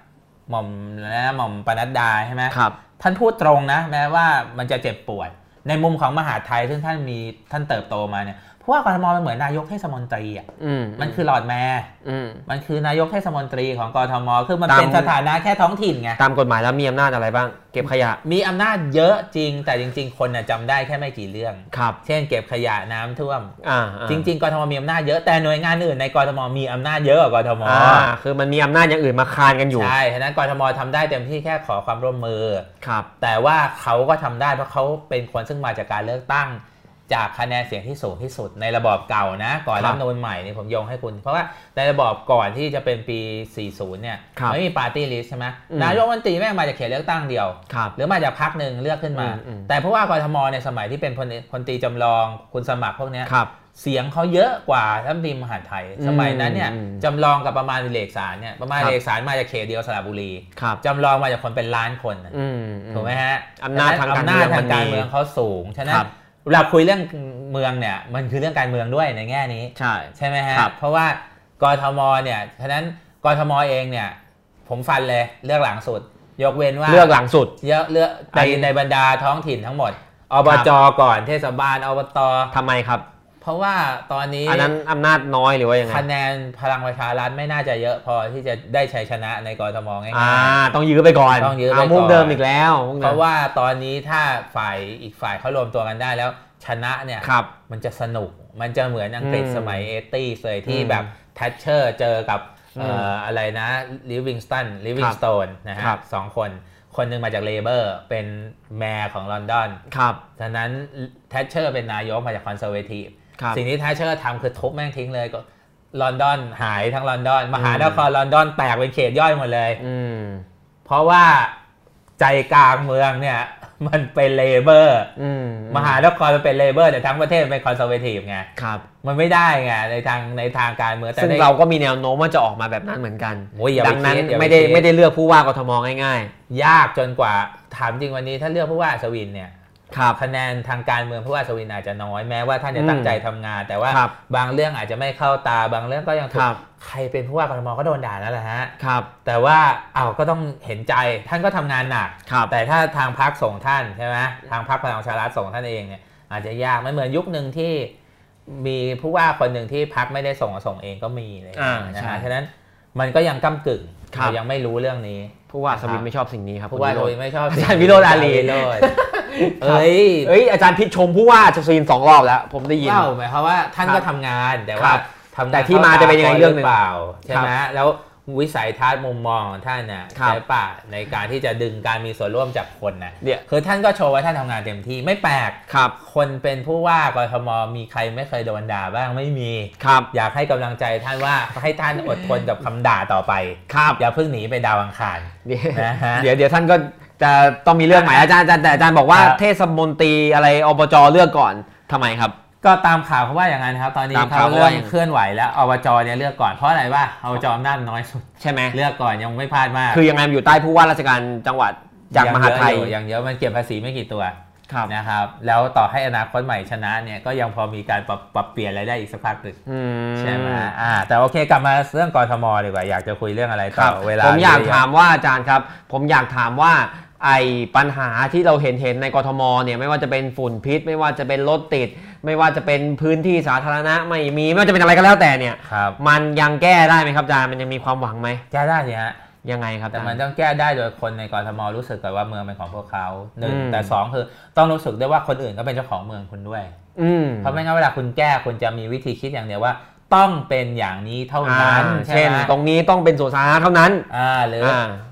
หม่อมและหม่อมปนัดดาใช่ไหมครับท่านพูดตรงนะแม้ว่ามันจะเจ็บปวดในมุมของมหาดไทยซึ่งท่านมีท่านเติบโตมาเนี่ยผู้ว่ากทมมันเหมือนนายกเทศมนตรีอ่ะมันคือหลอร์ดแมร์มันคือนายกเทศมนตรีของกทมคือมันเป็นสถานะแค่ท้องถิ่นไงตามกฎหมายแล้วมีอำนาจอะไรบ้างเก็บขยะมีอำนาจเยอะจริงแต่จริงๆคนจำได้แค่ไม่กี่เรื่องครับเช่นเก็บขยะน้ำท่วมจริงๆกทมมีอำนาจเยอะแต่หน่วยงานอื่นในกทมมีอำนาจเยอะกว่ากทมคือมันมีอำนาจอย่างอื่นมาคานกันอยู่ใช่ฉะนั้นกทมทำได้เต็มที่แค่ขอความร่วมมือครับแต่ว่าเขาก็ทำได้เพราะเขาเป็นคนซึ่งมาจากการเลือกตั้งจากคะแนนเสียงที่สูงที่สุดในระบอบเก่านะก่อนรัฐธรรมนูญใหม่นี่ผมโยงให้คุณเพราะว่าในระบอบก่อนที่จะเป็นปีสี่สิบเนี่ยไม่มีปาร์ตี้ลิสต์ใช่ไหมนายกรัฐมนตรีแม่งมาจากเขตเลือกตั้งเดียวหรือมาจากพรรคหนึ่งเลือกขึ้นมาแต่เพราะว่ากทมในสมัยที่เป็นพลตรีจำลองคุณสมัครพวกนี้เสียงเขาเยอะกว่ารัฐมนตรีมหาดไทยสมัยนั้นเนี่ยจำลองกับประมาณดิเรกสารเนี่ยประมาณดิเรกสารมาจากเขตเดียวสระบุรีจำลองมาจากคนเป็นล้านคนถูกไหมฮะอำนาจทางการเมืองเขาสูงฉะนั้นเวลาคุยเรื่องเมืองเนี่ยมันคือเรื่องการเมืองด้วยในแง่นี้ใช่ใช่ไหมฮะเพราะว่ากทมเนี่ยฉะนั้นกทมเองเนี่ยผมฟันเลยเลือกหลังสุดยกเว้นว่าเลือกหลังสุดเยอะเลือกในในบรรดาท้องถิ่นทั้งหมดอบจก่อนเทศบาลอบตทำไมครับเพราะว่าตอนนี้อันนั้นอำนาจน้อยหรือว่ายังไงคะแนนพลังประชารัฐไม่น่าจะเยอะพอที่จะได้ชัยชนะในกทมง่ายๆต้องยื้อไปก่อนต้องยื้อไปก่อนมุกเดิมอีกแล้วเพราะว่าตอนนี้ถ้าฝ่ายอีกฝ่ายเขารวมตัวกันได้แล้วชนะเนี่ยมันจะสนุกมันจะเหมือนอังกฤษสมัยเอตี้เลยที่แบบแทชเชอร์เจอกับอะไรนะลิฟวิงสตันลิฟวิงสโตนนะฮะสองคนคนหนึ่งมาจากเลเบอร์เป็นแมร์ของลอนดอนฉะนั้นแทชเชอร์เป็นนายกมาจากคอนเซอร์เวทีฟสิ่งที่แทชเชอร์ทำคือทุบแม่งทิ้งเลยก็ลอนดอนหายทั้งลอนดอนมหานครลอนดอนแตกเป็นเขตย่อยหมดเลยเพราะว่าใจกลางเมืองเนี่ยมันเป็นเลเบอร์มหานครมันเป็นเลเบอร์แต่ทั้งประเทศเป็นคอนเซอร์เวทีฟไงมันไม่ได้ไงในทางในทางการเมืองแต่ซึ่งเราก็มีแนวโน้มว่าจะออกมาแบบนั้นเหมือนกันดังนั้นไม่ได้ไม่ได้เลือกผู้ว่ากทมง่ายๆยากจนกว่าถามจริงวันนี้ถ้าเลือกผู้ว่าอัศวินเนี่ยคะแนนทางการเมืองผู้ว่าอัศวินอาจจะน้อยแม้ว่าท่านจะตั้งใจทำงานแต่ว่าบางเรื่องอาจจะไม่เข้าตาบางเรื่องก็ยังถูกใครเป็นผู้ว่ากทมก็โดนด่านั่นแหละฮะแต่ว่าอ้าวก็ต้องเห็นใจท่านก็ทำงานหนักแต่ถ้าทางพรรคส่งท่านใช่ไหมทางพรรคพลังประชารัฐส่งท่านเองเนี่ยอาจจะยากไม่เหมือนยุคนึงที่มีผู้ว่าคนหนึ่งที่พรรคไม่ได้ส่งส่งเองก็มีเลยนะฮะฉะนั้นมันก็ยังก้ำกึ่งเรายังไม่รู้เรื่องนี้ผู้ว่าอัศวินไม่ชอบสิ่งนี้ครับผู้ว่าอัศวินไม่ชอบอาจารย์วิโรจน์อารีเอ้ยเอ้ยอาจารย์พิชชมผู้ว่าอัศวินสองรอบแล้วผมได้ยินเล่าหมายความว่าท่านก็ทำงานแต่ว่าแต่ที่มาจะเป็นยังไงเรื่องนึงเปล่าใช่ไหมแล้ววิสัยทัศน์มุมมองของท่านเนี่ยใช่ป่ะในการที่จะดึงการมีส่วนร่วมจากคนนะเนี่ยคือท่านก็โชว์ว่าท่านทำงานเต็มที่ไม่แปลกครับคนเป็นผู้ว่ากทมมีใครไม่เคยโดนด่าบ้างไม่มีครับอยากให้กำลังใจท่านว่าให้ท่านอดทนกับคำด่าต่อไปครับอย่าเพิ่งหนีไปดาวอังคารนะฮะเดี๋ยวเดี๋ยวท่านก็จะต้องมีเรื่องใหม่อาจารย์แต่อาจารย์บอกว่าเทศมนตรีอะไรอบจเลือกก่อนทำไมครับก็ตามข่าวเขาว่าอย่างนั้นครับตอนนี้เขาเริ่มเคลื่อนไหวแล้วอบจเนี่ยเลือกก่อนเพราะอะไรว่าอบจอำนาจน้อยสุดใช่ไหมเลือกก่อนยังไม่พลาดมากคือยังไงอยู่ใต้ผู้ว่าราชการจังหวัดจากมหาไทยอย่างเยอะมันเก็บภาษีไม่กี่ตัวนะครับแล้วต่อให้อนาคตใหม่ชนะเนี่ยก็ยังพอมีการปรับปรับเปลี่ยนอะไรได้อีกสักพักหนึ่งใช่ไหมอ่าแต่โอเคกลับมาเรื่องกทมดีกว่าอยากจะคุยเรื่องอะไรต่อเวลาผมอยากถามว่าอาจารย์ครับผมอยากถามว่าไอ้ปัญหาที่เราเห็นเห็นในกทมเนี่ยไม่ว่าจะเป็นฝุ่นพิษไม่ว่าจะเป็นรถติดไม่ว่าจะเป็นพื้นที่สาธารณะไม่มีไม่ว่าจะเป็นอะไรก็แล้วแต่เนี่ยมันยังแก้ได้ไหมครับอาจารย์มันยังมีความหวังไหมแก้ได้สิฮะยังไงครับแต่มันต้องแก้ได้โดยคนในกทมรู้สึกก่อนว่าเมืองเป็นของพวกเขาหนึ่งแต่สองคือต้องรู้สึกได้ว่าคนอื่นก็เป็นเจ้าของเมืองคุณด้วยเพราะไม่งั้นเวลาคุณแก้คุณจะมีวิธีคิดอย่างเดียวว่าต้องเป็นอย่างนี้เท่านั้นเช่นตรงนี้ต้องเป็นสวนสาธารณะเท่านั้นอ่าหรือ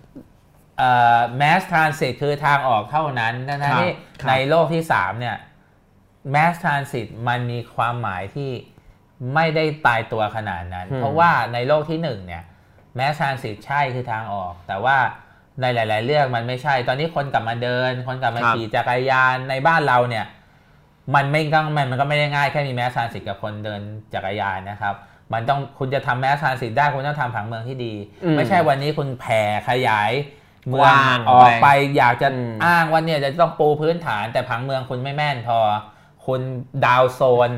mass transit คือทางออกเท่านั้นนะที่ในโลกที่สามเนี่ย mass transit มันมีความหมายที่ไม่ได้ตายตัวขนาดนั้นเพราะว่าในโลกที่หนึ่งเนี่ย mass transit ใช่คือทางออกแต่ว่าในหลายๆเรื่องมันไม่ใช่ตอนนี้คนกลับมาเดินคนกลับมาขี่จักรยานในบ้านเราเนี่ยมันไม่ต้องมันมันก็ไม่ได้ง่ายแค่มี mass transit กับคนเดินจักรยานนะครับมันต้องคุณจะทำ mass transit ได้คุณต้องทำผังเมืองที่ดีไม่ใช่วันนี้คุณแผ่ขยายเมืองออกไปอยากจะอ้างว่าเนี่ยจะต้องปูพื้นฐานแต่ผังเมืองคุณไม่แม่นพอคุณดาวโซน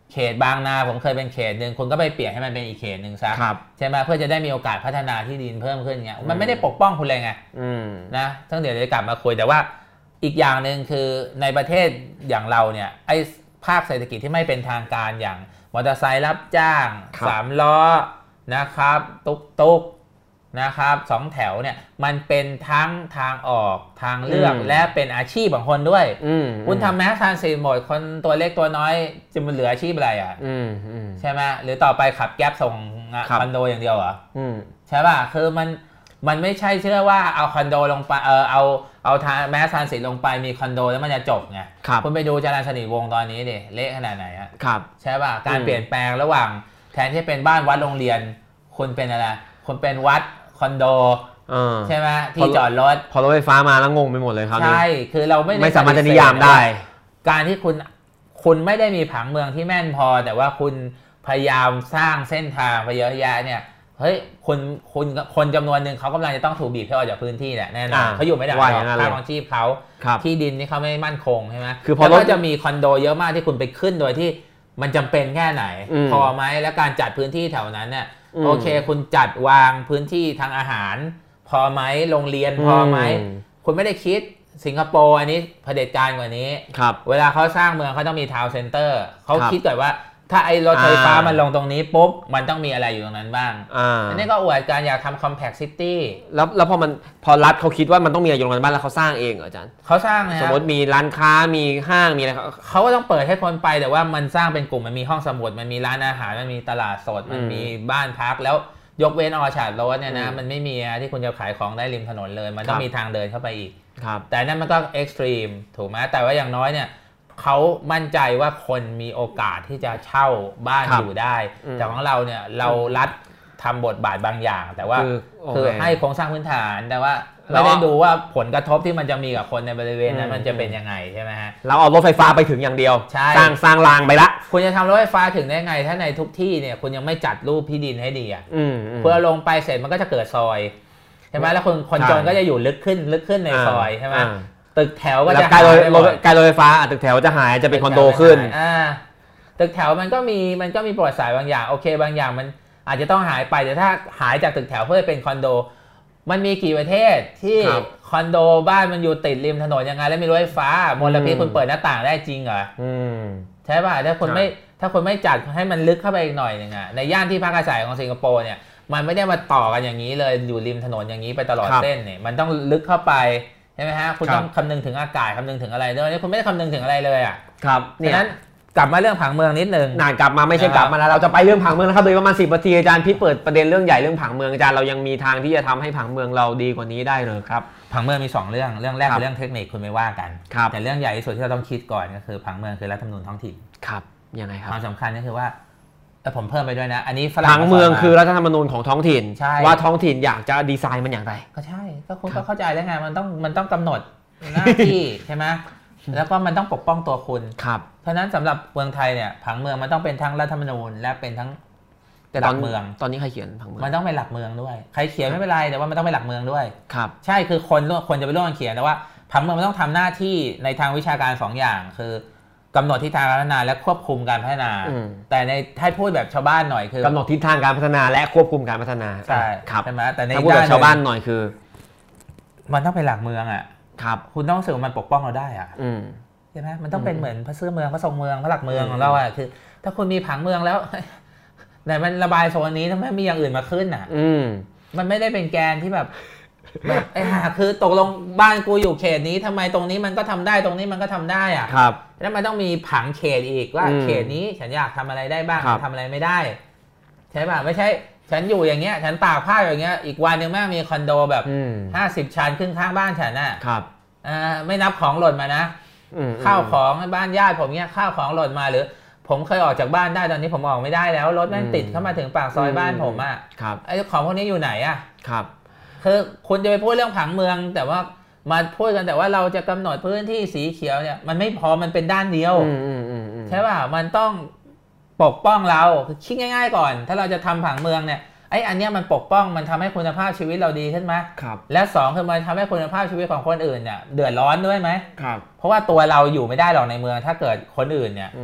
เขตบางนาผมเคยเป็นเขตหนึ่งคุณก็ไปเปลี่ยนให้มันเป็นอีกเขตหนึ่งซะใช่ไหมเพื่อจะได้มีโอกาสพัฒนาที่ดินเพิ่มขึ้นเงี้ยมันไม่ได้ปกป้องคุณเลยไงนะทั้งเดี๋ยวจะกลับมาคุยแต่ว่าอีกอย่างหนึ่งคือในประเทศอย่างเราเนี่ยไอ้ภาคเศรษฐกิจที่ไม่เป็นทางการอย่างมอเตอร์ไซค์รับจ้างสามล้อนะครับตุ๊กตุ๊กนะครับสองแถวเนี่ยมันเป็นทั้งทางออกทางเลือกและเป็นอาชีพของคนด้วยคุณทำแมสทรานสิตหมดคนตัวเล็กตัวน้อยจะมันเหลืออาชีพอะไรอ่ะใช่ไหมหรือต่อไปขับแก๊ปส่งคอนโดอย่างเดียวเหรอใช่ป่ะคือมันมันไม่ใช่เชื่อว่าเอาคอนโดลงไปเออเอาเอาแมสทรานสิตลงไปมีคอนโดแล้วมันจะจบไงคุณไปดูจรัญสนิทวงศ์ตอนนี้ดิเละขนาดไหนอ่ะใช่ป่ะการเปลี่ยนแปลงระหว่างแทนที่เป็นบ้านวัดโรงเรียนคุณเป็นอะไรคุณเป็นวัดคอนโดใช่ไหมที่จอดรถพอรถไฟฟ้ามาแล้วงงไปหมดเลยครับใช่คือเราไม่ไม่สามารถจะนิยามได้การที่คุณคุณไม่ได้มีผังเมืองที่แม่นพอแต่ว่าคุณพยายามสร้างเส้นทางไปเยอะแยะเนี่ยเฮ้ยคุณคุณคนจำนวนหนึ่งเขากำลังจะต้องถูกบีบให้ออกจากพื้นที่แหละแน่นอนเขาอยู่ไม่ได้หรอกค่าครองชีพเขาที่ดินนี่เขาไม่มั่นคงใช่ไหมคือพอก็จะมีคอนโดเยอะมากที่คุณไปขึ้นโดยที่มันจำเป็นแค่ไหนพอไหมและการจัดพื้นที่แถวนั้นเนี่ยโอเคคุณจัดวางพื้นที่ทางอาหารพอไหมโรงเรียนพอไหมคุณไม่ได้คิดสิงคโปร์อันนี้เผด็จการกว่านี้เวลาเขาสร้างเมืองเขาต้องมีทาวน์เซ็นเตอร์เขาคิดก่อนว่าถ้าไอ้รถไฟฟ้ามันลงตรงนี้ปุ๊บมันต้องมีอะไรอยู่ตรงนั้นบ้างอันนี้ก็อวดการอยากทำ compact city แล้วแล้วพอมันพอรัฐเขาคิดว่ามันต้องมีอะไรอยู่ตรงนั้นบ้างแล้วเขาสร้างเองเหรออาจารย์เขาสร้างนะสมมติมีร้านค้ามีห้างมีอะไรเขาก็ต้องเปิดให้คนไปแต่ว่ามันสร้างเป็นกลุ่มมันมีห้องสมุดมันมีร้านอาหารมันมีตลาดสดมันมีบ้านพักแล้วยกเว้นออชาร์ดโรดเนี่ยนะมันไม่มีที่คุณจะขายของได้ริมถนนเลยมันต้องมีทางเดินเข้าไปอีกแต่นั่นมันก็เอ็กซ์ตรีมถูกไหมแต่ว่าอย่างน้อยเนี่ยเขามั่นใจว่าคนมีโอกาสที่จะเช่าบ้านอยู่ได้แต่ของเราเนี่ยเรารัดทำบทบาทบางอย่างแต่ว่าคือให้โครงสร้างพื้นฐานแต่ว่าไม่ได้ดูว่าผลกระทบที่มันจะมีกับคนในบริเวณนั้นมันจะเป็นยังไงใช่ไหมฮะเราเอารถไฟฟ้าไปถึงอย่างเดียวสร้างสร้างรางไปละคุณจะทำรถไฟฟ้าถึงได้ไงถ้าในทุกที่เนี่ยคุณยังไม่จัดรูปที่ดินให้ดีอ่ะเพื่อลงไปเสร็จมันก็จะเกิดซอยใช่ไหมแล้วคนคนจนก็จะอยู่ลึกขึ้นลึกขึ้นในซอยใช่ไหมตึกแถวก็จะกลายรถกลายรถไฟฟ้าตึกแถวจะหายจะเป็นคอนโดขึ้นตึกแถวมันก็มีมันก็มีประวัติศาสตร์บางอย่างโอเคบางอย่างมันอาจจะต้องหายไปแต่ถ้าหายจากตึกแถวเพื่อเป็นคอนโดมันมีกี่ประเทศที่คอนโดบ้านมันอยู่ติดริมถนนยังไงแล้วมีรถไฟฟ้ามลพิษคุณเปิดหน้าต่างได้จริงเหรอใช่ป่ะถ้าคุณไม่ถ้าคุณไม่จัดให้มันลึกเข้าไปอีกหน่อยนึงอ่ะในย่านที่พักอาศัยของสิงคโปร์เนี่ยมันไม่ได้มาต่อกันอย่างนี้เลยอยู่ริมถนนอย่างนี้ไปตลอดเส้นเนี่ยมันต้องลึกเข้าไปใช่ไหมฮะคุณต้องคำนึงถึงอากาศคำนึงถึงอะไรด้วยนี่คุณไม่ได้คำนึงถึงอะไรเลยอ่ะครับฉะนั้นกลับมาเรื่องผังเมืองนิดนึงนานกลับมาไม่ใช่กลับมาแล้วเราจะไปเรื่องผังเมืองนะครับโดยประมาณสิบนาทีอาจารย์พิษเปิดประเด็นเรื่องใหญ่เรื่องผังเมืองอาจารย์เรายังมีทางที่จะทำให้ผังเมืองเราดีกว่านี้ได้เลยครับผังเมืองมีสองเรื่องเรื่องแรกคือเรื่องเทคนิคคุณไม่ว่ากันแต่เรื่องใหญ่ที่สุดที่เราต้องคิดก่อนก็คือผังเมืองคือรัฐธรรมนูญท้องถิ่นครับยังไงครับความสำคัญก็คือว่าแต่ผมเพิ่มไปด้วยนะอันนี้ผังเมืองคือรัฐธรรมนูญของท้องถิ่นว่าท้องถิ่นอยากจะดีไซน์มันอย่างไรก็ใช่ก็คุณก็เข้าใจได้ไงมันต้องมันต้องกำหนดหน้าที่ใช่ไหมแล้วก็มันต้องปกป้องตัวคุณครับเพราะนั้นสำหรับเมืองไทยเนี่ยผังเมืองมันต้องเป็นทั้งรัฐธรรมนูญและเป็นทั้งหลักเมืองตอนนี้ใครเขียนผังเมืองมันต้องเป็นหลักเมืองด้วยใครเขียนไม่เป็นไรแต่ว่ามันต้องเป็นหลักเมืองด้วยครับใช่คือคนคนจะไปร่วมกันเขียนแต่ว่าผังเมืองมันต้องทำหน้าที่ในทางวิชาการสองอย่างคือกำหนดทิศทางการพัฒนาและควบคุมการพัฒนาแต่ในให้พูดแบบชาวบ้านหน่อยคือกำหนดทิศทางการพัฒนาและควบคุมการพัฒนาใช่ครับใช่ไหมแต่ในพูดแบบชาวบ้านหน่อยคือมันต้องเป็นหลักเมืองอ่ะครับคุณต้องรู้สึกว่ามันปกป้องเราได้อ่ะใช่ไหมมันต้องเป็นเหมือนพระซื่อเมืองพระทรงเมืองพระหลักเมืองของเราอ่ะคือถ้าคุณมีผังเมืองแล้วไหนมันระบายโซนนี้ทำไมมีอย่างอื่นมาขึ้นอ่ะมันไม่ได้เป็นแกนที่แบบแบบไอ้ห่าคือตกลงบ้านกูอยู่เขตนี้ทำไมตรงนี้มันก็ทำได้ตรงนี้มันก็ทำได้อ่ะครับแล้วมันต้องมีผังเขตอีกว่าเขตนี้ฉันอยากทำอะไรได้บ้างทำอะไรไม่ได้ใช่ป่ะไม่ใช่ฉันอยู่อย่างเงี้ยฉันตากผ้าอย่างเงี้ยอีกวันนึงแม่งมีคอนโดแบบห้าสิบชั้นขึ้นข้างบ้านฉันน่ะครับอ่าไม่นับของหล่นมานะข้าวของบ้านญาติผมเงี้ยข้าวของหล่นมาหรือผมเคยออกจากบ้านได้ตอนนี้ผมออกไม่ได้แล้วรถแม่งติดเข้ามาถึงปากซอยบ้านผมอ่ะไอ้ของพวกนี้อยู่ไหนอ่ะครับคือคุณจะไปพูดเรื่องผังเมืองแต่ว่ามาพูดกันแต่ว่าเราจะกำหนดพื้นที่สีเขียวเนี่ยมันไม่พอมันเป็นด้านเดียวใช่ป่ะมันต้องปกป้องเราคือคิดง่ายๆก่อนถ้าเราจะทำผังเมืองเนี่ยไอ้อันเนี้ยมันปกป้องมันทำให้คุณภาพชีวิตเราดีขึ้นไหมครับและสองคือมันทำให้คุณภาพชีวิตของคนอื่นเนี่ยเดือดร้อนด้วยไหมครับเพราะว่าตัวเราอยู่ไม่ได้หรอกในเมืองถ้าเกิดคนอื่นเนี่ย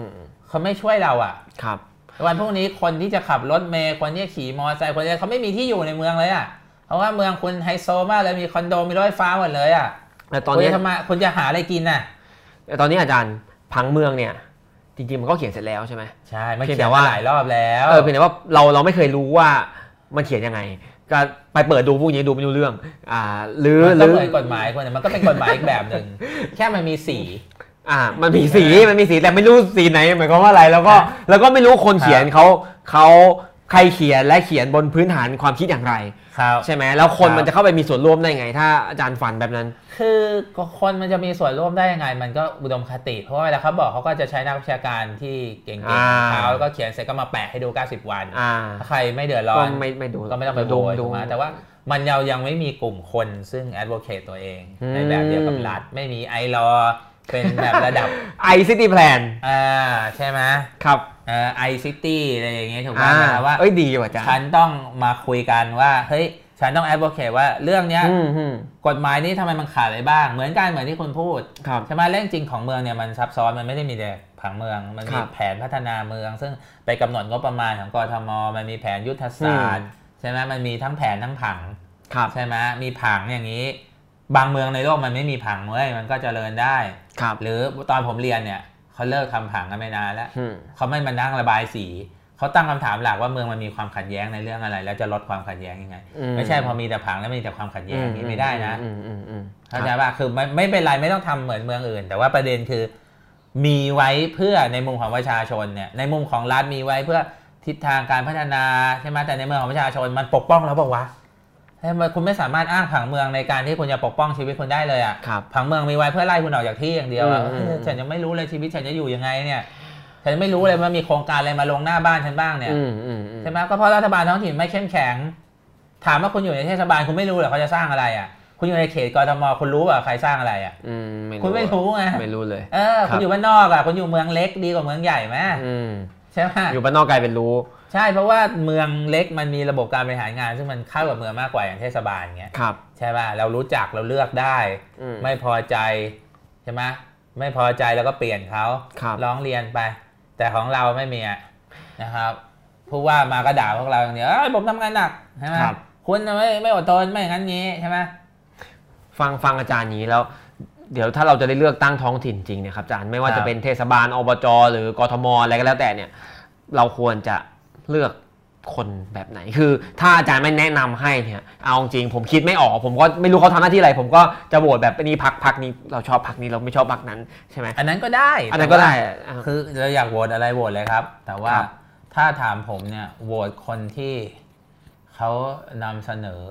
เขาไม่ช่วยเราอ่ะครับวันพวกนี้คนที่จะขับรถเมล์คนที่ขี่มอเตอร์ไซค์คนนี้เขาไม่มีที่อยู่ในเมืองเลยอ่ะเพราะว่าเมืองคุณไฮโซมากเลยมีคอนโดมีรถไฟฟ้าหมดเลยอ่ะแต่ตอนนี้ทำไมคุณจะหาอะไรกินน่ะแต่ตอนนี้อาจารย์ผังเมืองเนี่ยจริงๆมันก็เขียนเสร็จแล้วใช่ไหมใช่มันเขียนมาหลายรอบแล้วเออเพียงแต่ว่าเราเราไม่เคยรู้ว่ามันเขียนยังไงก็ไปเปิดดูพวกนี้ดูไม่รู้เรื่องอ่าหรือหรือเหมือนกฎหมายคนนึงมันก็เป็นกฎหมายอีกแบบหนึ่งแค่มันมีสีอ่ามันมีสีมันมีสีแต่ไม่รู้สีไหนหมายความว่าอะไรแล้วก็แล้วก็ไม่รู้คนเขียนเขาเขาใครเขียนและเขียนบนพื้นฐานความคิดอย่างไรใช่ไหมแล้วคนมันจะเข้าไปมีส่วนร่วมได้ไงถ้าอาจารย์ฝันแบบนั้นคือคนมันจะมีส่วนร่วมได้ยังไงมันก็อุดมคติเพราะว่าเวลาเขาบอกเขาก็จะใช้นักวิชาการที่เก่งๆเขาแล้วก็เขียนเสร็จก็มาแปะให้ดูเก้าสิบวันถ้าใครไม่เดือดร้อนก็ไม่ไม่ดูก็ไม่ต้องไปดูถูกไหมแต่ว่ามันยังยังไม่มีกลุ่มคนซึ่ง advocate ตัวเองในแบบเดียวกับรัฐไม่มีไอรอเป็นแบบระดับ iCity Plan อ่าใช่ไหมครับเอ่อ iCity อะไรอย่างเงี้ยถูกไหมนะว่าเอ้ยดีว่ะจ๊ะฉันต้องมาคุยกันว่าเฮ้ยฉันต้อง advocate ว่าเรื่องเนี้ยกฎหมายนี้ทำไมมันขาดอะไรบ้างเหมือนกันเหมือนที่คุณพูดใช่ไหมเรื่องจริงของเมืองเนี่ยมันซับซ้อนมันไม่ได้มีแต่ผังเมืองมันมีแผนพัฒนาเมืองซึ่งไปกำหนดงบประมาณของกทมมันมีแผนยุทธศาสตร์ใช่ไหมมันมีทั้งแผนทั้งผังใช่ไหมมีผังอย่างนี้บางเมืองในโลกมันไม่มีผังเว้ยมันก็เจริญได้หรือตอนผมเรียนเนี่ยเขาเลิกทำผังกันไม่นานแล้วเขาไม่มานั่งระบายสีเขาตั้งคำถามหลักว่าเมืองมันมีความขัดแย้งในเรื่องอะไรแล้วจะลดความขัดแย้งยังไงไม่ใช่พอมีแต่ผังแล้วมีแต่ความขัดแย้งนี้ไม่ได้นะเข้าใจป่ะคือไม่ไม่เป็นไรไม่ต้องทำเหมือนเมืองอื่นแต่ว่าประเด็นคือมีไว้เพื่อในมุมของประชาชนเนี่ยในมุมของรัฐมีไว้เพื่อทิศทางการพัฒนาใช่ไหมแต่ในเมืองของประชาชนมันปกป้องแล้วบอกว่าคุณไม่สามารถอ้างผังเมืองในการที่คุณจะปกป้องชีวิตคุณได้เลยอ่ะผังเมืองมีไว้เพื่อไล่คุณออกจากที่อย่างเดียวอ่ะฉันยังไม่รู้เลยชีวิตฉันจะอยู่ยังไงเนี่ยฉันไม่รู้เลยว่ามีโครงการอะไรมาลงหน้าบ้านฉันบ้างเนี่ยใช่ไหมก็เพราะรัฐบาลท้องถิ่นไม่เข้มแข็งถามว่าคุณอยู่ในเทศบาลคุณไม่รู้เหรอเขาจะสร้างอะไรอ่ะคุณอยู่ในเขตกทมคุณรู้ว่าใครสร้างอะไรอ่ะคุณไม่รู้ไงไม่รู้เลยเออคุณอยู่บ้านนอกอ่ะคุณอยู่เมืองเล็กดีกว่าเมืองใหญ่ไหมใช่ไหมอยู่บ้านนอกกลายเป็นรู้ใช่เพราะว่าเมืองเล็กมันมีระบบการบริหารงานซึ่งมันเข้ากับเมืองมากกว่าอย่างเทศบาลเงี้ยใช่ป่ะเรารู้จักเราเลือกได้ไม่พอใจใช่ไหมไม่พอใจแล้วก็เปลี่ยนเขาร้องเรียนไปแต่ของเราไม่มีนะครับผู้ว่ามาก็ด่าพวกเราอย่างเดียวผมทำงานหนักใช่ไหมคุณไม่ไม่อดทนไม่งั้นงี้ใช่ไหมฟังฟังอาจารย์นี้แล้วเดี๋ยวถ้าเราจะได้เลือกตั้งท้องถิ่นจริงเนี่ยครับอาจารย์ไม่ว่าจะเป็นเทศบาลอบจหรือกทมอะไรก็แล้วแต่เนี่ยเราควรจะเลือกคนแบบไหนคือถ้าอาจารย์ไม่แนะนำให้เนี่ยเอาจริงผมคิดไม่ออกผมก็ไม่รู้เขาทำหน้าที่อะไรผมก็จะโหวตแบบนี้พักพักนี้เราชอบพักนี้เราไม่ชอบพักนั้นใช่ไหมอันนั้นก็ได้อันนั้นก็ได้คือเราอยากโหวตอะไรโหวตเลยครับแต่ว่าถ้าถามผมเนี่ยโหวตคนที่เขานำเสนอ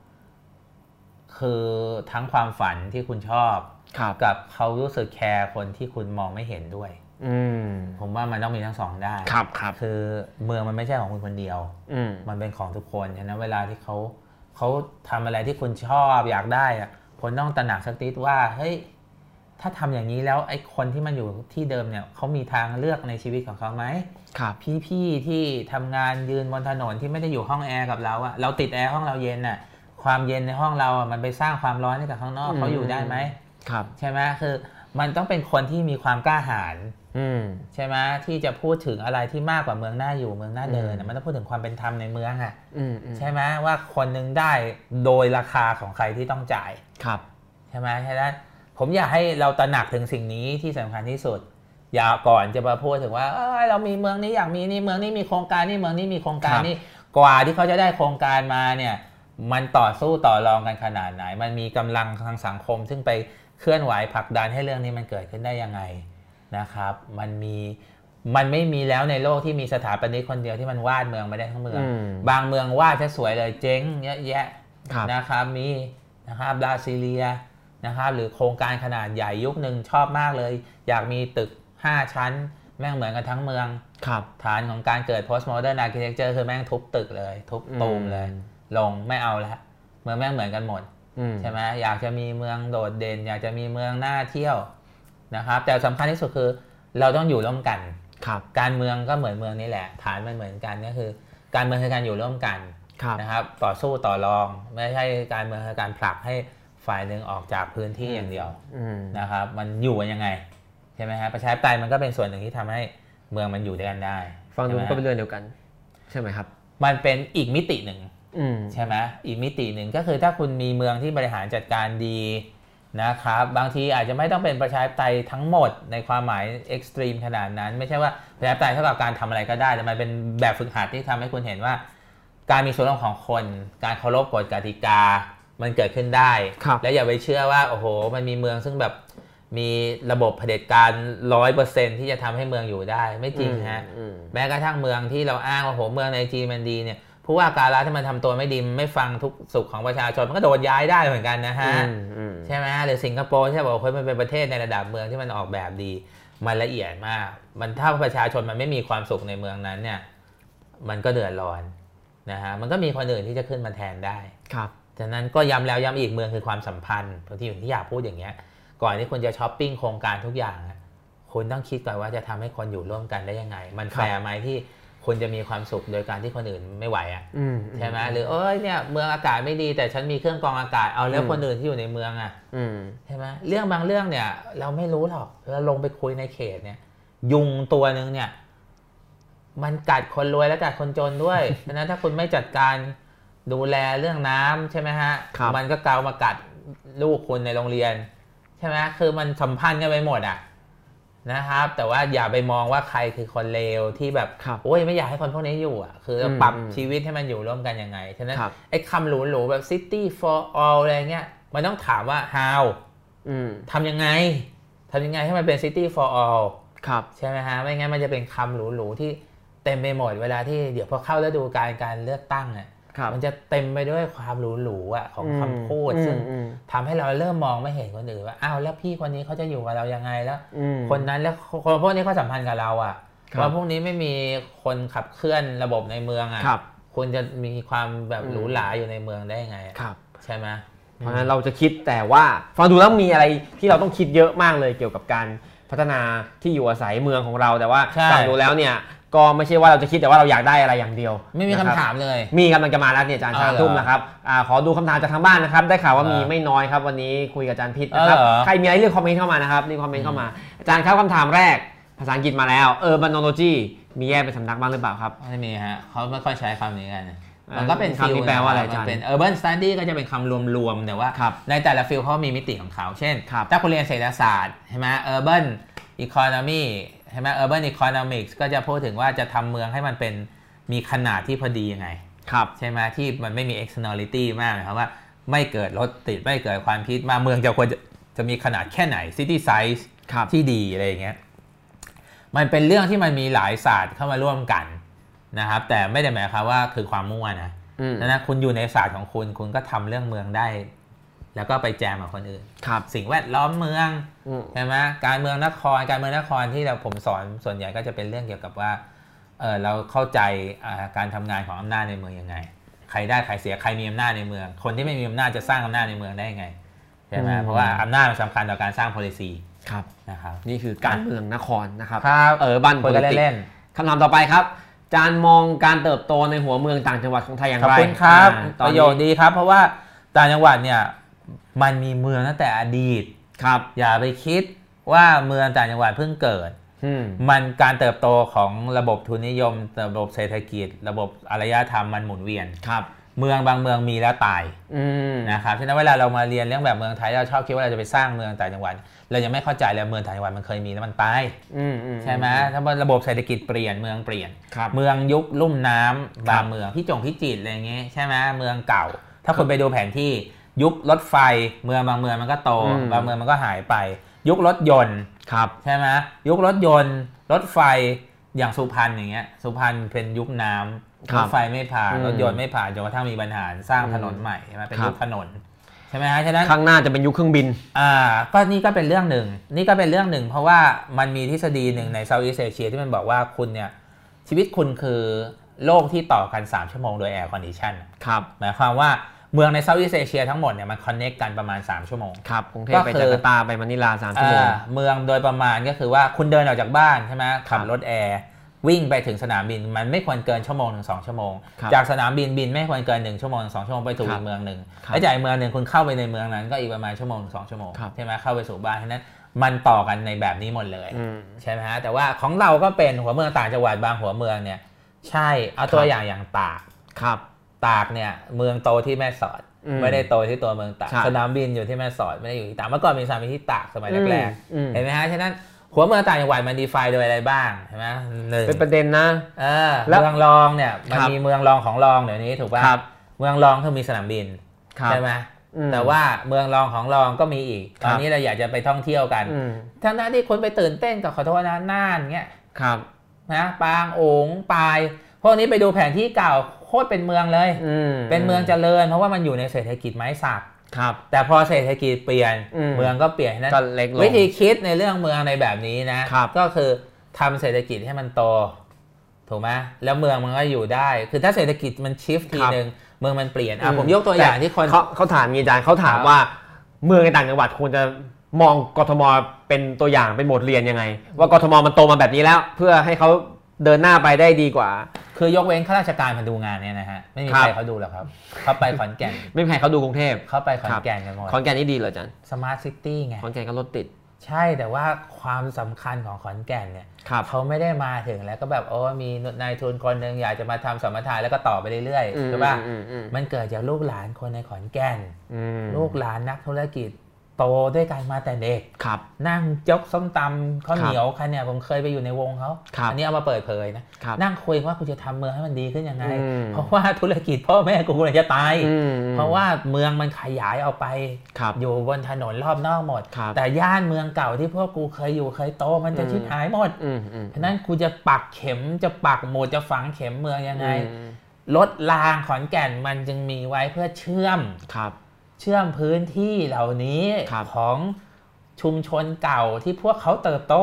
คือทั้งความฝันที่คุณชอบกับเขารู้สึกแคร์คนที่คุณมองไม่เห็นด้วยผมว่ามันต้องมีทั้งสองได้ครับครับคือเมืองมันไม่ใช่ของคุณคนเดียวมันเป็นของทุกคนฉะนั้นเวลาที่เขาเขาทำอะไรที่คุณชอบอยากได้อะคนต้องตระหนักสักนิดว่าเฮ้ยถ้าทำอย่างนี้แล้วไอ้คนที่มันอยู่ที่เดิมเนี่ยเขามีทางเลือกในชีวิตของเขาไหมครับพี่ๆที่ทำงานยืนบนถนนที่ไม่ได้อยู่ห้องแอร์กับเราอะเราติดแอร์ห้องเราเย็นอะความเย็นในห้องเราอะมันไปสร้างความร้อนให้กับข้างนอกเขาอยู่ได้ไหมครับใช่ไหมคือมันต้องเป็นคนที่มีความกล้าหาญใช่ไหมที่จะพูดถึงอะไรที่มากกว่าเมืองน่าอยู่เมืองน่าเดินมันต้องพูดถึงความเป็นธรรมในเมืองอ่ะใช่ไหมว่าคนนึงได้โดยราคาของใครที่ต้องจ่ายครับใช่ไหมใช่ไหมผมอยากให้เราตระหนักถึงสิ่งนี้ที่สำคัญที่สุดอย่าก่อนจะมาพูดถึงว่าเออเรามีเมืองนี้อยากมีนี่เมืองนี้มีโครงการนี่เมืองนี้มีโครงการนี่กว่าที่เขาจะได้โครงการมาเนี่ยมันต่อสู้ต่อรองกันขนาดไหนมันมีกำลังทางสังคมซึ่งไปเคลื่อนไหวผลักดันให้เรื่องนี้มันเกิดขึ้นได้ยังไงนะครับมันมีมันไม่มีแล้วในโลกที่มีสถาปนิกคนเดียวที่มันวาดเมืองไม่ได้ทั้งเมืองบางเมืองวาดจะสวยเลยเจ๊งเยอะแยะนะครับมีนะครับบราซิเลียนะครับหรือโครงการขนาดใหญ่ยุคนึงชอบมากเลยอยากมีตึกห้าชั้นแม่งเหมือนกันทั้งเมืองฐานของการเกิด postmodern architecture คือแม่งทุบตึกเลยทุบตูมเลยลงไม่เอาแล้วเมืองแม่งเหมือนกันหมดใช่ไหมอยากจะมีเมืองโดดเด่นอยากจะมีเมืองน่าเที่ยวนะครับแต่สำคัญที่สุดคือเราต้องอยู่ร่วมกันการเมืองก็เหมือนเมืองนี่แหละฐานมันเหมือนกันก็คือการเมืองคือการอยู่ร่วมกันนะครับต่อสู้ต่อรองไม่ใช่การเมืองคือการผลักให้ฝ่ายหนึ่งออกจากพื้นที่อย่างเดียวนะครับมันอยู่กันยังไงใช่ไหมฮะประชาธิปไตยมันก็เป็นส่วนหนึ่งที่ทำให้เมืองมันอยู่ด้วยกันได้ฟังดูก็เป็นเรื่องเดียวกันใช่ไหมครับมันเป็นอีกมิติหนึ่งใช่ไหมอีกมิติหนึ่งก็คือถ้าคุณมีเมืองที่บริหารจัดการดีนะครับบางทีอาจจะไม่ต้องเป็นประชาธิปไตยทั้งหมดในความหมายเอ็กซ์ตรีมขนาดนั้นไม่ใช่ว่าประชาธิปไตยเท่ากับการทำอะไรก็ได้แต่มันเป็นแบบฝึกหัดที่ทำให้คุณเห็นว่าการมีส่วนร่วมของคนการเคารพกฎกติกามันเกิดขึ้นได้และอย่าไปเชื่อว่าโอ้โหมันมีเมืองซึ่งแบบมีระบบเผด็จการ ร้อยเปอร์เซ็นต์ ที่จะทำให้เมืองอยู่ได้ไม่จริงฮะแม้กระทั่งเมืองที่เราอ้างว่าโอ้โหเมืองในจีนมันดีเนี่ยผู้ว่าการรัฐที่มันทำตัวไม่ดีไม่ฟังทุกสุขของประชาชนมันก็โดนย้ายได้เหมือนกันนะฮะใช่ไหมหรือสิงคโปร์ใช่บอกว่ามันเป็นประเทศในระดับเมืองที่มันออกแบบดีมันละเอียดมากมันถ้าประชาชนมันไม่มีความสุขในเมืองนั้นเนี่ยมันก็เดือดร้อนนะฮะมันก็มีคนอื่นที่จะขึ้นมาแทนได้ครับฉะนั้นก็ย้ำแล้วย้ำอีกเมืองคือความสัมพันธ์ที่อยู่ที่อยากพูดอย่างเงี้ยก่อนที่คุณจะช้อปปิ้งโครงการทุกอย่างคุณต้องคิดก่อนว่าจะทำให้คนอยู่ร่วมกันได้ยังไงมันแฟร์ไหมที่คุณจะมีความสุขโดยการที่คนอื่นไม่ไหวอ่ะใช่ไหมหรือเอ้ยเนี่ยเมืองอากาศไม่ดีแต่ฉันมีเครื่องกรองอากาศเอาแล้วคนอื่นที่อยู่ในเมืองอ่ะใช่ไหมเรื่องบางเรื่องเนี่ยเราไม่รู้หรอกเราลงไปคุยในเขตเนี่ยยุงตัวนึงเนี่ยมันกัดคนรวยและกัดคนจนด้วยฉะนั้นถ้าคุณไม่จัดการดูแลเรื่องน้ำใช่ไหมฮะมันก็เกามากัดลูกคุณในโรงเรียนใช่ไหมคือมันสัมพันธ์กันไปหมดอ่ะนะครับแต่ว่าอย่าไปมองว่าใครคือคนเลวที่แบบโอ้ยไม่อยากให้คนพวกนี้อยู่อ่ะคือปรับชีวิตให้มันอยู่ร่วมกันยังไงฉะนั้นไอ้คำหรูๆแบบ city for all อะไรเงี้ยมันต้องถามว่า how ทำยังไงทำยังไงให้มันเป็น city for all ใช่ไหมฮะไม่งั้นมันจะเป็นคำหรูๆที่เต็มไปหมดเวลาที่เดี๋ยวพอเข้าฤดูกาลการเลือกตั้งอ่ะมันจะเต็มไปด้วยความหรูๆอ่ะของคำพูดซึ่งทำให้เราเริ่มมองไม่เห็นคนอื่นว่าอ้าวแล้วพี่คนนี้เขาจะอยู่กับเรายังไงแล้วคนนั้นแล้วคนพวกนี้เขาสัมพันธ์กับเราอ่ะว่าพวกนี้ไม่มีคนขับเคลื่อนระบบในเมืองอ่ะคุณจะมีความแบบหรูหราอยู่ในเมืองได้ยังไงใช่ไหมเพราะฉะนั้นเราจะคิดแต่ว่าฟังดูแล้วมีอะไรที่เราต้องคิดเยอะมากเลยเกี่ยวกับการพัฒนาที่อยู่อาศัยเมืองของเราแต่ว่าฟังดูแล้วเนี่ยก็ไม่ใช่ว่าเราจะคิดแต่ว่าเราอยากได้อะไรอย่างเดียวไม่มีคำถามเลยมีกำลังจะมาแล้วเนี่ยอาจารย์ชาทุ่มนะครับขอดูคำถามจากทางบ้านนะครับได้ข่าวว่ามีไม่น้อยครับวันนี้คุยกับอาจารย์พิษนะครับใครมีอะไรเรื่องคอมเมนต์เข้ามานะครับนี่คอมเมนต์เข้ามาอาจารย์ครับคำถามแรกภาษาอังกฤษมาแล้ว Urbanology มีแยกเป็นสำนักบ้างหรือเปล่าครับไม่มีฮะเขาไม่ค่อยใช้คำนี้กันมันก็เป็นฟิลแปลว่าอะไรอาจารย์เป็น urban study ก็จะเป็นคำรวมๆแต่ว่าในแต่ละฟิลเขามีมิติของเขาเช่นถ้าคุณเรียนเศรษฐศาสตร์ใช่ไหม urban economyใช่ไหม urban economics ก็จะพูดถึงว่าจะทำเมืองให้มันเป็นมีขนาดที่พอดียังไงใช่ไหมที่มันไม่มี externality มากนะครับว่าไม่เกิดรถติดไม่เกิดความพิษมาเมืองจะควรจะจะมีขนาดแค่ไหน city size ที่ดีอะไรอย่างเงี้ยมันเป็นเรื่องที่มันมีหลายศาสตร์เข้ามาร่วมกันนะครับแต่ไม่ได้หมายความว่าคือความมั่วนะนะคุณอยู่ในศาสตร์ของคุณคุณก็ทำเรื่องเมืองได้แล้วก็ไปแจมกับคนอื่นสิ่งแวดล้อมเมืองใช่ไหมการเมืองนครการเมืองนครที่เราผมสอนส่วนใหญ่ก็จะเป็นเรื่องเกี่ยวกับว่า เออเราเข้าใจการทำงานของอำนาจในเมืองยังไงใครได้ใครเสียใครมีอำนาจในเมืองคนที่ไม่มีอำนาจจะสร้างอำนาจในเมืองได้ยังไงใช่ไหมเพราะว่าอำนาจมันสำคัญต่อการสร้าง policy ครับนะครับนี่คือการเมืองนครนะครับเออบ้านคนเล่นคำถามต่อไปครับอาจารย์มองการเติบโตในหัวเมืองต่างจังหวัดของไทยอย่างไรขอบคุณครับประโยชน์ดีครับเพราะว่าต่างจังหวัดเนี่ยมันมีเมืองตั้งแต่อดีตครับอย่าไปคิดว่าเมืองต่างจังหวัดเพิ่งเกิดมันการเติบโตของระบบทุนนิยมระบบเศรษฐกิจระบบอารยธรรมมันหมุนเวียนครับเมืองบางเมืองมีแล้วตายนะครับฉะนั้นเวลาเรามาเรียนเรื่องแบบเมืองไทยเราชอบคิดว่าเราจะไปสร้างเมืองต่างจังหวัดเรายังไม่เข้าใจเลยเมืองต่างจังหวัดมันเคยมีแล้วมันตายใช่ไหมถ้าระบบเศรษฐกิจเปลี่ยนเมืองเปลี่ยนเมืองยุคลุ่มน้ำบางเมืองพี่จงพี่จิตรอะไรเงี้ยใช่ไหมเมืองเก่าถ้าคุณไปดูแผนที่ยุครถไฟเมืองบางเมืองมันก็โตบางเมืองมันก็หายไปยุครถยนต์ใช่ไหมยุครถยนต์รถไฟอย่างสุพรรณอย่างเงี้ยสุพรรณเป็นยุคน้ำรถไฟไม่ผ่านรถยนต์ไม่ผ่านจนกระทั่งมีปัญหาสร้างถนนใหม่ใช่ไหมเป็นยุคถนนใช่ไหมฮะฉะนั้นข้างหน้าจะเป็นยุคเครื่องบินอ่าก็นี่ก็เป็นเรื่องหนึ่งนี่ก็เป็นเรื่องหนึ่งเพราะว่ามันมีทฤษฎีหนึ่งในเซาท์อีสต์เอเชียที่มันบอกว่าคุณเนี่ยชีวิตคุณคือโลกที่ต่อกันสามชั่วโมงโดยแอร์คอนดิชันครับหมายความว่าเมืองในเซาท์อีสต์เอเชียทั้งหมดเนี่ยมันคอนเนคกันประมาณสามชั่วโมงครับกรุงเทพไปจาการ์ตาไปมะนิลาสามชั่วโมงเมืองโดยประมาณก็คือว่าคุณเดินออกจากบ้านใช่ไหมขับรถแอร์วิ่งไปถึงสนามบินมันไม่ควรเกินชั่วโมงถึงสองชั่วโมงจากสนามบินบินไม่ควรเกินหนึ่งชั่วโมงถึงสองชั่วโมงไปสู่อีกเมืองหนึ่งแล้วจากเมืองหนึ่งคุณเข้าไปในเมืองนั้นก็อีกประมาณชั่วโมงถึงสองชั่วโมงใช่ไหมเข้าไปสู่บ้านฉะนั้นมันต่อกันในแบบนี้หมดเลยใช่ไหมฮะแต่ว่าของเราก็เป็นหัวเมืองต่างจังหวัดบางหัวเมืองเนี่ยใช่เอาตัวอย่างอย่างตากครับตากเนี่ยเมืองโตที่แม่สอดไม่ได้โตที่ตัวเมืองตากสนามบินอยู่ที่แม่สอดไม่ได้อยู่ที่ตากเมื่อก่อนมีสนามบินที่ตากสมัยแรกๆเห็นไหมฮะฉะนั้นหัวเมืองต่างจังหวัดมันดีไฟโดยอะไรบ้างใช่ไหมหนึ่งเป็นประเด็นนะเออเมืองรองเนี่ยมันมีเมืองรองของรองเดี๋ยวนี้ถูกป่ะเมืองรองคือมีสนามบินใช่ไหมแต่ว่าเมืองรองของรองก็มีอีกตอนนี้เราอยากจะไปท่องเที่ยวกันทั้งนั้นที่คนไปตื่นเต้นกับขอโทษนะน่านเงี้ยนะปางโองปายพวกนี้ไปดูแผนที่เก่าโคตรเป็นเมืองเลยเป็นเมืองเจริญเพราะว่ามันอยู่ในเศรษฐกิจไม้สักแต่พอเศรษฐกิจเปลี่ยนเมืองก็เปลี่ยนนั้นวิธีคิดในเรื่องเมืองในแบบนี้นะก็คือทำเศรษฐกิจให้มันโตถูกไหมแล้วเมืองมันก็อยู่ได้คือถ้าเศรษฐกิจมันชิฟทีนึงเมืองมันเปลี่ยนอ่ะผมยกตัวอย่างที่คนเขาเขาถามมีอาจารย์เขาถามว่าเมืองในต่างจังหวัดควรจะมองกทมเป็นตัวอย่างเป็นบทเรียนยังไงว่ากทมมันโตมาแบบนี้แล้วเพื่อให้เขาเดินหน้าไปได้ดีกว่าคือยกเว้นข้าราชการมาดูงานเนี่ยนะฮะไม่มีใครเขาดูหรอกครับเขาไปขอนแก่นไม่มีใครเขาดูกรุงเทพเขาไปขอนแก่นกันหมดขอนแก่นนี่ดีเหรออาจารย์สมาร์ทซิตี้ไงขอนแก่นก็รถติดใช่แต่ว่าความสำคัญของขอนแก่นเนี่ยเขาไม่ได้มาถึงแล้วก็แบบโอ้มีนายทุนคนหนึ่งอยากจะมาทำสัมปทานแล้วก็ต่อไปเรื่อยๆใช่ป่ะมันเกิดจากลูกหลานคนในขอนแก่นลูกหลานนักธุรกิจโตด้วยกันมาแต่เด็กนั่งยกส้มตำข้าวเหนียวคันเนี่ยผมเคยไปอยู่ในวงเขาอันนี้เอามาเปิดเผยนะนั่งคุยว่ากูจะทำเมืองให้มันดีขึ้นยังไงเพราะว่าธุรกิจพ่อแม่กูเลยจะตายเพราะว่าเมืองมันขยายออกไปอยู่บนถนนรอบนอกหมดแต่ย่านเมืองเก่าที่พวกกูเคยอยู่เคยโตมันจะชิบหายหมดเพราะนั้นกูจะปักเข็มจะปักหมุดจะฝังเข็มเมืองยังไงรถรางขอนแก่นมันจึงมีไว้เพื่อเชื่อมเชื่อมพื้นที่เหล่านี้ของชุมชนเก่าที่พวกเขาเติบโต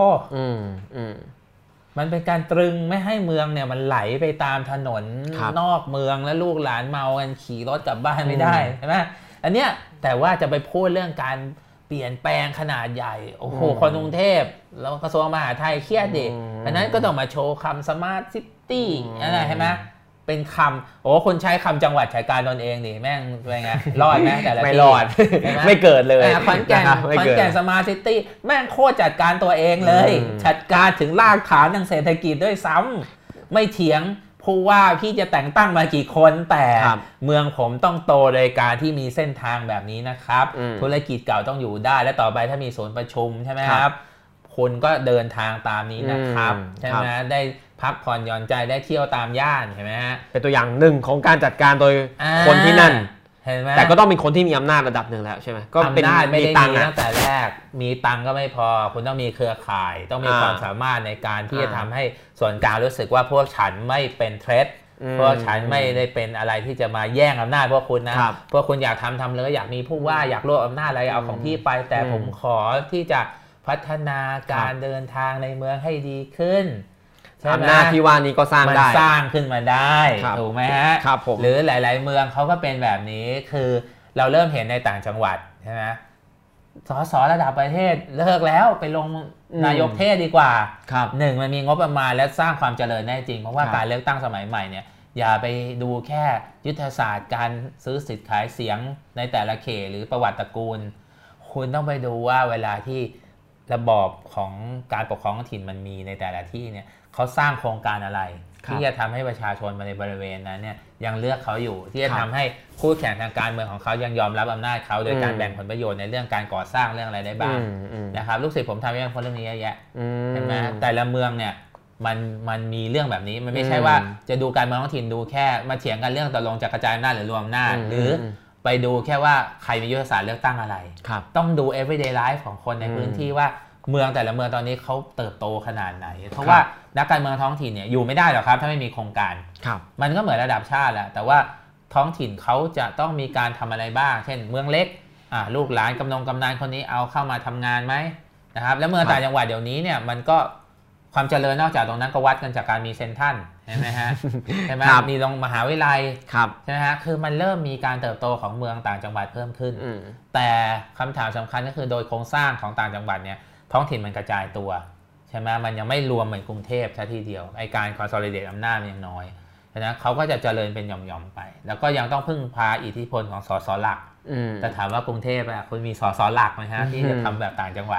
มันเป็นการตรึงไม่ให้เมืองเนี่ยมันไหลไปตามถนนนอกเมืองแล้วลูกหลานเมากันขี่รถกลับบ้านไม่ได้ใช่ไหมอันเนี้ยแต่ว่าจะไปพูดเรื่องการเปลี่ยนแปลงขนาดใหญ่โอ้โหคนกรุงเทพแล้วกระทรวงมหาดไทยเครียดดิอันนั้นก็ต้องมาโชว์คำสมาร์ทซิตี้อะไรใช่ไหมเป็นคำโอ้คนใช้คำจังหวัดฉายการตนเองดิแม่งเป็นไงรอดไหมแต่ละทีไม่รอดไม่เกิดเลยขอนแก่นขอนแก่นสมาร์ทซิตี้แม่งโคตรจัดการตัวเองเลยจัดการถึงรากฐานทางเศรษฐกิจด้วยซ้ำไม่เถียงผู้ว่าพี่จะแต่งตั้งมากี่คนแต่เมืองผมต้องโตโดยการที่มีเส้นทางแบบนี้นะครับธุรกิจเก่าต้องอยู่ได้และต่อไปถ้ามีศูนย์ประชุมใช่ไหมครับคุณก็เดินทางตามนี้นะครับใช่ไหมได้พักผ่อนหย่อนใจได้เที่ยวตามย่านเห็นไหมฮะเป็นตัวอย่างหนึ่งของการจัดการโดยคนที่นั่นเห็นไหมแต่ก็ต้องเป็นคนที่มีอำนาจระดับหนึ่งแล้วใช่ไหมก็เป็นมีตังค์ตั้งแต่แรกมีตังค์ก็ไม่พอคุณต้องมีเครือข่ายต้องมีความสามารถในการที่จะทำให้ส่วนกลางรู้สึกว่าพวกฉันไม่เป็นเทรดพวกฉันไม่ได้เป็นอะไรที่จะมาแย่งอำนาจพวกคุณนะพวกคุณอยากทำทำเลยอยากมีผู้ว่าอยากรวบอำนาจอะไรเอาของพี่ไปแต่ผมขอที่จะพัฒนาการเดินทางในเมืองให้ดีขึ้นอำนาจที่ว่านี้ก็สร้างได้สร้างขึ้นมาได้ถูกไหมฮะครับผมหรือหลายๆเมืองเขาก็เป็นแบบนี้คือเราเริ่มเห็นในต่างจังหวัดใช่ไหมสสระดับประเทศเลิกแล้วไปลงนายกเทศดีกว่าหนึ่งมันมีงบประมาณและสร้างความเจริญได้จริงเพราะว่าการเลือกตั้งสมัยใหม่เนี่ยอย่าไปดูแค่ยุทธศาสตร์การซื้อสิทธิ์ขายเสียงในแต่ละเขตหรือประวัติตระกูลคุณต้องไปดูว่าเวลาที่ระบอบของการปกครองท้องถิ่นมันมีในแต่ละที่เนี่ยเขาสร้างโครงการอะไรที่จะทำให้ประชาชนมาในบริเวณนั้นเนี่ยยังเลือกเขาอยู่ที่จะทำให้คู่แข่งทางการเมืองของเขายังยอมรับอำนาจเขาโดยการแบ่งผลประโยชน์ในเรื่องการก่อสร้างเรื่องอะไรได้บ้างนะครับลูกศิษย์ผมทำเรื่องคนเรื่องนี้เยอะแยะเห็นไหมแต่ละเมืองเนี่ยมันมันมีเรื่องแบบนี้มันไม่ใช่ว่าจะดูการเมืองท้องถิ่นดูแค่มาเถียงกันเรื่องตกลงจะกระจายอำนาจหรือรวมอำนาจหรือไปดูแค่ว่าใครมียุทธศาสตร์เลือกตั้งอะไรต้องดู everyday life ของคนในพื้นที่ว่าเมืองแต่ละเมืองตอนนี้เขาเติบโตขนาดไหนเพราะว่านักการเมืองท้องถิ่นเนี่ยอยู่ไม่ได้หรอกครับถ้าไม่มีโครงการมันก็เหมือนระดับชาติแหละแต่ว่าท้องถิ่นเขาจะต้องมีการทำอะไรบ้างเช่นเมืองเล็กอ่าลูกหลานกำนงกำนันคนนี้เอาเข้ามาทำงานไหมนะครับแล้วเมืองต่างจังหวัดเดี๋ยวนี้เนี่ยมันก็ความเจริญนอกจากตรงนั้นก็วัดกันจากการมีเซ็นทรัลใช่ไหมฮะใช่ไหมมีโรงมหาวิทยาลัยใช่ไหมฮะคือมันเริ่มมีการเติบโตของเมืองต่างจังหวัดเพิ่มขึ้นแต่คำถามสำคัญก็คือโดยโครงสร้างของต่างจังหวัดเนี่ยท้องถิ่นมันกระจายตัวใช่ไหมมันยังไม่รวมเหมือนกรุงเทพซะทีเดียวไอการ consolidate อำนาจมันยังน้อยฉะนั้นเขาก็จะเจริญเป็นหย่อมๆไปแล้วก็ยังต้องพึ่งพาอิทธิพลของสสหลักแต่ถามว่ากรุงเทพอะคุณมีสสหลักไหมฮะที่จะทำแบบต่างจังหวัดอะ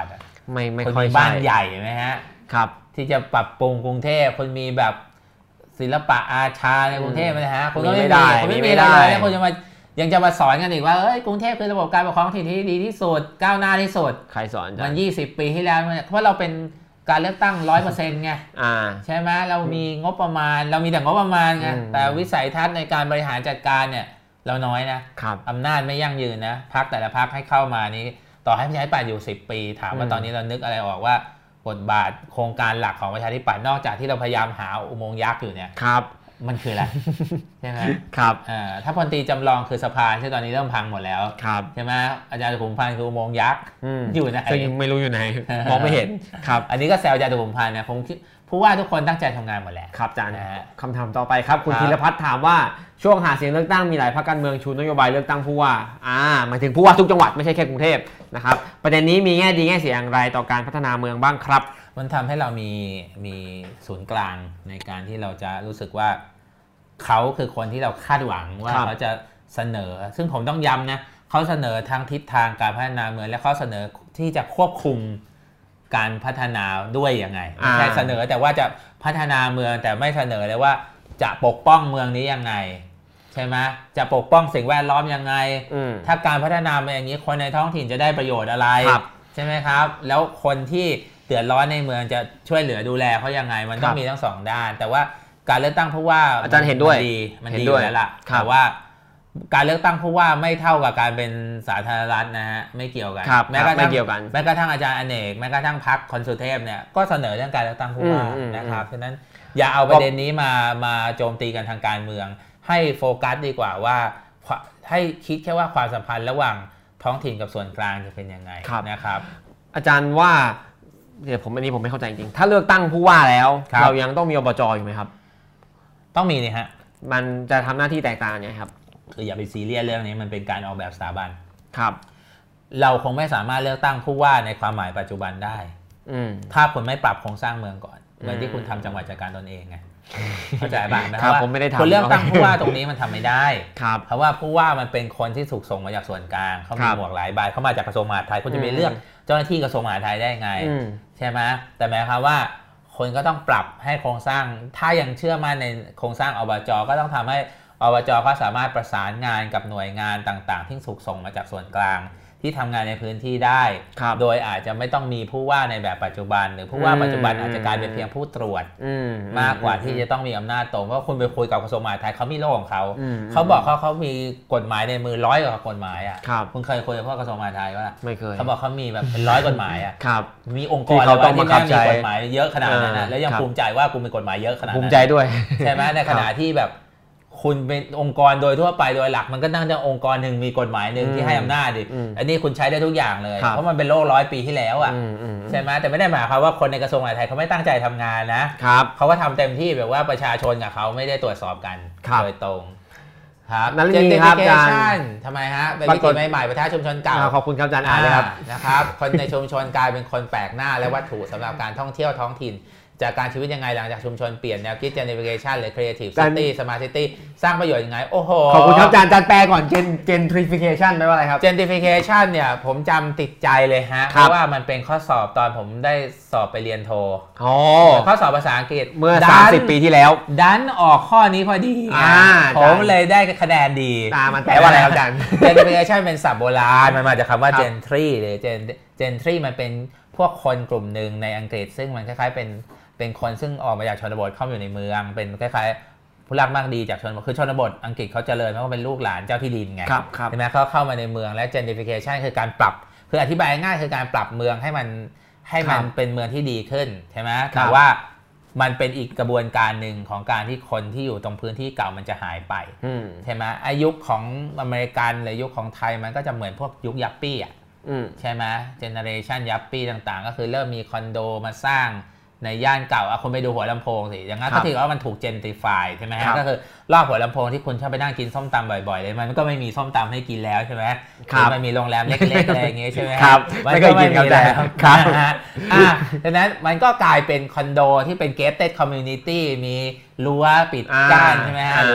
ไม่ไม่คนค่อยมีบ้านใหญ่ไหมฮะครับที่จะปรับปรุงกรุงเทพคนมีแบบศิลปะอาชาในกรุงเทพนะฮะคนก็ไม่ได้คนไม่มีอะไรเลยแล้วคนจะมายังจะมาสอนกันอีกว่าเอ้ยกรุงเทพคือระบบการปกครองท้องถิ่นที่ดีที่สุดก้าวหน้าที่สุดใครสอนมันยี่สิบปีที่แล้วเพราะเราเป็นการเลือกตั้ง ร้อยเปอร์เซ็นต์ ไงใช่ไหมเรามีงบประมาณเรามีแต่งบประมาณไงแต่วิสัยทัศน์ในการบริหารจัดการเนี่ยเราน้อยนะอำนาจไม่ยั่งยืนนะพรรคแต่ละพรรคให้เข้ามานี้ต่อให้ประชาธิปัตย์อยู่สิบปีถามว่าตอนนี้เรานึกอะไรออกว่าบทบาทโครงการหลักของประชาธิปัตย์นอกจากที่เราพยายามหาอุโมงค์ยักษ์อยู่เนี่ยครับมันคืออะไรใช่ไหมครับถ้าพลตรีจำลองคือสะพานที่ตอนนี้เริ่มพังหมดแล้วใช่ไหมอาจารย์สุขุมพันธ์คืออุโมงค์ยักษ์อยู่ไหนซึ่งไม่รู้อยู่ไหนมองไม่เห็นครับอันนี้ก็แซวอาจารย์สุขุมพันธ์นะผมคิดผู้ว่าทุกคนตั้งใจทำงานหมดแหละครับอาจารย์คำถามต่อไปครับคุณธีรพัฒน์ถามว่าช่วงหาเสียงเลือกตั้งมีหลายพรรคการเมืองชูนโยบายเลือกตั้งผู้ว่าอ่าหมายถึงผู้ว่าทุกจังหวัดไม่ใช่แค่กรุงเทพนะครับประเด็นนี้มีแง่ดีแง่เสียอย่างไรต่อการพัฒนาเมืองบ้างครับมันทำให้เรามีมีศูนย์กลางในการที่เราจะรู้สึกว่าเขาคือคนที่เราคาดหวังว่าเขาจะเสนอซึ่งผมต้องย้ำนะเขาเสนอทางทิศทางการพัฒนาเมืองและเขาเสนอที่จะควบคุมการพัฒนาด้วยยังไงไม่ใช่เสนอแต่ว่าจะพัฒนาเมืองแต่ไม่เสนอเลยว่าจะปกป้องเมืองนี้ยังไงใช่ไหมจะปกป้องสิ่งแวดล้อมยังไงถ้าการพัฒนาเป็นอย่างนี้คนในท้องถิ่นจะได้ประโยชน์อะไรใช่ไหมครับแล้วคนที่เดือดร้อนในเมืองจะช่วยเหลือดูแลเขายังไงมันต้องมีทั้งสองด้านแต่ว่าการเลือกตั้งผู้ว่าอาจารย์เห็นด้วยดีมันดีอยู่แล้วล่ะแต่ว่าการเลือกตั้งผู้ว่าไม่เท่ากับการเป็นสาธารณรัฐนะฮะไม่เกี่ยวกันแม้กระทั่งแม้กระทั่งอาจารย์อเนกแม้กระทั่งพรรคคนสุเทพเนี่ยก็เสนอเรื่องการเลือกตั้งผู้ว่านะครับฉะนั้นอย่าเอาประเด็นนี้มามาโจมตีกันทางการเมืองให้โฟกัสดีกว่าว่าให้คิดแค่ว่าความสัมพันธ์ระหว่างท้องถิ่นกับส่วนกลางจะเป็นยังไงนะครับอาจารย์ว่าเดี๋ยวผมอันนี้ผมไม่เข้าใจจริงถ้าเลือกตั้งผู้ว่าแล้วเรายังต้องมีอบจอยู่ไหมครับต้องมีนี่ฮะมันจะทำหน้าที่แตกต่างไงครับคืออย่าไปซีเรียสเรื่องนี้มันเป็นการออกแบบสถาบันครับเราคงไม่สามารถเลือกตั้งผู้ว่าในความหมายปัจจุบันได้ถ้าคุณไม่ปรับโครงสร้างเมืองก่อนเหมือนที่คุณทำจังหวัดจัดการตนเองไงเข้าใจบ้างนะว่าคนเลือกตั้งผู้ว่าตรงนี้มันทำไม่ได้เพราะว่าผู้ว่ามันเป็นคนที่ถูกส่งมาจากส่วนกลางเขามีหมวกหลายใบเขามาจากกระทรวงมหาดไทยคุณจะไปเลือกเจ้าหน้าที่กระทรวงมหาดไทยได้ไงใช่ไหมแต่หมายความว่าคนก็ต้องปรับให้โครงสร้างถ้ายังเชื่อมั่นในโครงสร้างอบจ.ก็ต้องทำให้อบจ.ก็สามารถประสานงานกับหน่วยงานต่างๆที่ถูกส่งมาจากส่วนกลางที่ทำงานในพื้นที่ได้โดยอาจจะไม่ต้องมีผู้ว่าในแบบปัจจุบันหรือผู้ว่าปัจจุบันอาจจะกลายเป็นเพียงผู้ตรวจมากกว่าที่จะต้องมีอำนาจตรงเพราะคุณไปคุยกับกระทรวงมหาดไทยเขามีโลกของเขาเขาบอกเขาเขามีกฎหมายในมือร้อยกว่ากฎหมายอ่ะคุณเคยคุยกับพวกกระทรวงมหาดไทยว่าไม่เคยเขาบอกเขามีแบบเป็นร้อยกฎหมายอ่ะมีองค์กรเขาต้องมีกฎหมายเยอะขนาดนั้นนะแล้วยังภูมิใจว่าคุณมีกฎหมายเยอะขนาดนั้นภูมิใจด้วยใช่ไหมในขณะที่แบบคุณเป็นองค์กรโดยทั่วไปโดยหลักมันก็ตั้งแต่องค์กรหนึ่งมีกฎหมายหนึ่งที่ให้อำนาจดิอันนี้คุณใช้ได้ทุกอย่างเลยเพราะมันเป็นโลกร้อยปีที่แล้วอ่ะใช่ไหมแต่ไม่ได้หมายความว่าคนในกระทรวงมหาดไทยเขาไม่ตั้งใจทำงานนะเขาก็ทำเต็มที่แบบว่าประชาชนกับเขาไม่ได้ตรวจสอบกันโดยตรงครับนั่นเองครับอาจารย์ทำไมฮะเป็นวิธีใหม่ๆประชาชุมชนเก่าขอบคุณครับอาจารย์อ่านเลยครับนะครับคนในชุมชนกลายเป็นคนแปลกหน้าและวัตถุสำหรับการท่องเที่ยวท้องถิ่นจากการชีวิตยังไงหลังจากชุมชนเปลี่ยนแนวคิด gentrification หรือ creative city smart city สร้างประโยชน์ยังไงโอ้โหขอบคุณครับอาจารย์อาจารย์แปลก่อน gentrification แปลว่าอะไรครับ gentrification เนี่ยผมจำติดใจเลยฮะเพราะว่ามันเป็นข้อสอบตอนผมได้สอบไปเรียนโทข้อสอบภาษาอังกฤษเมื่อสามสิบปีที่แล้วดันออกข้อนี้พอดีผมเลยได้คะแนนดีมันแปลว่าอะไรครับอาจารย์ gentrification เป็นศัพท์โบราณมันมาจากคำว่า gentry หรือ gentry มันเป็นพวกคนกลุ่มหนึ่งในอังกฤษซึ่งมันคล้ายๆเป็นเป็นคนซึ่งออกมาจากชนบทเข้ามาอยู่ในเมืองเป็นคล้ายๆผู้รักมากดีจากชนบทคือชนบทอังกฤษเขาเจริญเพราะว่าเป็นลูกหลานเจ้าที่ดินไงใช่ไหมเขาเข้ามาในเมืองและ gentrification คือการปรับคืออธิบายง่ายคือการปรับเมืองให้มันให้มันเป็นเมืองที่ดีขึ้นใช่ไหมแต่ว่ามันเป็นอีกกระบวนการหนึ่งของการที่คนที่อยู่ตรงพื้นที่เก่ามันจะหายไปใช่ไหมอายุของอเมริกันหรือยุคของไทยมันก็จะเหมือนพวกยุคยัปปี้อ่ะใช่ไหมเจเนอเรชันยัปปี้ต่างๆก็คือเริ่มมีคอนโดมาสร้างในย่านเก่าคนไปดูหัวลำโพงสิอย่างนั้นก็ถือว่ามันถูกเจนทริฟายใช่ไหมฮะก็คือรอบหัวลำโพงที่คุณชอบไปนั่งกินส้มตำบ่อยๆเลยมันก็ไม่มีส้มตำให้กินแล้วใช่ไหมมันมีโรงแรมเล็กๆอะไรอย่างเงี้ยใช่ไหมครับมันก็ไม่มีแล้วครับอ่าดังนั้นมันก็กลายเป็นคอนโดที่เป็นเกสเต็ดคอมมูนิตี้มีรั้วปิดกั้นใช่ไหมฮะหรือว่า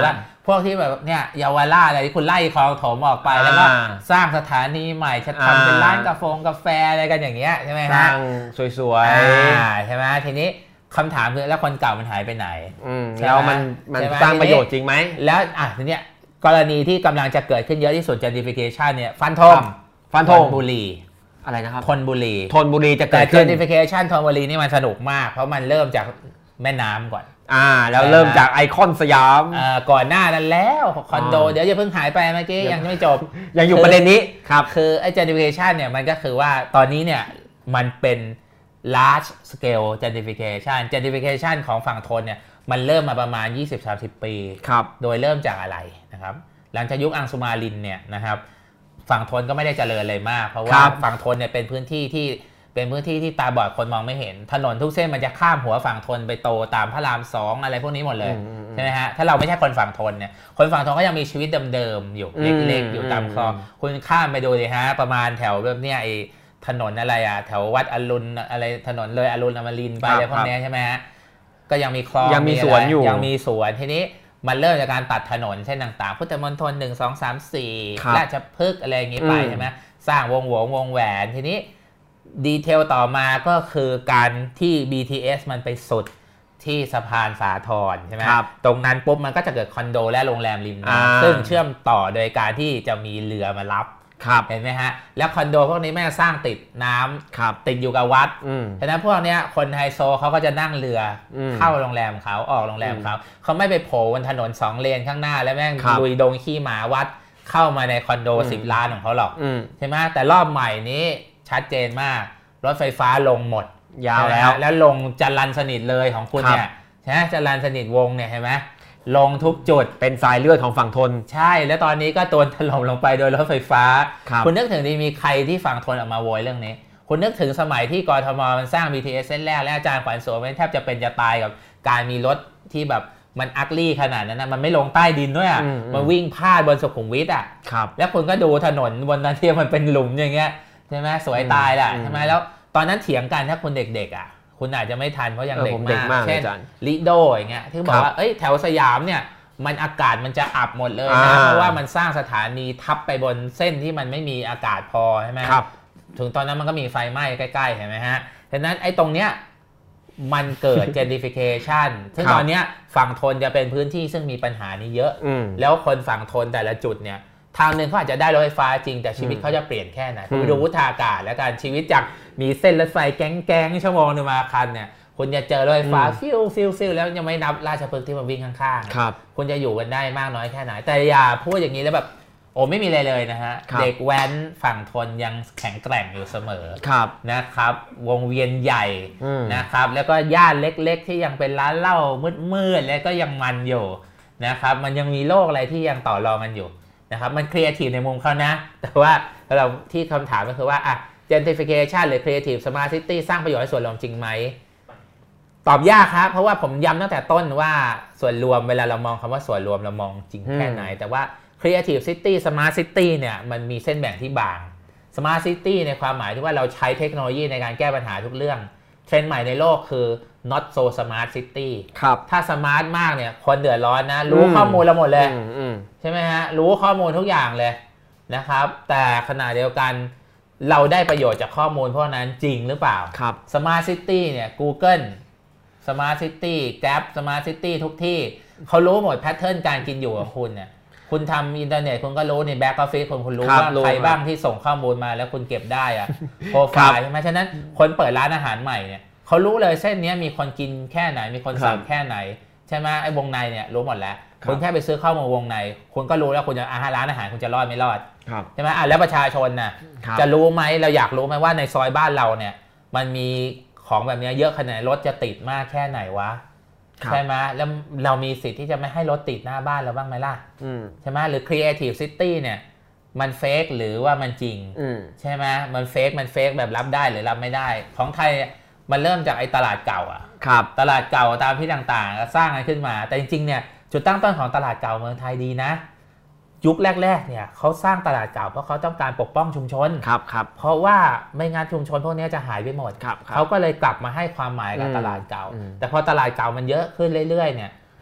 พวกที่แบบเนี่ยเยาวราชอะไรที่คุณไล่คลองถมออกไปแล้วก็สร้างสถานีใหม่จะทำเป็นร้านกาแฟกาแฟอะไรกันอย่างเงี้ยใช่ไหมฮะสร้างสวยๆใช่ไหมทีนี้คำถามคือแล้วคนเก่ามันหายไปไหนแล้วมันมันสร้างประโยชน์จริงไหมแล้วอ่ะทีเนี้ยกรณีที่กำลังจะเกิดขึ้นเยอะที่สุด gentrification เนี่ยฟันธงฟันธงบุรีอะไรนะครับธนบุรีธนบุรีจะเกิดขึ้น gentrification ธนบุรีนี่มันสนุกมากเพราะมันเริ่มจากแม่น้ำก่อนอ่าแล้วเริ่มจากไอคอนสยามอ่าก่อนหน้านั้นแล้วคอนโดเดี๋ยวอย่าเพิ่งหายไปเมื่อกี้ยังไม่จบยังอยู่ประเด็นนี้ครับคือไอ้ gentrification เนี่ยมันก็คือว่าตอนนี้เนี่ยมันเป็น large scale gentrification gentrification ของฝั่งทนเนี่ยมันเริ่มมาประมาณ ยี่สิบถึงสามสิบ ปีครับโดยเริ่มจากอะไรนะครับหลังจากยุคอังสุมารินเนี่ยนะครับฝั่งทนก็ไม่ได้เจริญเลยมากเพราะว่าฝั่งทนเนี่ยเป็นพื้นที่ที่เป็นพื้นที่ที่ตาบอดคนมองไม่เห็นถนนทุกเส้นมันจะข้ามหัวฝั่งทนไปโตตามพระรามสองอะไรพวกนี้หมดเลยใช่ไหมฮะถ้าเราไม่ใช่คนฝั่งทนเนี่ยคนฝั่งทนก็ยังมีชีวิตเดิมๆอยู่เล็กๆอยู่ตามคลองคุณข้ามไปดูเลยฮะประมาณแถวแบบเนี้ยไอ้ถนนอะไรอ่ะแถววัดอรุณอะไรถนนเลยอรุณอมรินทร์ไปอะไรพวกนี้ใช่ไหมฮะก็ยังมีคลองยังมีสวนอยู่ยังมีสวนทีนี้มันเริ่มจากการตัดถนนเส้นต่างๆพุทธมณฑลหนึ่งสองสามสี่ราชพฤกษ์อะไรอย่างงี้ไปใช่ไหมสร้างวงหวงวงแหวนทีนี้ดีเทลต่อมาก็คือการที่ บี ที เอส มันไปสุดที่สะพานสาทรใช่ไหมตรงนั้นปุ๊บมันก็จะเกิดคอนโดและโรงแรมริมน้ำซึ่งเชื่อมต่อโดยการที่จะมีเรือมารับเห็นไหมฮะแล้วคอนโดพวกนี้แม่สร้างติดน้ำติดอยู่กับวัดฉะนั้นพวกนี้คนไฮโซเขาก็จะนั่งเรือเข้าโรงแรมเขาออกโรงแรมเขาเขาไม่ไปโผล่บนถนนสองเลนข้างหน้าแล้วแม่งลุยดงขี้หมาวัดเข้ามาในคอนโดสิบล้านของเขาหรอกใช่ไหมแต่รอบใหม่นี้ชัดเจนมากรถไฟฟ้าลงหมดยาวแล้วแล้วลงจรัญสนิทเลยของคุณเนี่ยใช่ไหมจรัญสนิทวงเนี่ยเห็นไหมลงทุกจุดเป็นสายเลือดของฝั่งทนใช่แล้วตอนนี้ก็โดนถล่มลงไปโดยรถไฟฟ้า คุณนึกถึงที่มีใครที่ฝั่งทนออกมาโวยเรื่องนี้คุณนึกถึงสมัยที่กทมมันสร้าง บี ที เอส เส้นแรกและอาจารย์ขวัญโสมแทบจะเป็นจะตายกับการมีรถที่แบบมันอักลี่ขนาดนั้นนะมันไม่ลงใต้ดินด้วยอ่ะมันวิ่งพาดบนสุขุมวิทอ่ะแล้วคุณก็ดูถนนบนนั้นที่มันเป็นหลุมอย่างเงี้ยใช่ไหมสวยตายแหละใช่ไหมแล้วตอนนั้นเถียงกันถ้าคุณเด็กๆอ่ะคุณอาจจะไม่ทันเพราะยังเด็กมากเช่นลิโดอย่างเงี้ยที่บอกว่าเอ้ยแถวสยามเนี่ยมันอากาศมันจะอับหมดเลยนะเพราะว่ามันสร้างสถานีทับไปบนเส้นที่มันไม่มีอากาศพอใช่ไหมครับถึงตอนนั้นมันก็มีไฟไหม้ใกล้ๆเห็นไหมฮะฉะนั้นไอ้ตรงเนี้ยมันเกิด gentrification ซึ่งตอนเนี้ยฝั่งทนจะเป็นพื้นที่ซึ่งมีปัญหานี้เยอะแล้วคนฝั่งทนแต่ละจุดเนี่ยทางหนึ่งเขาอาจจะได้รถไฟฟ้าจริงแต่ชีวิตเขาจะเปลี่ยนแค่ไหนคุณไปดูวุฒากาศและการชีวิตจากมีเส้นรถไฟแก๊งๆชั่วโมงนึงมาคันเนี่ยคุณจะเจอรถไฟฟ้าฟิวฟิวฟิวแล้วยังไม่นับราชพฤกษ์ที่มันวิ่งข้างๆครับคุณจะอยู่กันได้มากน้อยแค่ไหนแต่อย่าพูดอย่างนี้แล้วแบบโอ้ไม่มีอะไรเลยนะฮะเด็กแว้นฝั่งทนยังแข็งแกร่งอยู่เสมอนะครับวงเวียนใหญ่นะครับแล้วก็ย่านเล็กๆที่ยังเป็นร้านเหล้ามืดๆแล้วก็ยังมันอยู่นะครับมันยังมีโลกอะไรที่ยังต่อรองกันอยู่นะครับมันครีเอทีฟในมุมเขานะแต่ว่าเราที่คำถามก็คือว่าอ่ะ gentrification หรือ creative smart city สร้างประโยชน์ให้ส่วนรวมจริงไหมตอบยากครับเพราะว่าผมย้ำตั้งแต่ต้นว่าส่วนรวมเวลาเรามองคำว่าส่วนรวมเรามองจริงแค่ไหนแต่ว่า creative city smart city เนี่ยมันมีเส้นแบ่งที่บาง smart city ในความหมายที่ว่าเราใช้เทคโนโลยีในการแก้ปัญหาทุกเรื่องเทรนด์ใหม่ในโลกคือ not so smart city ครับถ้า smart มากเนี่ยคนเดือดร้อนนะรู้ข้อมูลเราหมดเลยใช่ไหมฮะรู้ข้อมูลทุกอย่างเลยนะครับแต่ขณะเดียวกันเราได้ประโยชน์จากข้อมูลพวกนั้นจริงหรือเปล่าครับ smart city เนี่ย Google smart city Grab smart city ทุกที่เขารู้หมดแพทเทิร์นการกินอยู่ของคุณเนี่ยคุณทำอินเทอร์เน็ตคุณก็รู้ในแบ็กออฟฟิศคุณคุณรู้ว่าใครบ้างที่ส่งข้อมูลมาแล้วคุณเก็บได้อะโปรไฟล์ใช่ไหมฉะนั้นคนเปิดร้านอาหารใหม่เนี่ยเขารู้เลยเส้นนี้มีคนกินแค่ไหนมีคนสั่งแค่ไหนใช่ไหมไอ้วงในเนี่ยรู้หมดแล้วคุณแค่ไปซื้อข้อมูลวงในคุณก็รู้แล้วคุณจะอาหารร้านอาหารคุณจะรอดไม่รอดใช่ไหมอ่ะแล้วประชาชนน่ะจะรู้ไหมเราอยากรู้ไหมว่าในซอยบ้านเราเนี่ยมันมีของแบบนี้เยอะขนาดรถจะติดมากแค่ไหนวะใช่ไหมแล้วเรามีสิทธิ์ที่จะไม่ให้รถติดหน้าบ้านเราบ้างไหมล่ะใช่ไหมหรือ Creative City เนี่ยมันเฟกหรือว่ามันจริงใช่ไหมมันเฟกมันเฟกแบบรับได้หรือรับไม่ได้ของไทยมันเริ่มจากไอ้ตลาดเก่าอ่ะตลาดเก่าตามที่ต่างๆสร้างกันขึ้นมาแต่จริงๆเนี่ยจุดตั้งต้นของตลาดเก่าเมืองไทยดีนะยุคแรกๆเนี่ยเขาสร้างตลาดเก่าเพราะเขาต้องการปกป้องชุมชนครับครับเพราะว่าไม่งั้นชุมชนพวกนี้จะหายไปหมดเขาก็เลยกลับมาให้ความหมายกับตลาดเก่าแต่พอตลาดเก่ามันเยอะขึ้นเรื่อยๆเนี่ย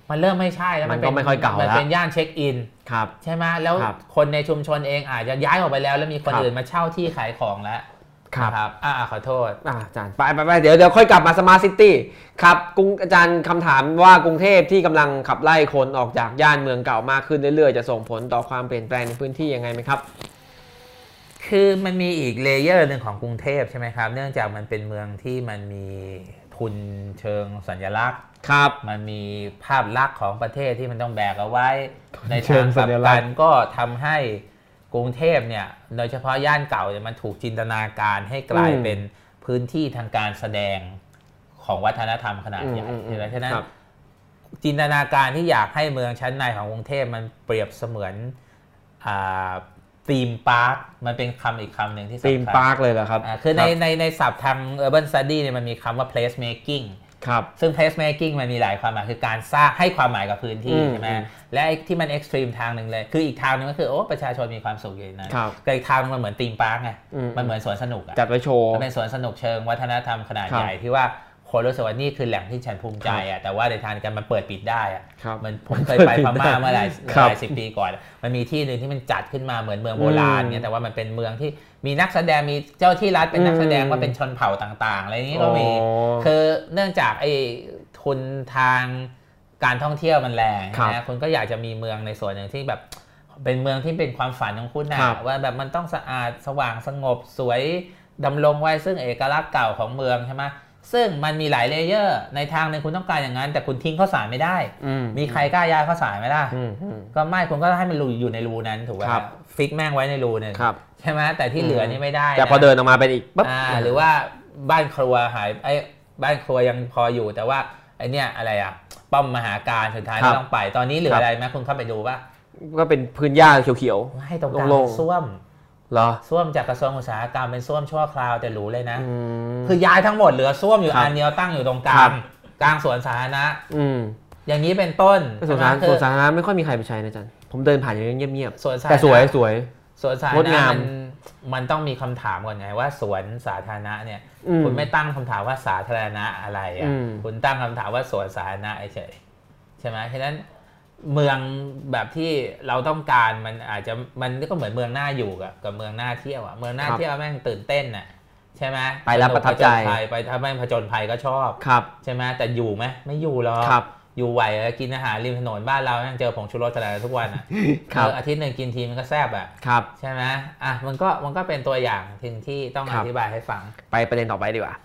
มันเริ่มไม่ใช่แล้วมันก็ไม่ค่อยเก่าแล้วมันเป็นย่านเช็คอินใช่ไหมแล้วคนในชุมชนเองอาจจะย้ายออกไปแล้วแล้วมีคนอื่นมาเช่าที่ขายของแล้วครับอ่าขอโทษอาจารย์ไปไปไปเดี๋ยวเดี๋ยวค่อยกลับมาสมาร์ทซิตี้ครับกรุงอาจารย์คำถามว่ากรุงเทพที่กำลังขับไล่คนออกจากย่านเมืองเก่ามากขึ้นเรื่อยๆจะส่งผลต่อความเปลี่ยนแปลงในพื้นที่ยังไงไหมครับคือมันมีอีกเลเยอร์หนึ่งของกรุงเทพใช่ไหมครับเนื่องจากมันเป็นเมืองที่มันมีทุนเชิงสัญลักษณ์ครับมันมีภาพลักษณ์ของประเทศที่มันต้องแบกเอาไว้ในทางกลับกันก็ทำให้กรุงเทพเนี่ยโดยเฉพาะย่านเก่าเนี่ยมันถูกจินตนาการให้กลายเป็นพื้นที่ทางการแสดงของวัฒนธรรมขนาดใหญ่ฉะนั้นจินตนาการที่อยากให้เมืองชั้นในของกรุงเทพมันเปรียบเสมือนธีมพาร์คมันเป็นคำอีกคำหนึ่งที่ธีมพาร์คเลยเหรอครับคือในในในศัพท์ทาง urban study เนี่ยมันมีคำว่า place making ครับซึ่ง place making มันมีหลายความหมายคือการสร้างให้ความหมายกับพื้นที่ใช่ไหมและที่มัน extreme ทางหนึ่งเลยคืออีกทางนึงก็คือโอ้ประชาชนมีความสุขอยู่นะแต่อีกทางมันเหมือนธีมพาร์คไงมันเหมือนสวนสนุกจัดไว้โชว์มันเป็นสวนสนุกเชิงวัฒนธรรมขนาดใหญ่ที่ว่าคนรู้สึกว่านี่คือแหล่งที่ฉันภูมิใจอ่ะแต่ว่าในทางการมันเปิดปิดได้อ่ะมันผมเคยไปพม่าเมื่อหลายหลายสิบปีก่อนมันมีที่หนึ่งที่มันจัดขึ้นมาเหมือนเมืองโบราณเนี่ยแต่ว่ามันเป็นเมืองที่มีนักแสดงมีเจ้าที่รัฐเป็นนักแสดงว่าเป็นชนเผ่าต่างๆอะไรนี้ก็มีคือเนื่องจากไอ้ทุนทางการท่องเที่ยวมันแรงนะคุณก็อยากจะมีเมืองในส่วนหนึ่งที่แบบเป็นเมืองที่เป็นความฝันของคุณนะว่าแบบมันต้องสะอาดสว่างสงบสวยดำรงไว้ซึ่งเอกลักษณ์เก่าของเมืองใช่ไหมซึ่งมันมีหลายเลเยอร์ในทางนึงคุณต้องการอย่างนั้นแต่คุณทิ้งข้าวสารไม่ได้มีใครกล้าย้ายข้าวสารไม่ได้ก็ไม่คุณก็ให้มันอยู่ในรูนั้นถูกไหมฟิกแม่งไว้ในรูนึงใช่ไหมแต่ที่เหลือนี่ไม่ได้แต่พอเดินออกมาเป็นอีกปั๊บหรือว่าบ้านครัวหายไอ้บ้านครัวยังพออยู่แต่ว่าไอ้นี่อะไรอ่ะป้อมมหาการสุดท้ายต้องไปตอนนี้เหลืออะไรไหมคุณเข้าไปดูป่ะก็เป็นพื้นหญ้าเขียวๆให้ตรงกลางส้วมเหรอส้วมจากกระทรวงอุตสาหกรรมเป็นส้วมชั่วคราวแต่หรูเลยนะคือย้ายทั้งหมดเหลือส้วมอยู่อันเดียวตั้งอยู่ตรงกลางกลางสวนสาธารณะอย่างนี้เป็นต้นสวนสาธารณะไม่ค่อยมีใครไปใช้นะจันผมเดินผ่านอย่างเงียบๆแต่สวยสวยสวนสาธารณะมันมันต้องมีคำถามก่อนไงว่าสวนสาธารณะเนี่ยคุณไม่ตั้งคำถามว่าสาธารณะอะไรอ่ะคุณตั้งคำถามว่าสวนสาธารณะเฉยใช่ไหมฉะนั้นเมืองแบบที่เราต้องการมันอาจจะมันก็เหมือนเมืองน่าอยู่กับกับเมืองน่าเที่ยวอ่ะเมืองน่าเที่ยวแม่งตื่นเต้นน่ะใช่ไหมไปแล้วประทับใจไปถ้าแม่งผจญภัยก็ชอบใช่ไหมแต่อยู่ไหมไม่อยู่หรอกอยู่ไหวกินอาหารริมถนนบ้านเราเจอผงชูรสอะไรทุกวันอ่ะอาทิตย์หนึ่งกินทีมันก็แซ่บอ่ะใช่ไหมอ่ะมันก็มันก็เป็นตัวอย่างถึงที่ต้องอธิบายให้ฟังไปประเด็นต่อไปดีกว่า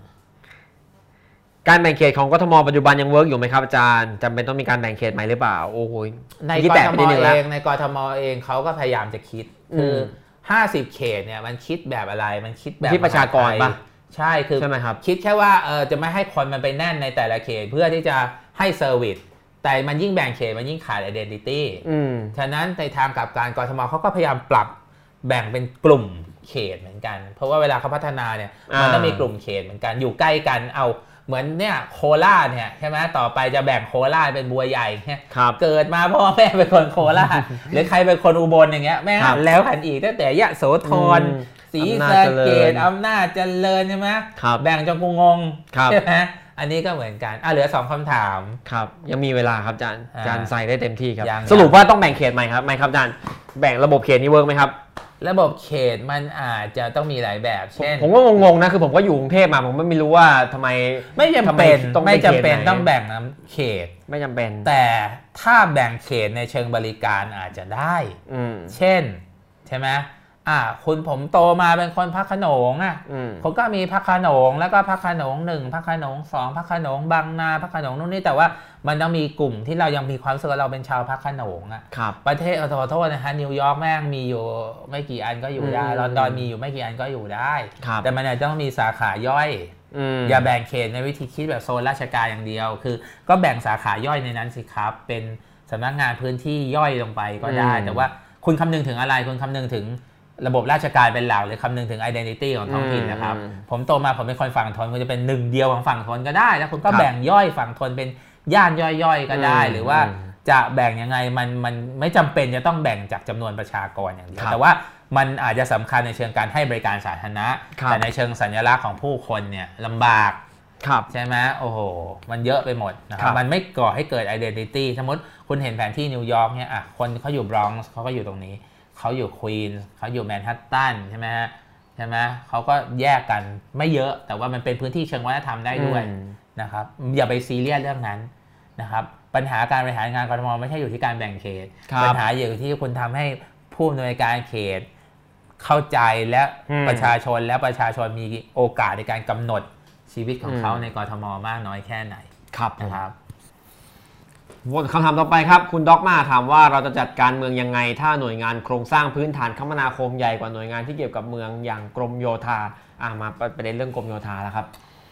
การแบ่งเขตของกทมปัจจุบันยังเวิร์กอยู่ไหมครับอาจารย์จำเป็นต้องมีการแบ่งเขตใหม่หรือเปล่าโอ้โหในกทมเองในกทมเองเขาก็พยายามจะคิดคือห้าสิบเขตเนี่ยมันคิดแบบอะไรมันคิดแบบที่ประชากรป่ะใช่คือใช่ไหมครับคิดแค่ว่าเออจะไม่ให้คนมันไปแน่นในแต่ละเขตเพื่อที่จะให้เซอร์วิสแต่มันยิ่งแบ่งเขตมันยิ่งขาด identity ฉะนั้นในทางกลับการกทมเขาก็พยายามปรับแบ่งเป็นกลุ่มเขตเหมือนกันเพราะว่าเวลาเขาพัฒนาเนี่ยมันต้องมีกลุ่มเขตเหมือนกันอยู่ใกล้กันเอาเหมือนเนี่ยโคราชเนี่ยใช่ไหมต่อไปจะแบ่งโคราชเป็นบัวใหญ่เนี่ยเกิดมาพ่อแม่เป็นคนโคราชหรือใครเป็นคนอุบลอย่างเงี้ยแม่หันแล้วหันอีกตั้งแต่ยะโสธรศรีสะเกษอำนาจเจริญใช่ไหมแบ่งจนกูงงใช่ไหมอันนี้ก็เหมือนกันอ่ะเหลือสองคำถามครับยังมีเวลาครับอาจารย์อาจารย์ใส่ได้เต็มที่ครับสรุปว่าต้องแบ่งเขตใหม่ครับไหมครับอาจารย์แบ่งระบบเขตนี้เวิร์กไหมครับระบบเขตมันอาจจะต้องมีหลายแบบเช่นผมก็งงๆนะคือผมก็อยู่กรุงเทพมาผมไม่รู้ว่าทำไมไม่จำเป็นไม่จำเป็นต้องแบ่งน้ำเขตไม่จำเป็นแต่ถ้าแบ่งเขตในเชิงบริการอาจจะได้เช่นใช่ไหมอ่าคุณผมโตมาเป็นคนพระโขนงอ่ะผมก็มีพระโขนงแล้วก็พระโขนงหนึ่งพระโขนงสองพระโขนงบางนาพระโขนงนู่นนี่แต่ว่ามันต้องมีกลุ่มที่เรายังมีความรู้สึกว่าเราเป็นชาวพระโขนงอ่ะประเทศขอโทษนะฮะนิวยอร์กแม่งมีอยู่ไม่กี่อันก็อยู่ได้ลอนดอนมีอยู่ไม่กี่อันก็อยู่ได้แต่มันอาจจะต้องมีสาขาย่อยอย่าแบ่งเขตในวิธีคิดแบบโซนราชการอย่างเดียวคือก็แบ่งสาขาย่อยในนั้นสิครับเป็นสำนักงานพื้นที่ย่อยลงไปก็ได้แต่ว่าคุณคำนึงถึงอะไรคุณคำนึงถึงระบบราชการเป็นหลักหรือคำนึงถึง identity ของท้องถิ่นนะครับผมโตมาผมเป็นคนฝั่งทนคุณจะเป็นหนึ่งเดียวของฝั่งทนก็ได้แล้วคุณก็แบ่งย่อยฝั่งทนเป็นย่านย่อยๆก็ได้หรือว่าจะแบ่งยังไงมันมันไม่จำเป็นจะต้องแบ่งจากจำนวนประชากรอย่างเดียวแต่ว่ามันอาจจะสำคัญในเชิงการให้บริการสาธารณะแต่ในเชิงสัญลักษณ์ของผู้คนเนี่ยลำบากใช่ไหมโอ้โหมันเยอะไปหมดนะครับมันไม่ก่อให้เกิด identity สมมติคุณเห็นแผนที่นิวยอร์กเนี่ยอ่ะคนเขาอยู่บรอนซ์เขาก็อยู่ตรงนี้เขาอยู่ควีนส์เขาอยู่แมนฮัตตันใช่ไหมฮะใช่ไหมเขาก็แยกกันไม่เยอะแต่ว่ามันเป็นพื้นที่เชิงวัฒนธรรมได้ด้วยนะครับอย่าไปซีเรียสเรื่องนั้นนะครับปัญหาการบริหารงานกทมไม่ใช่อยู่ที่การแบ่งเขตปัญหาอยู่ที่คุณทำให้ผู้อำนวยการเขตเข้าใจและประชาชนและประชาชนมีโอกาสในการกำหนดชีวิตของเขาในกทมมากน้อยแค่ไหนครับนะครับคำถามต่อไปครับคุณด็อกมาถามว่าเราจะจัดการเมืองยังไงถ้าหน่วยงานโครงสร้างพื้นฐานคมนาคมใหญ่กว่าหน่วยงานที่เกี่ยวกับเมืองอย่างกรมโยธาอ่ะมาประเด็นเรื่องกรมโยธาแล้วครับ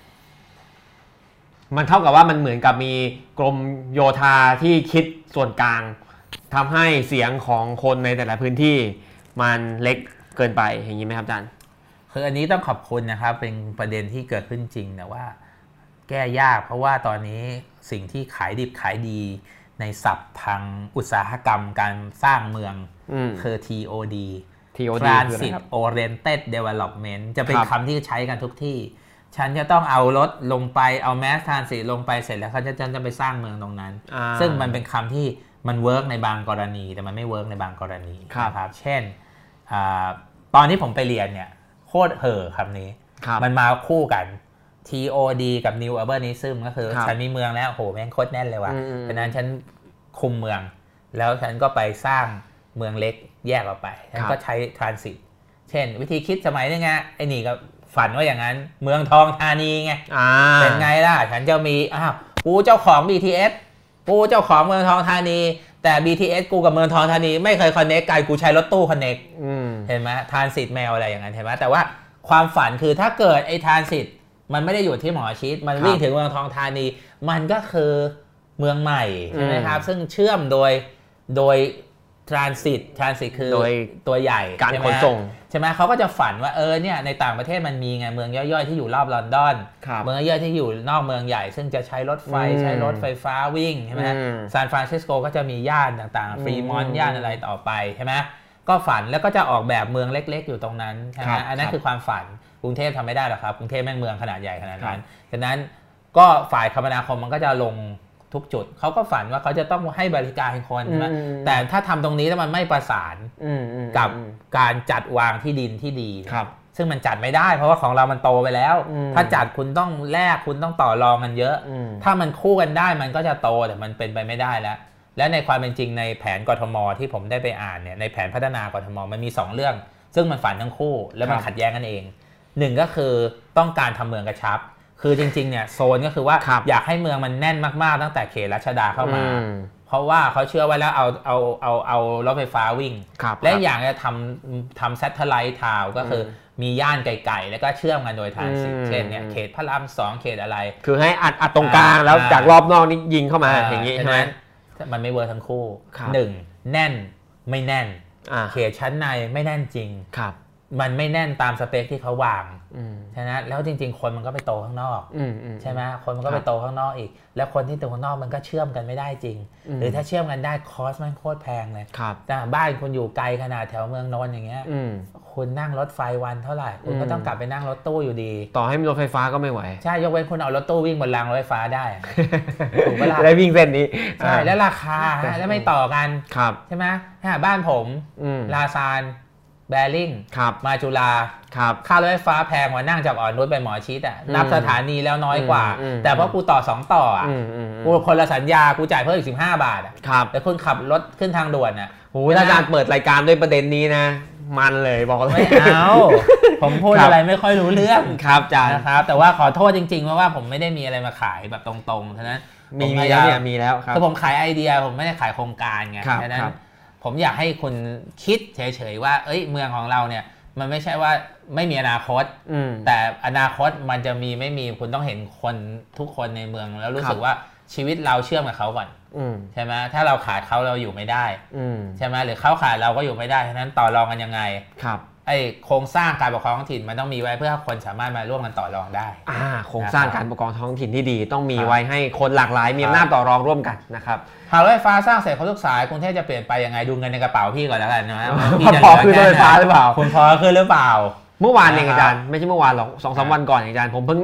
มันเท่ากับว่ามันเหมือนกับมีกรมโยธาที่คิดส่วนกลางทำให้เสียงของคนในแต่ละพื้นที่มันเล็กเกินไปอย่างนี้ไหมครับอาจารย์คืออันนี้ต้องขอบคุณนะครับเป็นประเด็นที่เกิดขึ้นจริงแต่ว่าแก้ยากเพราะว่าตอนนี้สิ่งที่ขายดิบขายดีในศัพท์ทางอุตสาหกรรมการสร้างเมืองคือ ที โอ ดี Transit Oriented Development จะเป็นคำที่ใช้กันทุกที่ฉันจะต้องเอารถลงไปเอา Mass Transit ลงไปเสร็จแล้วเขาจะจะไปสร้างเมืองตรงนั้นซึ่งมันเป็นคำที่มันเวิร์กในบางกรณีแต่มันไม่เวิร์กในบางกรณีนะครับเช่นตอนที่ผมไปเรียนเนี่ยโคตรเห่อคำนี้มันมาคู่กัน ที โอ ดี กับ New Urbanism ก็คือฉันมีเมืองแล้วโหแม่งโคตรแน่นเลยว่ะฉะนั้นฉันคุมเมืองแล้วฉันก็ไปสร้างเมืองเล็กแยกออกไปฉันก็ใช้ Transit เช่นวิธีคิดสมัยนี้ไงไอ้นี่ก็ฝันว่าอย่างนั้นเมืองทองธานีไงเป็นไงล่ะฉันจะมีอ้าวกูเจ้าของ บี ที เอส กูเจ้าของเมืองทองธานีแต่ บี ที เอส กูกับเมืองทองธานีไม่เคยคอนเนคกันกูใช้รถตู้คอนเนคเห็นไหมทรานสิตแมวอะไรอย่างนั้นเห็นไหมแต่ว่าความฝันคือถ้าเกิดไอ้ทรานสิตมันไม่ได้อยู่ที่หมอชิดมันวิ่งถึงเมืองทองธานีมันก็คือเมืองใหม่ใช่ไหมครับซึ่งเชื่อมโดยโดยทรานสิตทรานสิตคือตัวใหญ่การขนส่งใช่ไหมเขาก็จะฝันว่าเออเนี่ยในต่างประเทศมันมีไงเมืองย่อยๆที่อยู่รอบลอนดอนเมืองย่อยๆที่อยู่นอกเมืองใหญ่ซึ่งจะใช้รถไฟใช้รถไฟฟ้าวิ่งใช่ไหมซานฟรานซิสโกก็จะมีย่านต่างๆฟรีมอนต์ย่านอะไรต่อไปใช่ไหมก็ฝันแล้วก็จะออกแบบเมืองเล็กๆอยู่ตรงนั้นใช่ไหมอันนั้นคือความฝันกรุงเทพทำไม่ได้หรอกครับกรุงเทพแม่งเมืองขนาดใหญ่ขนาดนั้นฉะนั้นก็ฝ่ายคมนาคมมันก็จะลงทุกจุดเขาก็ฝันว่าเขาจะต้องให้บริการคนใช่ไหมแต่ถ้าทำตรงนี้แล้วมันไม่ประสานกับการจัดวางที่ดินที่ดีซึ่งมันจัดไม่ได้เพราะว่าของเรามันโตไปแล้วถ้าจัดคุณต้องแลกคุณต้องต่อรองกันเยอะถ้ามันคู่กันได้มันก็จะโตแต่มันเป็นไปไม่ได้แล้วและในความเป็นจริงในแผนกทมที่ผมได้ไปอ่านเนี่ยในแผนพัฒนากทมมันมีสองเรื่องซึ่งมันฝันทั้งคู่แล้วมันขัดแย้งกันเองหนึ่งก็คือต้องการทำเมืองกระชับคือจริงๆเนี่ยโซนก็คือว่าอยากให้เมืองมันแน่นมากๆตั้งแต่เขตรัชดาเข้ามาเพราะว่าเขาเชื่อไว้แล้วเอาเอาเอาเอารถไฟฟ้าวิ่งและอย่างจะทำทำแซทเทอร์ไลท์ทาวน์ก็คือมีย่านไกลๆแล้วก็เชื่อมกันโดยทางสิเช่นเนี่ยเขตพระรามสองเขตอะไรคือให้อัดอัดตรงกลางแล้วจากรอบนอกนี่ยิงเข้ามาอย่างนี้ใช่ไหมมันไม่เวิร์คทั้งคู่หนึ่งแน่นไม่แน่นเขตชั้นในไม่แน่นจริงมันไม่แน่นตามสเปคที่เขาวางใช่ไหมแล้วจริงๆคนมันก็ไปโตข้างนอกใช่ไหมคนมันก็ไปโตข้างนอกอีกแล้วคนที่โตข้างนอกมันก็เชื่อมกันไม่ได้จริงหรือถ้าเชื่อมกันได้คอสมันโคตรแพงเลยแต่บ้านคุณอยู่ไกลขนาดแถวเมืองนนท์อย่างเงี้ยคุณนั่งรถไฟวันเท่าไหร่คุณก็ต้องกลับไปนั่งรถตู้อยู่ดีต่อให้มีรถไฟฟ้าก็ไม่ไหวใช่ยกเว้นคุณเอารถตู้วิ่งบนรางรถไฟฟ้าได้ถูกปะล่ะได้วิ่งเส้นนี้ใช่แล้วราคาแล้วไม่ต่อกันใช่ไหมบ้านผมลาซานแบริ่งมาจุฬาค่ารถไฟฟ้าแพงกว่านั่งจากอ่อนนุชไปหมอชิดอ่ะนับสถานีแล้วน้อยกว่าแต่เพราะกูต่อสองต่ออ่ะกูคนละสัญญากูจ่ายเพิ่มอีกสิบห้าบาทอ่ะแต่คุณขับรถขึ้นทางด่วนอ่ะโอ้ยอาจารย์เปิดรายการด้วยประเด็นนี้นะมันเลยบอกเลยไม่เอาผมพูดอะไรไม่ค่อยรู้เรื่องครับอาจารย์นะครับแต่ว่าขอโทษจริงๆเพราะว่าผมไม่ได้มีอะไรมาขายแบบตรงๆฉะนั้นมีแล้วเนี่ยมีแล้วคือผมขายไอเดียผมไม่ได้ขายโครงการไงฉะนั้นผมอยากให้คุณคิดเฉยๆว่าเอ้ยเมืองของเราเนี่ยมันไม่ใช่ว่าไม่มีอนาคตแต่อนาคตมันจะมีไม่มีคุณต้องเห็นคนทุกคนในเมืองแล้วรู้สึกว่าชีวิตเราเชื่อมกับเขาก่อนใช่ไหมถ้าเราขาดเขาเราอยู่ไม่ได้ใช่ไหมหรือเขาขาดเราก็อยู่ไม่ได้ฉะนั้นต่อรองกันยังไงครับไอ้โครงสร้างการปกครองท้องถิ่นมันต้องมีไว้เพื่อให้คนสามารถมาร่วมกันต่อรองได้อ่าโครงสร้างการปกครองท้องถิ่นที่ดีต้องมีไว้ให้คนหลากหลายมีอำนาจต่อรองร่วมกันนะครับหากรถไฟฟ้าสร้างเสร็จครบทุกสายกรุงเทพจะเปลี่ยนไปยังไงดูเงินในกระเป๋าพี่ก่อนแล้วกันนะพอคือรถไฟฟ้าหรือเปล่าคุณพอคือหรือเปล่าเมื่อวานเองอาจารย์ไม่ใช่เมื่อวานหรอกสองสามวันก่อนอาจารย์ผมเพิ่ง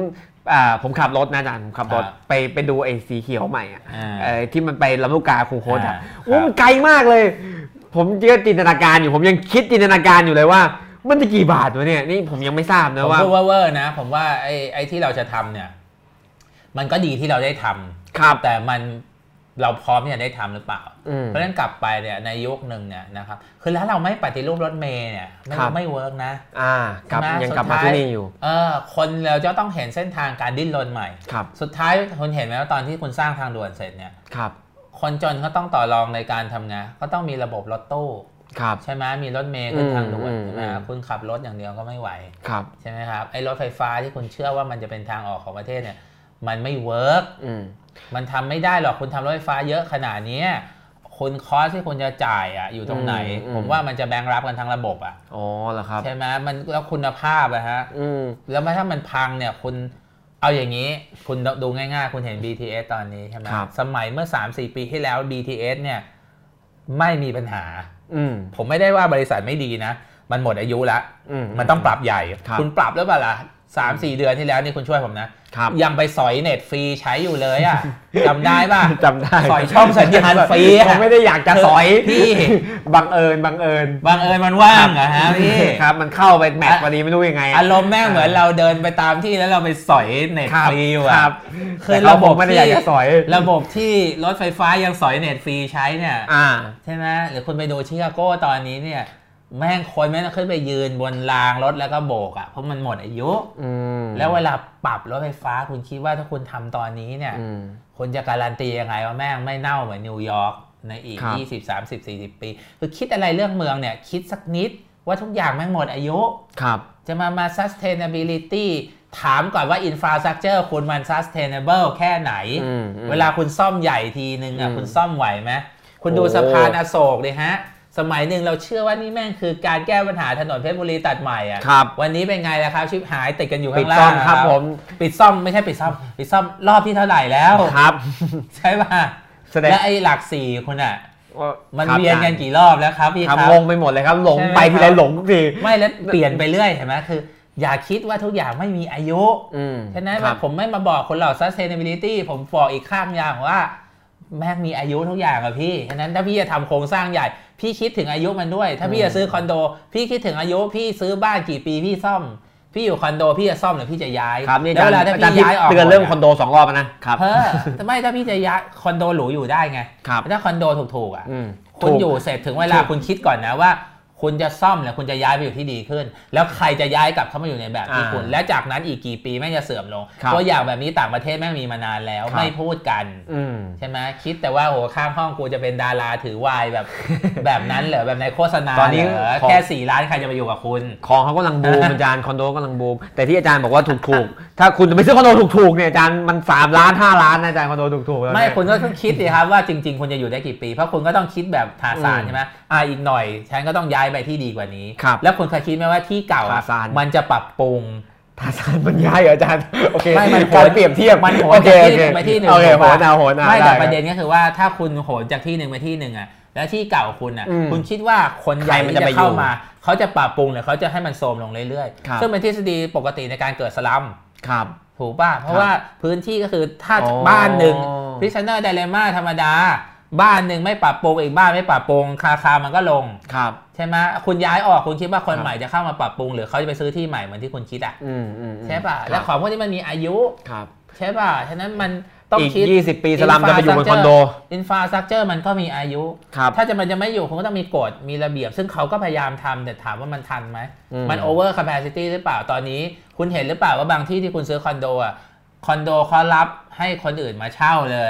อ่าผมขับรถนะอาจารย์ผมขับรถไปไปดูไอ้สีเขียวใหม่อ่ะที่มันไปลำลูกกาคูโคตอ่ะโอ้มันไกลมากเลยผมก็จินตนาการอยู่ผมยังคิดจินตนาการอยู่เลยว่ามันจะกี่บาทวะเนี่ยนี่ผมยังไม่ทราบนะว่าผมว่าเวอร์นะผมว่าไอ้ไอ้ที่เราจะทำเนี่ยมันก็ดีที่เราได้ทำครับแต่มันเราพร้อมที่จะได้ทำหรือเปล่าเพราะฉะนั้นกลับไปเนี่ยในยุคหนึ่งเนี่ยนะครับคือแล้วเราไม่ปฏิรูปรถเมล์เนี่ยไม่ไม่เวิร์กนะอ่ากลับยังกลับมาที่นี่อยู่เออคนเราจะต้องเห็นเส้นทางการดิ้นรนใหม่สุดท้ายคุณเห็นไหมว่าตอนที่คุณสร้างทางด่วนเสร็จเนี่ยครับคนจนก็ต้องต่อรองในการทำงานก็ต้องมีระบบรถตู้ใช่ไหมมีรถเมล์ขึ้นทางด่วนใช่ไหมคุณขับรถอย่างเดียวก็ไม่ไหวใช่ไหมครับไอ้รถไฟฟ้าที่คุณเชื่อว่ามันจะเป็นทางออกของประเทศเนี่ยมันไม่เวิร์กมันทำไม่ได้หรอกคุณทำรถไฟฟ้าเยอะขนาดนี้คุณคอสที่คุณจะจ่ายอ่ะอยู่ตรงไหนผมว่ามันจะแบงค์รับกันทั้งระบบอ่ะอ๋อเหรอครับใช่ไหมมันแล้วคุณภาพอะฮะแล้วถ้ามันพังเนี่ยคุณเอาอย่างนี้คุณดูง่ายๆคุณเห็น บี ที เอส ตอนนี้ใช่ไหมสมัยเมื่อ สามสี่ ปีที่แล้ว บี ที เอส เนี่ยไม่มีปัญหาผมไม่ได้ว่าบริษัทไม่ดีนะมันหมดอายุแล้วมันต้องปรับใหญ่คุณปรับแล้วเปล่าล่ะสามสี่ เดือนที่แล้วนี่คุณช่วยผมนะยังไปสอยเน็ตฟรีใช้อยู่เลยอ่ะจำได้ป่ะจำได้สอยช่องสัญญาณฟรีผมไม่ได้อยากจะสอยพี่บังเอิญบังเอิญบังเอิญมันว่างอะฮะพี่ครับมันเข้าไปแมทพอดีไม่รู้ยังไงอารมณ์แม่งเหมือนเราเดินไปตามที่แล้วเราไปสอยเน็ตฟรีอยู่อ่ะคือระบบไม่ได้อยากจะสอยระบบที่รถไฟฟ้ายังสอยเน็ตฟรีใช้เนี่ยใช่ไหมหรือคุณไปดูชิคาโก้ตอนนี้เนี่ยแม่งคนแม่งขึ้นไปยืนบนรางรถแล้วก็โบกอ่ะเพราะมันหมดอายุแล้วเวลาปรับรถไฟฟ้าคุณคิดว่าถ้าคุณทำตอนนี้เนี่ยคุณจะการันตียังไงว่าแม่งไม่เน่าเหมือนนิวยอร์กในอีกยี่สิบ สามสิบ สี่สิบปีคือคิดอะไรเรื่องเมืองเนี่ยคิดสักนิดว่าทุกอย่างแม่งหมดอายุครับจะมามา sustainability ถามก่อนว่า infrastructure คุณมัน sustainable แค่ไหนเวลาคุณซ่อมใหญ่ทีนึงอ่ะคุณซ่อมไหวไหมคุณดูสะพานอโศกเลยฮะสมัยหนึ่งเราเชื่อว่านี่แม่งคือการแก้ปัญหาถนนเพชรบุรีตัดใหม่อ่ะวันนี้เป็นไงล่ะครับชิบหายติดกันอยู่ข้างล่างครับผมปิดซ่อมไม่ใช่ปิดซ่อมปิดซ่อมรอบที่เท่าไหร่แล้วครับใช่ป่ะและไอ้หลักสี่คุณอ่ะมันเวียนกันกี่รอบแล้วครับพี่ครับงงไปหมดเลยครับหลงไปทีไรหลงทุกทีไม่แล้วเปลี่ยนไปเรื่อยเห็นไหมคืออย่าคิดว่าทุกอย่างไม่มีอายุฉะนั้นผมไม่มาบอกคนเหล่า sustainability ผมบอกอีกข้างอย่างว่าแม่งมีอายุทุกอย่างอะพี่ฉะนั้นถ้าพี่จะทำโครงสร้างใหญ่พี่คิดถึงอายุมันด้วยถ้าพี่จะซื้อคอนโดพี่คิดถึงอายุพี่ซื้อบ้านกี่ปีพี่ซ่อมพี่อยู่คอนโดพี่จะซ่อมหรือพี่จะย้ายครับนี่เวลาถ้าพี่ย้ายออกเตือนเรื่องคอนโดสองรอบนะครับเออแต่ไม่ถ้าพี่จะย้ายคอนโดหรูอยู่ได้ไงถ้าคอนโดถูกๆอ่ะคุณอยู่เสร็จถึงเวลาคุณคิดก่อนนะว่าคุณจะซ่อมหรือคุณจะย้ายไปอยู่ที่ดีขึ้นแล้วใครจะย้ายกลับเข้ามาอยู่ในแบบที่คุณและจากนั้นอีกกี่ปีแม่งจะเสื่อมลงตัวอย่างแบบนี้ต่างประเทศแม่งมีมานานแล้วไม่พูดกันใช่ไหมคิดแต่ว่าโหข้างห้องกูจะเป็นดาราถือวายแบบแบบนั้นเหรอแบบในโฆษณาตอนนี้แค่สี่ล้านใครจะมาอยู่กับคุณของเขากำลังบูมอาจารย์คอนโดกำลังบูมแต่ที่อาจารย์บอกว่าถูกๆถ้าคุณจะไปซื้อคอนโดถูกๆเนี่ยอาจารย์มันสามล้านห้าล้านอาจารย์คอนโดถูกๆไม่คุณก็ต้องคิดดิครับว่าจริงๆคุณจะอยู่ได้กี่ปีเพราะคุณก็ต้องคิดแบบทาสานใช่ไหมอ่าอีกหน่อยฉันก็ต้องย้ายไปที่ดีกว่านี้แล้วคุณเคยคิดไหมว่าที่เก่ามันจะปรับปรุงทาซานมันย้ายเหรออาจารย์โอเคไม่มันการเปรียบเทียบมันโหนจากที่หนึ่งไปที่หนึ่งโอเคโหนเอาโหนเอาไม่แต่ประเด็นก็คือว่าถ้าคุณโหนจากที่หนึ่งไปที่หนึ่งอ่ะแล้วที่เก่าคุณอ่ะคุณคิดว่าคนใหญ่มันจะเข้ามาเขาจะปรับปรุงหรือเขาจะให้มันโทรมลงเรื่อยๆซึ่งเป็นทฤษฎีปกติในการเกิดสลัมครับถูกป่ะเพราะว่าพื้นที่ก็คือถ้าบ้านหนึ่งพิชเนอร์ไดเลม่าธรรมดาบ้านหนึ่งไม่ปรับปรุงอีกบ้านไม่ปรับปรุงราคามันก็ลงครับใช่ไหมคุณย้ายออกคุณคิดว่าคนใหม่จะเข้ามาปรับปรุงหรือเขาจะไปซื้อที่ใหม่เหมือนที่คุณคิดอ่ะใช่ป่ะและของพวกนี้มันมีอายุใช่ป่ะฉะนั้นมันต้องคิดยี่สิบปีสลัมจะไปอยู่บนคอนโดอินฟราสตรัคเจอร์มันก็มีอายุถ้าจะมันจะไม่อยู่คุณก็ต้องมีกฎมีระเบียบซึ่งเขาก็พยายามทำแต่ถามว่ามันทันไหมมันโอเวอร์แคปซิตี้หรือเปล่าตอนนี้คุณเห็นหรือเปล่าว่าบางที่ที่คุณซื้อคอนโดอ่ะคอนโดเขารับให้คนอื่นมาเช่าเลย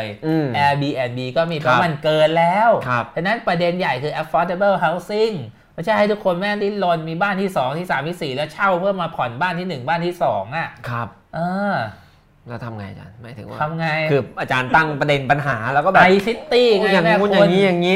Airbnb ก็มีเพราะมันเกินแล้วฉะนั้นประเด็นใหญ่คือ affordable housing ไม่ใช่ให้ทุกคนแม่งดิ้นรนมีบ้านที่สองที่สามที่สี่แล้วเช่าเพื่อมาผ่อนบ้านที่หนึ่งบ้านที่สองอ่ะครับเออแล้วทำไงอาจารย์หมายถึงว่าทำไงคืออาจารย์ตั้งประเด็นปัญหาแล้วก็แบบไอซิตี้ไงอย่างงู้นอย่างนี้อย่างนี้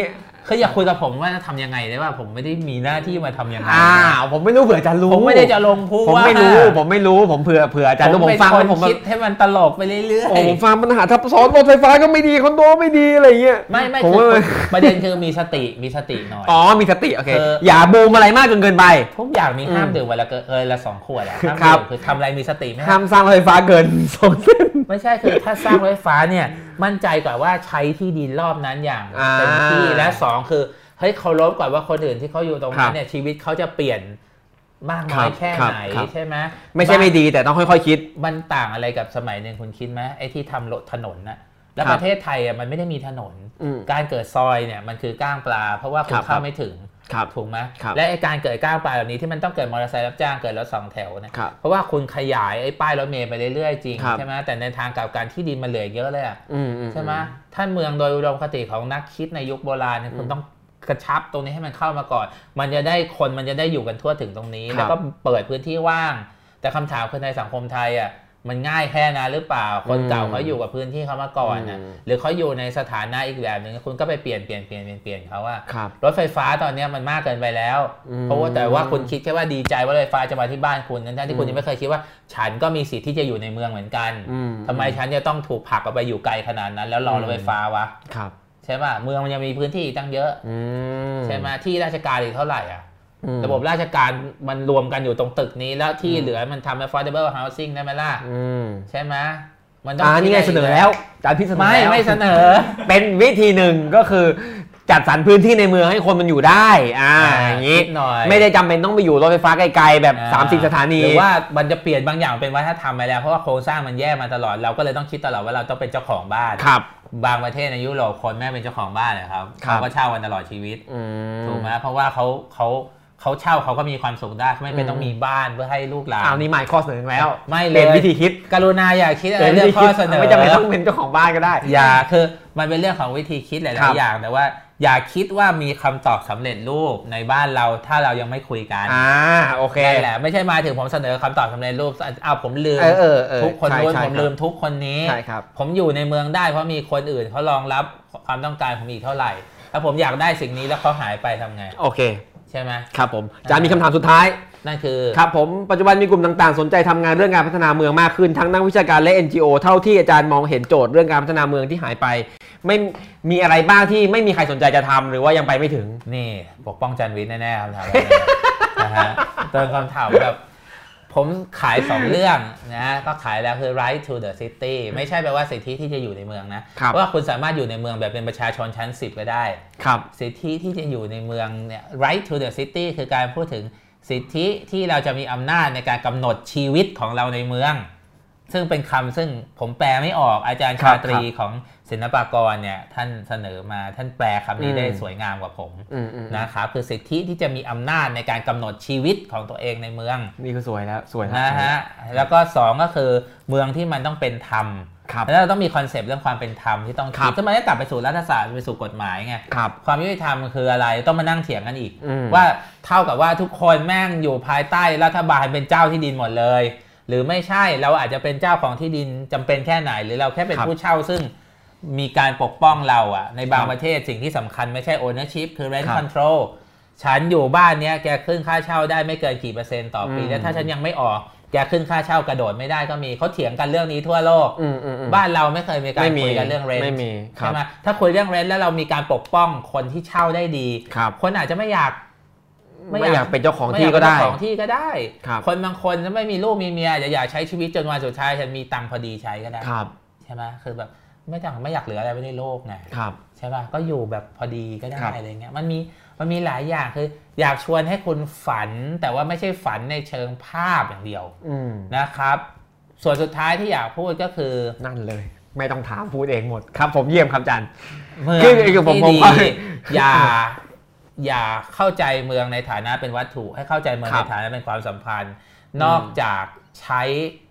คืออยากคุยกับผมว่าจะทำยังไงได้ว่าผมไม่ได้มีหน้าที่มาทำยังไงอ่าผมไม่รู้เผื่ออาจารย์รู้ผมไม่ได้จะลงพูดผมไม่รู้ผมไม่รู้ผมเผื่อเผื่ออาจารย์รู้ผมฟังแล้วผมคิดให้มันตลกไปเรื่อยๆผมฟังปัญหาทับซ้อนรถไฟฟ้าก็ไม่ดีคอนโดไม่ดีอะไรเงี้ยไม่ไม่คือประเด็นคือมีสติมีสติหน่อยอ๋อมีสติโอเคอย่าบูมอะไรมากจนเกินไปทุกอย่างมีห้ามดื่มวันละเกินละสองขวดห้ามดื่มคือทำอะไรมีสติไหมห้ามสร้างรถไฟฟ้าเกินสองเส้นไม่ใช่คือถ้าสร้างรถไฟฟ้าเนี่ยมั่นใจกว่าว่าใช้ที่ดินรอบนั้นอย่างเต็มที่และสองคือเฮ้ยเคารพก่อนว่าคนอื่นที่เขาอยู่ตรงนั้นเนี่ยชีวิตเขาจะเปลี่ยนมากน้อยแค่ไหนใช่ไหมไม่ใช่ไม่ดีแต่ต้องค่อยๆคิดมันต่างอะไรกับสมัยหนึ่งคุณคิดไหมไอ้ที่ทำรถถนนน่ะแล้วประเทศไทยอ่ะมันไม่ได้มีถนนการเกิดซอยเนี่ยมันคือก้างปลาเพราะว่าคุณเข้าไม่ถึงถูกไหมและไอ้การเกิดก้างปลาแบบนี้ที่มันต้องเกิดมอเตอร์ไซค์รับจ้างเกิดรถสองแถวนะเพราะว่าคุณขยายไอ้ป้ายรถเมล์ไปเรื่อยๆจริงใช่ไหมแต่ในทางกลับกันที่ดินมันเหลือเยอะเลยอ่ะใช่ไหมท่านเมืองโดยอุดมคติของนักคิดในยุคโบราณคุณต้องกระชับตรงนี้ให้มันเข้ามาก่อนมันจะได้คนมันจะได้อยู่กันทั่วถึงตรงนี้แล้วก็เปิดพื้นที่ว่างแต่คำถามคือในสังคมไทยอ่ะมันง่ายแค่นั้นหรือเปล่าคนเก่าเขาอยู่กับพื้นที่เขามาก่อนนะหรือเขาอยู่ในสถานะอีกแบบหนึ่งคุณก็ไปเปลี่ยนเปลี่ยนเปลี่ยนเปลี่ยนเปลี่ยนเขาว่ารถไฟฟ้าตอนนี้มันมากเกินไปแล้วเพราะว่าแต่ว่าคุณคิดแค่ว่าดีใจว่ารถไฟฟ้าจะมาที่บ้านคุณนั้นที่คุณยังไม่เคยคิดว่าฉันก็มีสิทธิ์ที่จะอยู่ในเมืองเหมือนกันทำไมฉันจะต้องถูกผลักออกไปอยู่ไกลขนาดนั้นแล้วรอรถไฟฟ้าวะใช่ป่ะเมืองมันยังมีพื้นที่ตั้งเยอะใช่ไหมที่ราชการอีกเท่าไหร่อ่ะระบบราชการมันรวมกันอยู่ตรงตึกนี้แล้วที่เหลือมันทำ affordable housing ได้ไหมล่ะใช่ไหมมันต้องนี่ไงเสนอแล้วอาจารย์พิษเสนอไม่ไม่เสนอเป็นวิธีหนึ่งก็คือจัดสรรพื้นที่ในเมืองให้คนมันอยู่ได้อ่าอย่างนี้ไม่ได้จำเป็นต้องไปอยู่รถไฟฟ้าไกลๆแบบสามสิบสถานีหรือว่ามันจะเปลี่ยนบางอย่างเป็นวัฒนธรรมไปแล้วเพราะว่าโครงสร้างมันแย่มาตลอดเราก็เลยต้องคิดตลอดว่าเราต้องเป็นเจ้าของบ้านบางประเทศในยุโรปคนแม่เป็นเจ้าของบ้านเลยครับเขาก็เช่ากันตลอดชีวิตถูกไหมเพราะว่าเขาเขาเขาเช่าเขาก็มีความสุขได้ไม่เป็นต้องมีบ้านเพื่อให้ลูกหลานอ้าวนี่หมายข้อเสนอแล้วไม่เลยวิธีคิดกรุณาอย่าคิดอะไรเรื่องข้อเสนอไม่จำเป็นต้องเป็นเจ้าของบ้านก็ได้อย่าคือมันเป็นเรื่องของวิธีคิดหลายๆอย่างแต่ว่าอย่าคิดว่ามีคำตอบสำเร็จรูปในบ้านเราถ้าเรายังไม่คุยกันอ่าโอเคนั่นแหละไม่ใช่มาถึงผมเสนอคำตอบสำเร็จรูปอ้าวผมลืมทุกคนนู้นผมลืมทุกคนนี้ผมอยู่ในเมืองได้เพราะมีคนอื่นเขารองรับความต้องการผมอีกเท่าไหร่ถ้าผมอยากได้สิ่งนี้แล้วเขาหายไปทำไงโอเคใช่ไหมครับผมอาจารย์มีคำถามสุดท้ายนั่นคือครับผมปัจจุบันมีกลุ่มต่างๆสนใจทำงานเรื่องการพัฒนาเมืองมากขึ้นทั้งนักวิชาการและ เอ็น จี โอ เท่าที่อาจารย์มองเห็นโจทย์เรื่องการพัฒนาเมืองที่หายไปไม่มีอะไรบ้างที่ไม่มีใครสนใจจะทำหรือว่ายังไปไม่ถึงนี่ปกป้องจันวิทย์แน่ๆคำถามนะฮะเติมคำถามแบบผมขายสองเรื่องนะก็ขายแล้วคือ right to the city ไม่ใช่แปลว่าสิทธิที่จะอยู่ในเมืองนะเพราะว่าคุณสามารถอยู่ในเมืองแบบเป็นประชาชนชั้นสิบก็ได้สิทธิที่จะอยู่ในเมืองเนี่ย right to the city คือการพูดถึงสิทธิที่เราจะมีอำนาจในการกำหนดชีวิตของเราในเมืองซึ่งเป็นคำซึ่งผมแปลไม่ออกอาจารย์ชาตรีของศิลปากรเนี่ยท่านเสนอมาท่านแปลคำนี้ได้สวยงามกว่าผมนะครับคือสิทธิที่จะมีอำนาจในการกำหนดชีวิตของตัวเองในเมืองนี่คือสวยแล้วสวยนะฮะแล้วก็สองก็คือเมืองที่มันต้องเป็นธรรมแล้วเราต้องมีคอนเซปต์เรื่องความเป็นธรรมที่ต้องคิดจะมาได้กลับไปสู่รัฐศาสตร์ไปสู่กฎหมายไงความยุติธรรมคืออะไรต้องมานั่งเถียงกันอีกว่าเท่ากับว่าทุกคนแม่งอยู่ภายใต้รัฐบาลเป็นเจ้าที่ดินหมดเลยหรือไม่ใช่เราอาจจะเป็นเจ้าของที่ดินจำเป็นแค่ไหนหรือเราแค่เป็นผู้เช่าซึ่งมีการปกป้องเราอ่ะในบางประเทศสิ่งที่สำคัญไม่ใช่ ownership คือ rent control ฉันอยู่บ้านเนี้ยแกขึ้นค่าเช่าได้ไม่เกินกี่เปอร์เซ็นต์ต่อปีแล้วถ้าฉันยังไม่ออกแกขึ้นค่าเช่ากระโดดไม่ได้ก็มีเขาเถียงกันเรื่องนี้ทั่วโลกบ้านเราไม่เคยมีการคุยกันเรื่อง rent ใช่ไหมถ้าคุยเรื่อง rent แล้วเรามีการปกป้องคนที่เช่าได้ดีคนอาจจะไม่อยากไม่อยากเป็นเจ้าของที่ก็ได้เจ้าของที่ก็ได้คนบางคนจะไม่มีลูกมีเมียอยากใช้ชีวิตจนวันสุดท้ายฉันมีตังค์พอดีใช้ก็ได้ใช่ไหมคือแบบไม่อยากไม่อยากเหลืออะไรไว้ในโลกไงใช่ป่ะก็อยู่แบบพอดีก็ได้อะไรเงี้ยมันมีมันมีหลายอย่างคืออยากชวนให้คุณฝันแต่ว่าไม่ใช่ฝันในเชิงภาพอย่างเดียวนะครับส่วนสุดท้ายที่อยากพูดก็คือนั่นเลยไม่ต้องถามพูดเองหมดครับผมเยี่ยมครับอาจารย์เมืองที่ดีอย่าอย่าเข้าใจเมืองในฐานะเป็นวัตถุให้เข้าใจเมืองในฐานะเป็นความสัมพันธ์นอกจากใช้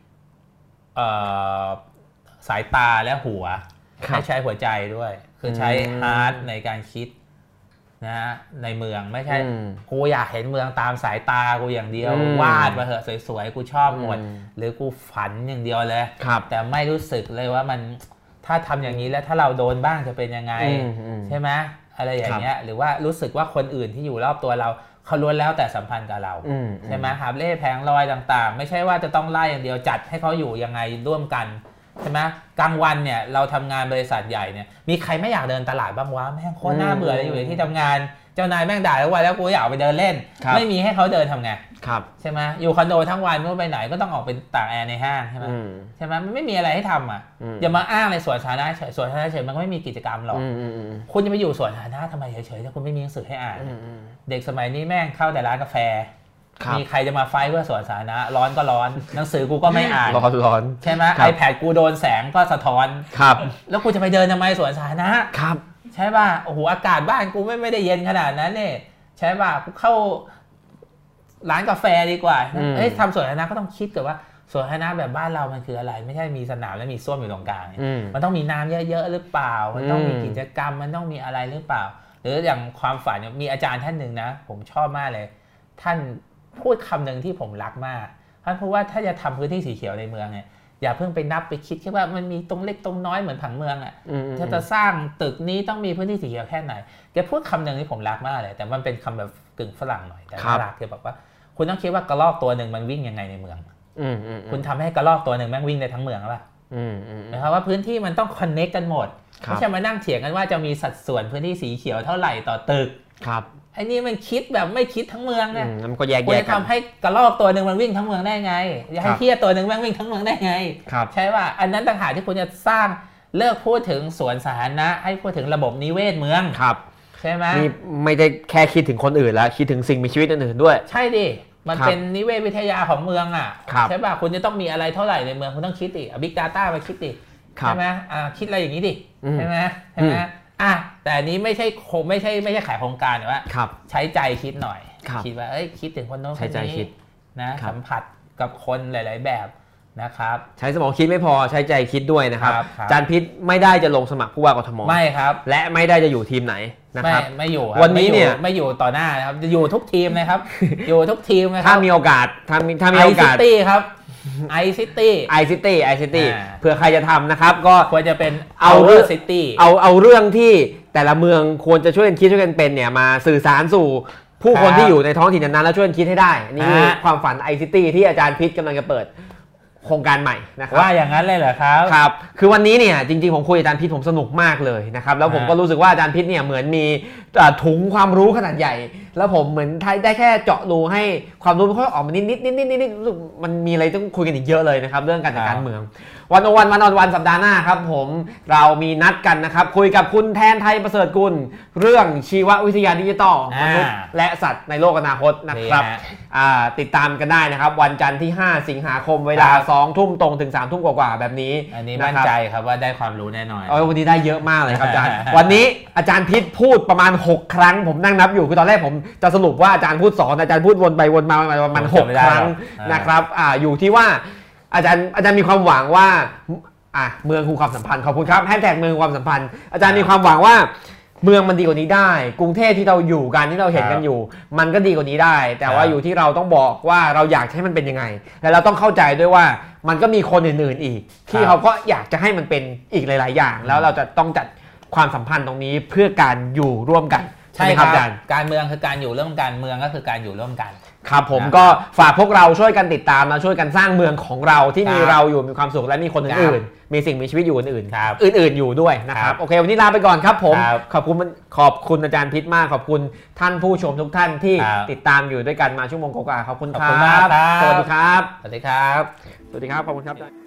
สายตาและหัวให้ใช้หัวใจด้วยคือใช้ฮาร์ทในการคิดนะในเมืองไม่ใช่กูอยากเห็นเมืองตามสายตากูอย่างเดียววาดมาเหอะสวยๆกูชอบหมดหรือกูฝันอย่างเดียวเลยแต่ไม่รู้สึกเลยว่ามันถ้าทำอย่างนี้แล้วถ้าเราโดนบ้างจะเป็นยังไงใช่ไหมอะไรอย่างเงี้ยหรือว่ารู้สึกว่าคนอื่นที่อยู่รอบตัวเราเขาล้วนแล้วแต่สัมพันธ์กับเราใช่ไหมหาบเล่แผงลอยต่างๆไม่ใช่ว่าจะต้องไล่อย่างเดียวจัดให้เขาอยู่ยังไงร่วมกันใช่ไหมกลางวันเนี่ยเราทำงานบริษัทใหญ่เนี่ยมีใครไม่อยากเดินตลาดบ้างวะแม่งโคตรน่าเบื่อเลยอยู่ในที่ทำงานเจ้านายแม่งด่าทุกวันแล้วกูอยากไปเดินเล่นไม่มีให้เขาเดินทำไงใช่ไหมอยู่คอนโดทั้งวันไม่ไปไหนก็ต้องออกเป็นตากแอร์ในห้างใช่ไหมใช่ไหมมันไม่มีอะไรให้ทำอ่ะอย่ามาอ้างในสวนสาธารณะเฉยสวนสาธารณะเฉยมันก็ไม่มีกิจกรรมหรอกคุณจะไปอยู่สวนสาธารณะทำไมเฉยๆถ้าคุณไม่มีหนังสือให้อ่านเด็กสมัยนี้แม่งเข้าแต่ร้านกาแฟมีใครจะมาไฟเพื่อสวนสาธารณะร้อนก็ร้อนหนังสือกูก็ไม่อ่านร้อนร้อนใช่ไหม iPad กูโดนแสงก็สะท้อนครับแล้วกูจะไปเดินทำไมสวนสาธารณะครับใช่ป่ะโอ้โหอากาศบ้านกูไม่ไม่ได้เย็นขนาดนั้นเนี่ยใช่ป่ะกูเข้าร้านกาแฟดีกว่าเอ้ยทำสวนสาธารณะก็ต้องคิดกับว่าสวนสาธารณะแบบบ้านเรามันคืออะไรไม่ใช่มีสนามแล้วมีส้วมอยู่ตรงกลางมันต้องมีน้ำเยอะๆหรือเปล่ามันต้องมีกิจกรรมมันต้องมีอะไรหรือเปล่าหรืออย่างความฝันมีอาจารย์ท่านหนึ่งนะผมชอบมากเลยท่านพูดคำหนึ่งที่ผมรักมากท่านพูดว่าถ้าจะทำพื้นที่สีเขียวในเมืองเนี่ยอย่าเพิ่งไปนับไปคิดแค่ว่ามันมีตรงเล็กตรงน้อยเหมือนผังเมืองอ่ะถ้าจะสร้างตึกนี้ต้องมีพื้นที่สีเขียวแค่ไหนแกพูดคำหนึ่งที่ผมรักมากเลยแต่มันเป็นคำแบบกึ่งฝรั่งหน่อยแต่น่ารักแกบอกว่าคุณต้องคิดว่ากระรอกตัวหนึ่งมันวิ่งยังไงในเมืองคุณทำให้กระรอกตัวหนึ่งแม่งวิ่งในทั้งเมืองหรือเปล่านะครับว่าพื้นที่มันต้องคอนเนคกันหมดไม่ใช่มานั่งเถียงกันว่าจะมีสัดส่วนพื้นที่สีเขียวเท่าไหร่ต่อตึกครับไอ้นี่มันคิดแบบไม่คิดทั้งเมืองเนี่ยมันก็แยกแยกกันทำให้กระรอกตัวหนึ่งมันวิ่งทั้งเมืองได้ไงจะให้เทียตัวหนึ่งแม่งวิ่งทั้งเมืองได้ไงใช่ว่าอันนั้นต่างหากที่คุณจะสร้างเลิกพูดถึงสวนสาธารณะให้พูดถึงระบบนิเวศเมืองครับใช่ไหมนี่ไม่ได้แค่คิดถึงคนอื่นแล้วคิดถึงสิ่งมีชีวิตอื่นๆด้วยใช่ดิมันเป็นนิเวศวิทยาของเมืองอ่ะใช่ป่ะคุณจะต้องมีอะไรเท่าไหร่ในเมืองคุณต้องคิดดิบิ๊กดาต้ามาคิดดิใช่ไหมอ่าคิดอะไรอย่างนี้ดิใช่ไหมใช่ไหมอ่ะแต่อันนี้ไม่ใช่คงไม่ใช่ไม่ใช่ขายโครงการแต่ว่าใช้ใจคิดหน่อยคิดว่าเอ้ยคิดถึงคนโน้นคนนี้นะสัมผัสกับคนหลายๆแบบนะครับใช้สมองคิดไม่พอใช้ใจคิดด้วยนะครับอาจารย์พิษไม่ได้จะลงสมัครผู้ว่ากทมไม่ครับและไม่ได้จะอยู่ทีมไหนนะครับไม่อยู่วันนี้เนี่ยไม่อยู่ต่อหน้านะครับจะอยู่ทุกทีมนะครับอยู่ทุกทีมนะครับถ้ามีโอกาสถ้ามีถ้ามีโอกาสไอซิตี้ครับไอซิตี้ไอซิตี้ไอซิตี้เผื่อใครจะทำนะครับก็ควรจะเป็นเอาเรื่องซิตี้เอาเอาเรื่องที่แต่ละเมืองควรจะช่วยกันคิดช่วยกันเป็นเนี่ยมาสื่อสารสู่ผู้คนที่อยู่ในท้องถิ่นนั้นๆแล้วช่วยกันคิดให้ได้นี่คือความฝันไอซิตี้ที่อาจารย์พิษกำลังจะเปิดโครงการใหม่นะครับว่าอย่างนั้นเลยเหรอครับครับคือวันนี้เนี่ยจริงๆผมคุยอาจารย์พิษผมสนุกมากเลยนะครับแล้วผมก็รู้สึกว่าอาจารย์พิษเนี่ยเหมือนมีถุงความรู้ขนาดใหญ่แล้วผมเหมือนได้แค่เจาะรูให้ความรู้เขาออกมานิดนิดนิดนิดนิดรู้สึกมันมีอะไรต้องคุยกันอีกเยอะเลยนะครับเรื่องการจัดการเมืองวันวันวันวันวันสัปดาห์หน้าครับผมเรามีนัดกันนะครับคุยกับคุณแทนไทยประเสริฐกุลเรื่องชีววิทยาดิจิตอลมนุษย์และสัตว์ในโลกอนาคตนะครับติดตามกันได้นะครับวันจันทร์ที่ห้าสิงหาคมเวลาสองทุ่มตรงถึงสามทุ่มกว่าๆแบบนี้อันนี้มั่นใจครับว่าได้ความรู้แน่นอนวันนี้ได้เยอะมากเลยครับอาจารย์วันนี้อาจารย์พิษพูดประมาณหกครั้งผมนั่งนับอยู่คือตอนแรกผมจะสรุปว่าอาจารย์พูดสอนอาจารย์พูดวนไปวนมาประมาณหกครั้งนะครับอ่าอยู่ที่ว่าอาจารย์อาจารย์มีความหวังว่าอ่ะเมืองคู่ความสัมพันธ์ขอบคุณครับแฮชแท็กเมืองความสัมพันธ์อาจารย์มีความหวังว่าเมืองมันดีกว่านี้ได้กรุงเทพที่เราอยู่กันที่เราเห็นกันอยู่มันก็ดีกว่านี้ได้แต่ว่าอยู่ที่เราต้องบอกว่าเราอยากให้มันเป็นยังไงและเราต้องเข้าใจด้วยว่ามันก็มีคนอื่นๆอีกที่เขาก็อยากจะให้มันเป็นอีกหลายๆอย่างแล้วเราจะต้องจัดความสัมพันธ์ตรงนี้เพื่อการอยู่ร่วมกันใช่ครับการเมืองคือการอยู่ร่วมกันเมืองก็คือการอยู่ร่วมกันครับผมก็ฝากพวกเราช่วยกันติดตามและช่วยกันสร้างเมืองของเราที่มีเราอยู่มีความสุขและมีคนอื่นๆมีสิ่งมีชีวิตอยู่อื่นๆอื่นๆอยู่ด้วยนะครับโอเควันนี้ลาไปก่อนครับผมขอบคุณขอบคุณอาจารย์พิษมากขอบคุณท่านผู้ชมทุกท่านที่ติดตามอยู่ด้วยกันมาชั่วโมงกว่าๆขอบคุณครับสวัสดีครับสวัสดีครับสวัสดีครับขอบคุณครับ